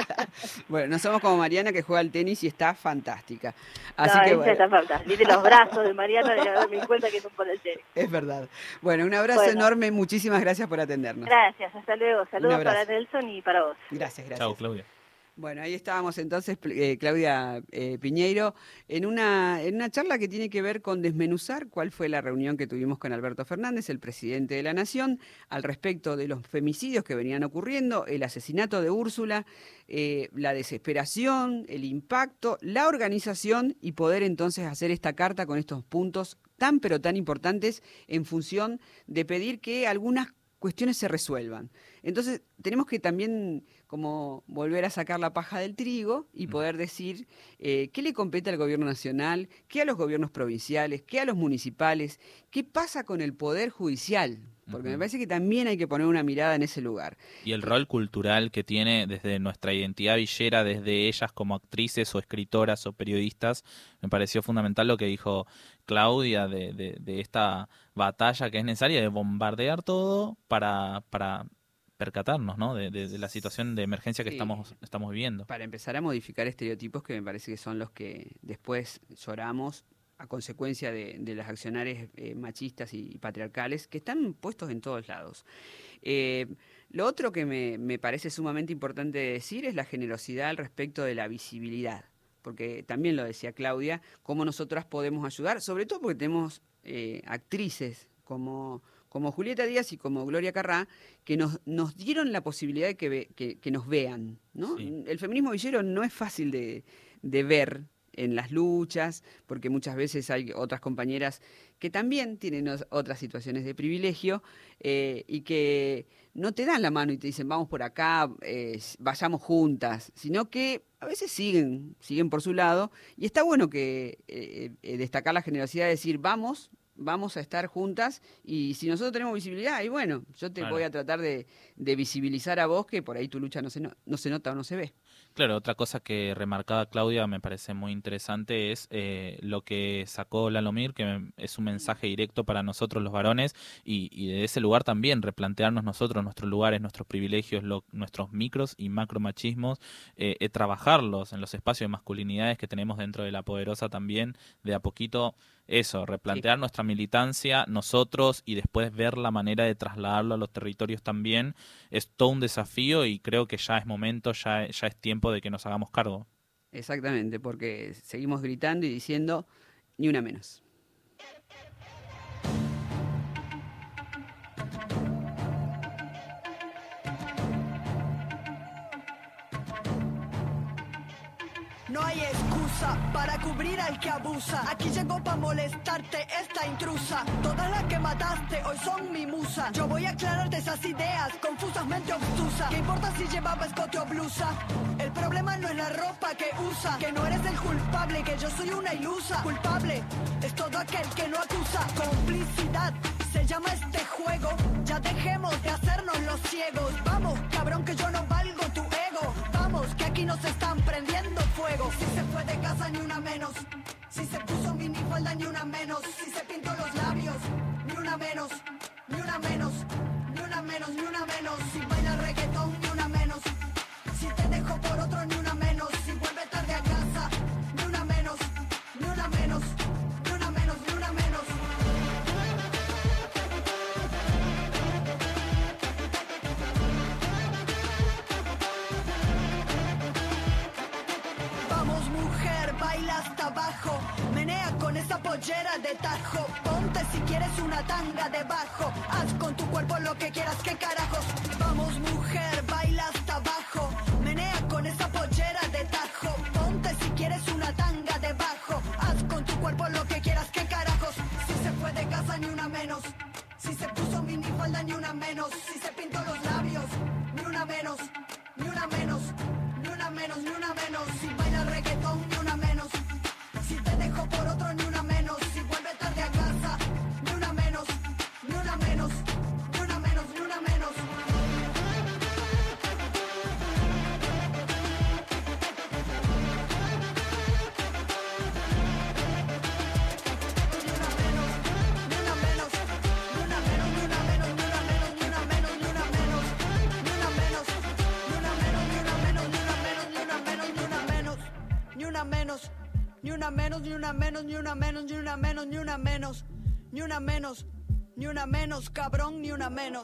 Bueno, no somos como Mariana que juega al tenis y está fantástica. Así no, que esa bueno, está fantástica. Viste los brazos de Mariana de darme cuenta que son por el tenis. es verdad. Bueno, un abrazo Bueno. enorme, muchísimas gracias por atendernos. Gracias, hasta luego. Saludos abrazo. para Nelson y para vos. Gracias, gracias. Chao, Claudia. Bueno, ahí estábamos entonces, eh, Claudia eh, Piñeiro, en una, en una charla que tiene que ver con desmenuzar cuál fue la reunión que tuvimos con Alberto Fernández, el presidente de la Nación, al respecto de los femicidios que venían ocurriendo, el asesinato de Úrsula, eh, la desesperación, el impacto, la organización y poder entonces hacer esta carta con estos puntos tan pero tan importantes en función de pedir que algunas cuestiones se resuelvan. Entonces, tenemos que también como volver a sacar la paja del trigo y poder decir eh, qué le compete al gobierno nacional, qué a los gobiernos provinciales, qué a los municipales, qué pasa con el poder judicial, porque me parece que también hay que poner una mirada en ese lugar. Y el rol cultural que tiene desde nuestra identidad villera, desde ellas como actrices o escritoras o periodistas, me pareció fundamental lo que dijo Claudia de, de, de esta batalla que es necesaria de bombardear todo para, para percatarnos, ¿no? de, de, de la situación de emergencia que Sí. estamos, estamos viviendo. Para empezar a modificar estereotipos que me parece que son los que después lloramos a consecuencia de, de las accionarias eh, machistas y patriarcales que están puestos en todos lados. Eh, lo otro que me, me parece sumamente importante decir es la generosidad al respecto de la visibilidad, porque también lo decía Claudia, cómo nosotras podemos ayudar, sobre todo porque tenemos eh, actrices como, como Julieta Díaz y como Gloria Carrá, que nos, nos dieron la posibilidad de que, ve, que, que nos vean, ¿no? Sí. El feminismo villero no es fácil de, de ver en las luchas, porque muchas veces hay otras compañeras que también tienen os- otras situaciones de privilegio eh, y que no te dan la mano y te dicen vamos por acá, eh, vayamos juntas, sino que a veces siguen, siguen por su lado y está bueno que eh, eh, destacar la generosidad de decir vamos, vamos a estar juntas y si nosotros tenemos visibilidad, y bueno, yo te Claro. voy a tratar de, de visibilizar a vos, que por ahí tu lucha no se, no, no se nota o no se ve. Claro, otra cosa que remarcaba Claudia me parece muy interesante es eh, lo que sacó Lalomir, que me- es un mensaje directo para nosotros los varones y, y de ese lugar también replantearnos nosotros nuestros lugares, nuestros privilegios, lo- nuestros micros y macromachismos, eh, eh, trabajarlos en los espacios de masculinidades que tenemos dentro de La Poderosa también, de a poquito eso, replantear nuestra militancia nosotros y después ver la manera de trasladarlo a los territorios también. Es todo un desafío y creo que ya es momento, ya, ya es tiempo de que nos hagamos cargo. Exactamente, porque seguimos gritando y diciendo ni una menos. No hay excusa para cubrir al que abusa. Aquí llegó para molestarte esta intrusa. Todas las que mataste hoy son mi musa. Yo voy a aclararte esas ideas confusas, mente obtusa. ¿Qué importa si llevaba escote o blusa? El problema no es la ropa que usa, que no eres el culpable, que yo soy una ilusa. Culpable es todo aquel que no acusa. Complicidad se llama este juego. Ya dejemos de hacernos los ciegos. Vamos, cabrón, que yo no valgo tu ego. Vamos, que aquí nos están prendiendo fuego. Si se fue de casa ni una menos. Si se puso minifalda ni una menos. Si se pintó los labios ni una menos. Ni una menos. Ni una menos, ni una menos. Si baila reggaetón ni una menos. Si te dejó por otro ni una menos. Si vuelve tarde a casa ni una menos. Ni una menos. Ni una menos, ni una menos. Vamos mujer, baila hasta abajo. Menea con esa pollera de tajo. Ponte si quieres una tanga debajo. Haz con tu cuerpo lo que quieras, qué carajos. Vamos mujer, baila hasta abajo. Menea con esa pollera de tajo. Ponte si quieres una tanga debajo. Haz con tu cuerpo lo que quieras, qué carajos. Si se fue de casa ni una menos. Si se puso minifalda ni una menos. Si se pintó los labios ni una menos. Ni una menos. Ni una menos, ni una menos. Si baila reggaetón, ni una menos. Si te dejó por otro, ni una menos. Si vuelve tarde a casa, ni una menos. Ni una menos. Ni una menos, ni una menos. Ni una menos, ni una menos, ni una menos, ni una menos, ni una menos, ni una menos, ni una menos, ni una menos, cabrón, ni una menos.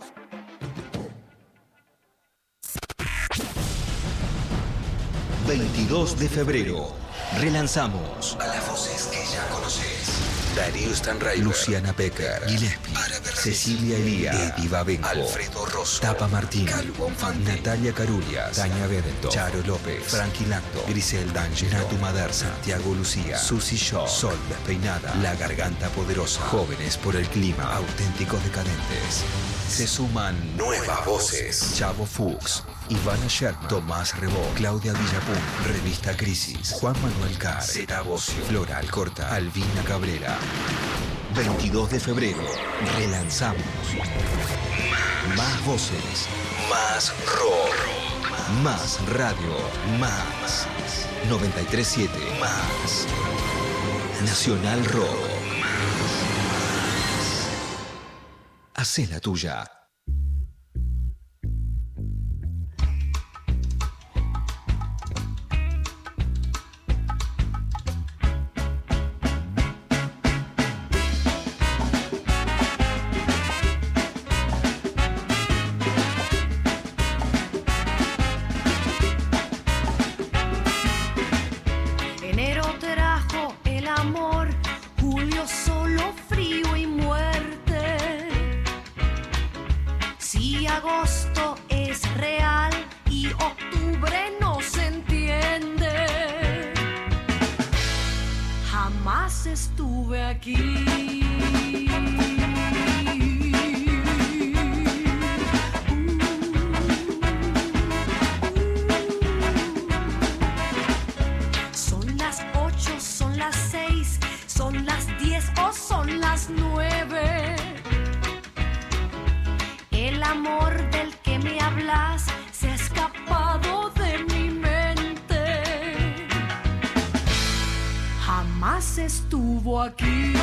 veintidós de febrero. Relanzamos a las voces que ya conoces. Darío Stanraiver, Luciana Pecker, Gillespie, Cecilia Elía, Eddie Babenco, Alfredo Rosso, Tapa Martín, Calvo Infante, Natalia Carulias, Tania Bedeto, Charo López, Frankie Lando, Grisel D'Angelo, Natu Madar, Santiago Lucía, Susi Shaw, Sol Despeinada, La Garganta Poderosa, Jóvenes por el Clima, Auténticos Decadentes. Se suman nuevas voces. Chavo Fuchs, Ivana Sherman, Tomás Rebó, Claudia Villapun, Revista Crisis, Juan Manuel Carr, Zeta Bocio, Floral Corta, Albina Cabrera. veintidós de febrero, relanzamos. Más voces, más rock, más radio, más noventa y tres punto siete, más Nacional Rock. Hacé la tuya. Enero trajo el amor, julio solo frío y muerte. Si agosto es real y octubre no se entiende, jamás estuve aquí. Son las ocho, son las seis, son las diez o son las nueve. jamás estuvo aquí.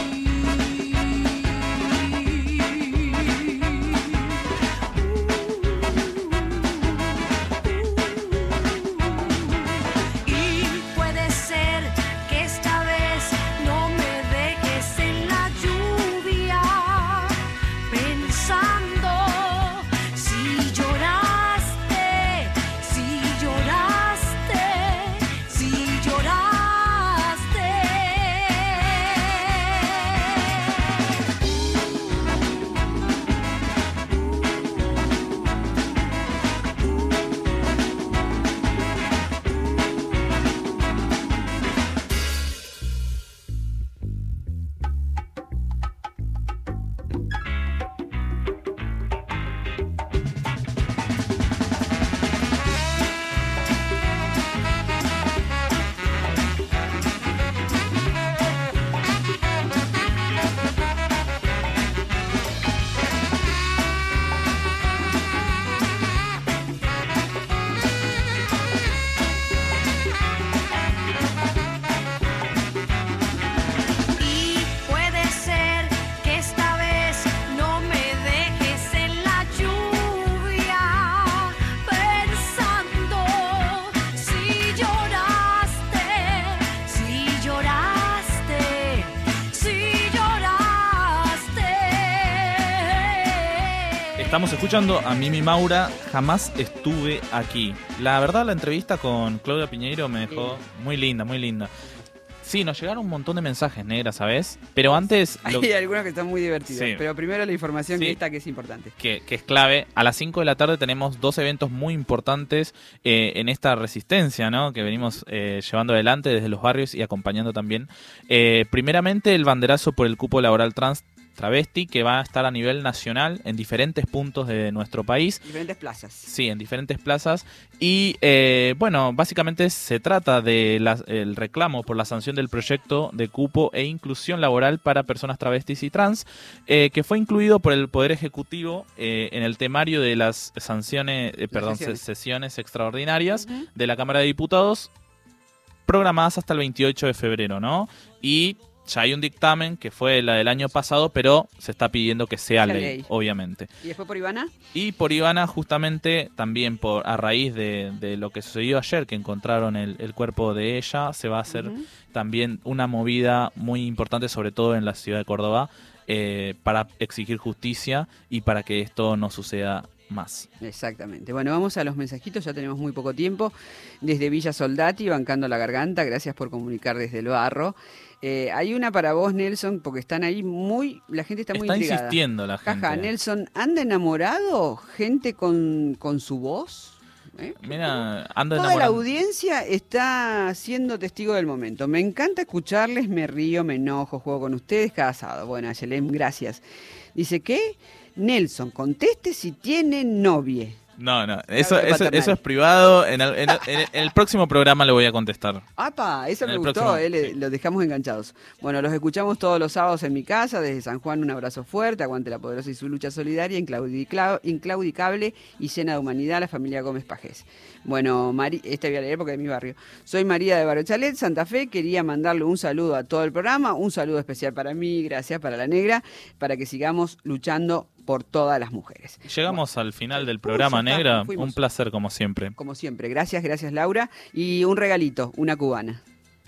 Estamos escuchando a Mimi Maura, Jamás estuve aquí. La verdad, la entrevista con Claudia Piñeiro me dejó muy linda, muy linda. Sí, nos llegaron un montón de mensajes, Negra, ¿sabes? Pero antes... Hay lo... algunos que están muy divertidos, sí. Pero primero la información sí. que está, que es importante. Que, que es clave. A las cinco de la tarde tenemos dos eventos muy importantes eh, en esta resistencia, ¿no? Que venimos eh, llevando adelante desde los barrios y acompañando también. Eh, primeramente, el banderazo por el cupo laboral trans travesti, que va a estar a nivel nacional en diferentes puntos de nuestro país. Diferentes plazas. Sí, en diferentes plazas. Y eh, bueno, básicamente se trata del de reclamo por la sanción del proyecto de cupo e inclusión laboral para personas travestis y trans, eh, que fue incluido por el Poder Ejecutivo eh, en el temario de las sanciones, eh, perdón, sesiones. sesiones extraordinarias uh-huh. de la Cámara de Diputados, programadas hasta el veintiocho de febrero, ¿no? Y ya hay un dictamen que fue la del año pasado, pero se está pidiendo que sea ley, ley, obviamente. ¿Y después por Ivana? Y por Ivana, justamente, también por a raíz de, de lo que sucedió ayer, que encontraron el, el cuerpo de ella, se va a hacer uh-huh. también una movida muy importante, sobre todo en la ciudad de Córdoba, eh, para exigir justicia y para que esto no suceda más. Exactamente. Bueno, vamos a los mensajitos, ya tenemos muy poco tiempo. Desde Villa Soldati, bancando la garganta, gracias por comunicar desde el barro. Eh, hay una para vos, Nelson, porque están ahí muy... La gente está muy está intrigada. Está insistiendo la gente. Jaja, Nelson, ¿anda enamorado? ¿Gente con, con su voz? ¿Eh? Mira, ando Toda enamorado. La audiencia está siendo testigo del momento. Me encanta escucharles, me río, me enojo, juego con ustedes cada sábado. Bueno, Ayelem, gracias. Dice que Nelson, conteste si tiene novie. No, no, eso, eso, eso es privado. En el, en, el, en el próximo programa le voy a contestar. ¡Apa! Eso en me el gustó, próximo, eh, le, sí. Los dejamos enganchados. Bueno, los escuchamos todos los sábados en mi casa, desde San Juan, un abrazo fuerte, aguante la poderosa y su lucha solidaria, inclaudicla, inclaudicable y llena de humanidad, la familia Gómez Pajés. Bueno, Mari, este voy a leer porque es de mi barrio. Soy María de Barrio Chalet, Santa Fe, quería mandarle un saludo a todo el programa, un saludo especial para mí, gracias, para la Negra, para que sigamos luchando por todas las mujeres. Llegamos bueno. al final del programa, Uy, Negra. Fuimos. Un placer, como siempre. Como siempre. Gracias, gracias, Laura. Y un regalito, una cubana.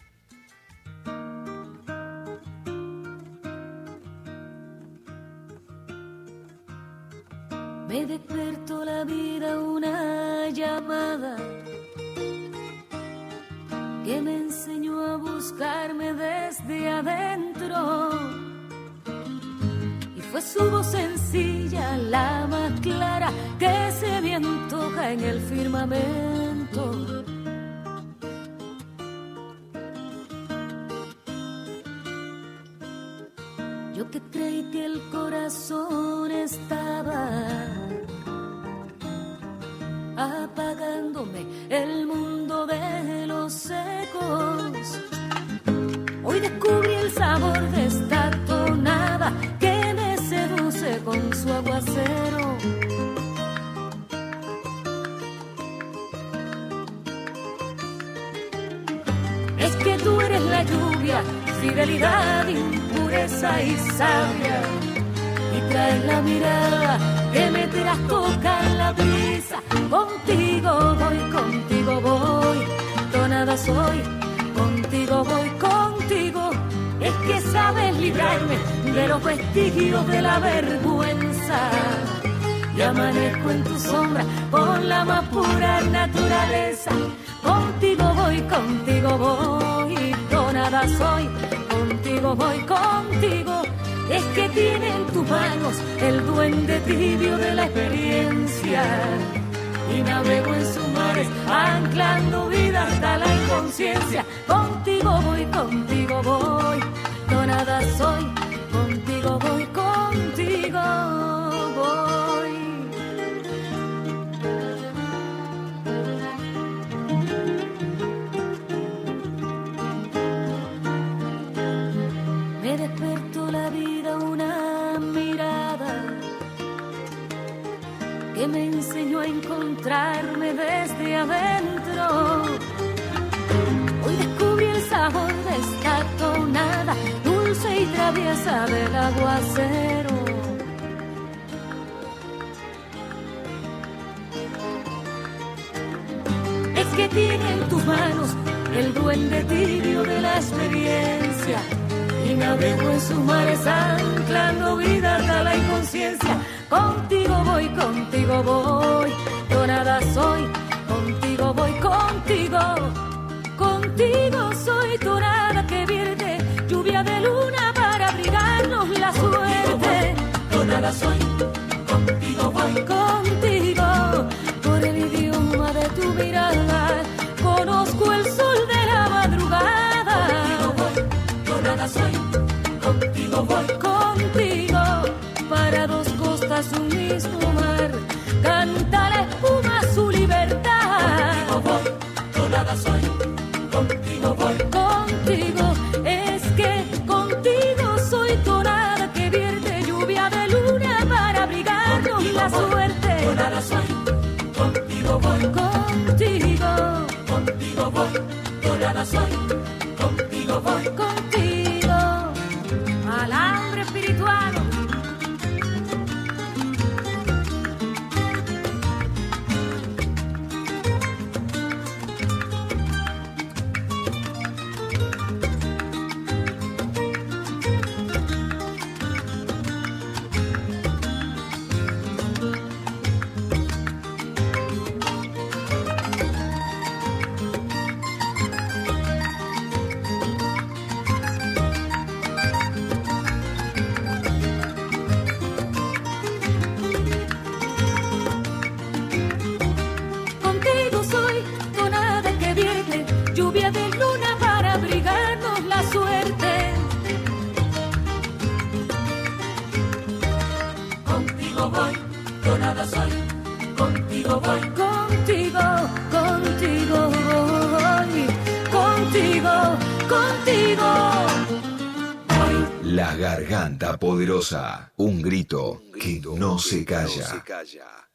Me despertó la vida una llamada que me enseñó a buscarme desde adentro. Fue su voz sencilla, la más clara que se me antoja en el firmamento. Yo que creí que el corazón estaba apagándome el mundo de los secos, hoy descubrí el sabor de esta tonada que seduce con su aguacero. Es que tú eres la lluvia fidelidad, impureza y sabia. Y traes la mirada que me trastoca la brisa. Contigo voy, contigo voy, yo nada soy. Contigo voy, contigo. Es que sabes librarme de los vestigios de la vergüenza. Y amanezco en tu sombra con la más pura naturaleza. Contigo voy, contigo voy, yo nada soy. Contigo voy, contigo. Es que tiene en tus manos el duende tibio de la experiencia. Y navego en sus mares, anclando vida hasta la inconsciencia. Contigo voy, contigo voy, yo nada soy. Contigo voy, contigo voy. Me despertó la vida una mirada que me enseñó a encontrarme desde adentro. Hoy descubrí el sabor de esta tonada dulce y traviesa del aguacero. Es que tiene en tus manos el duende tibio de la experiencia. Y navego en sus mares anclando vida hasta la inconsciencia. Contigo voy, contigo voy, yo nada soy. Contigo voy, contigo. Contigo soy tonada que vierte lluvia de luna para abrigarnos la suerte. Yo nada soy. Contigo voy, contigo. Por el idioma de tu mirada conozco el sol de la madrugada. Contigo voy, yo nada soy. Contigo voy, contigo. Para dos costas un mismo mar canta la espuma su libertad. Contigo voy, yo nada soy. Contigo voy, contigo. Es que contigo soy tonada que vierte lluvia de luna para abrigarnos contigo la voy, suerte. Yo nada soy. Contigo voy, contigo. Contigo voy, yo nada soy. Contigo voy, contigo. Alambre espiritual. La garganta poderosa, un grito que no se calla.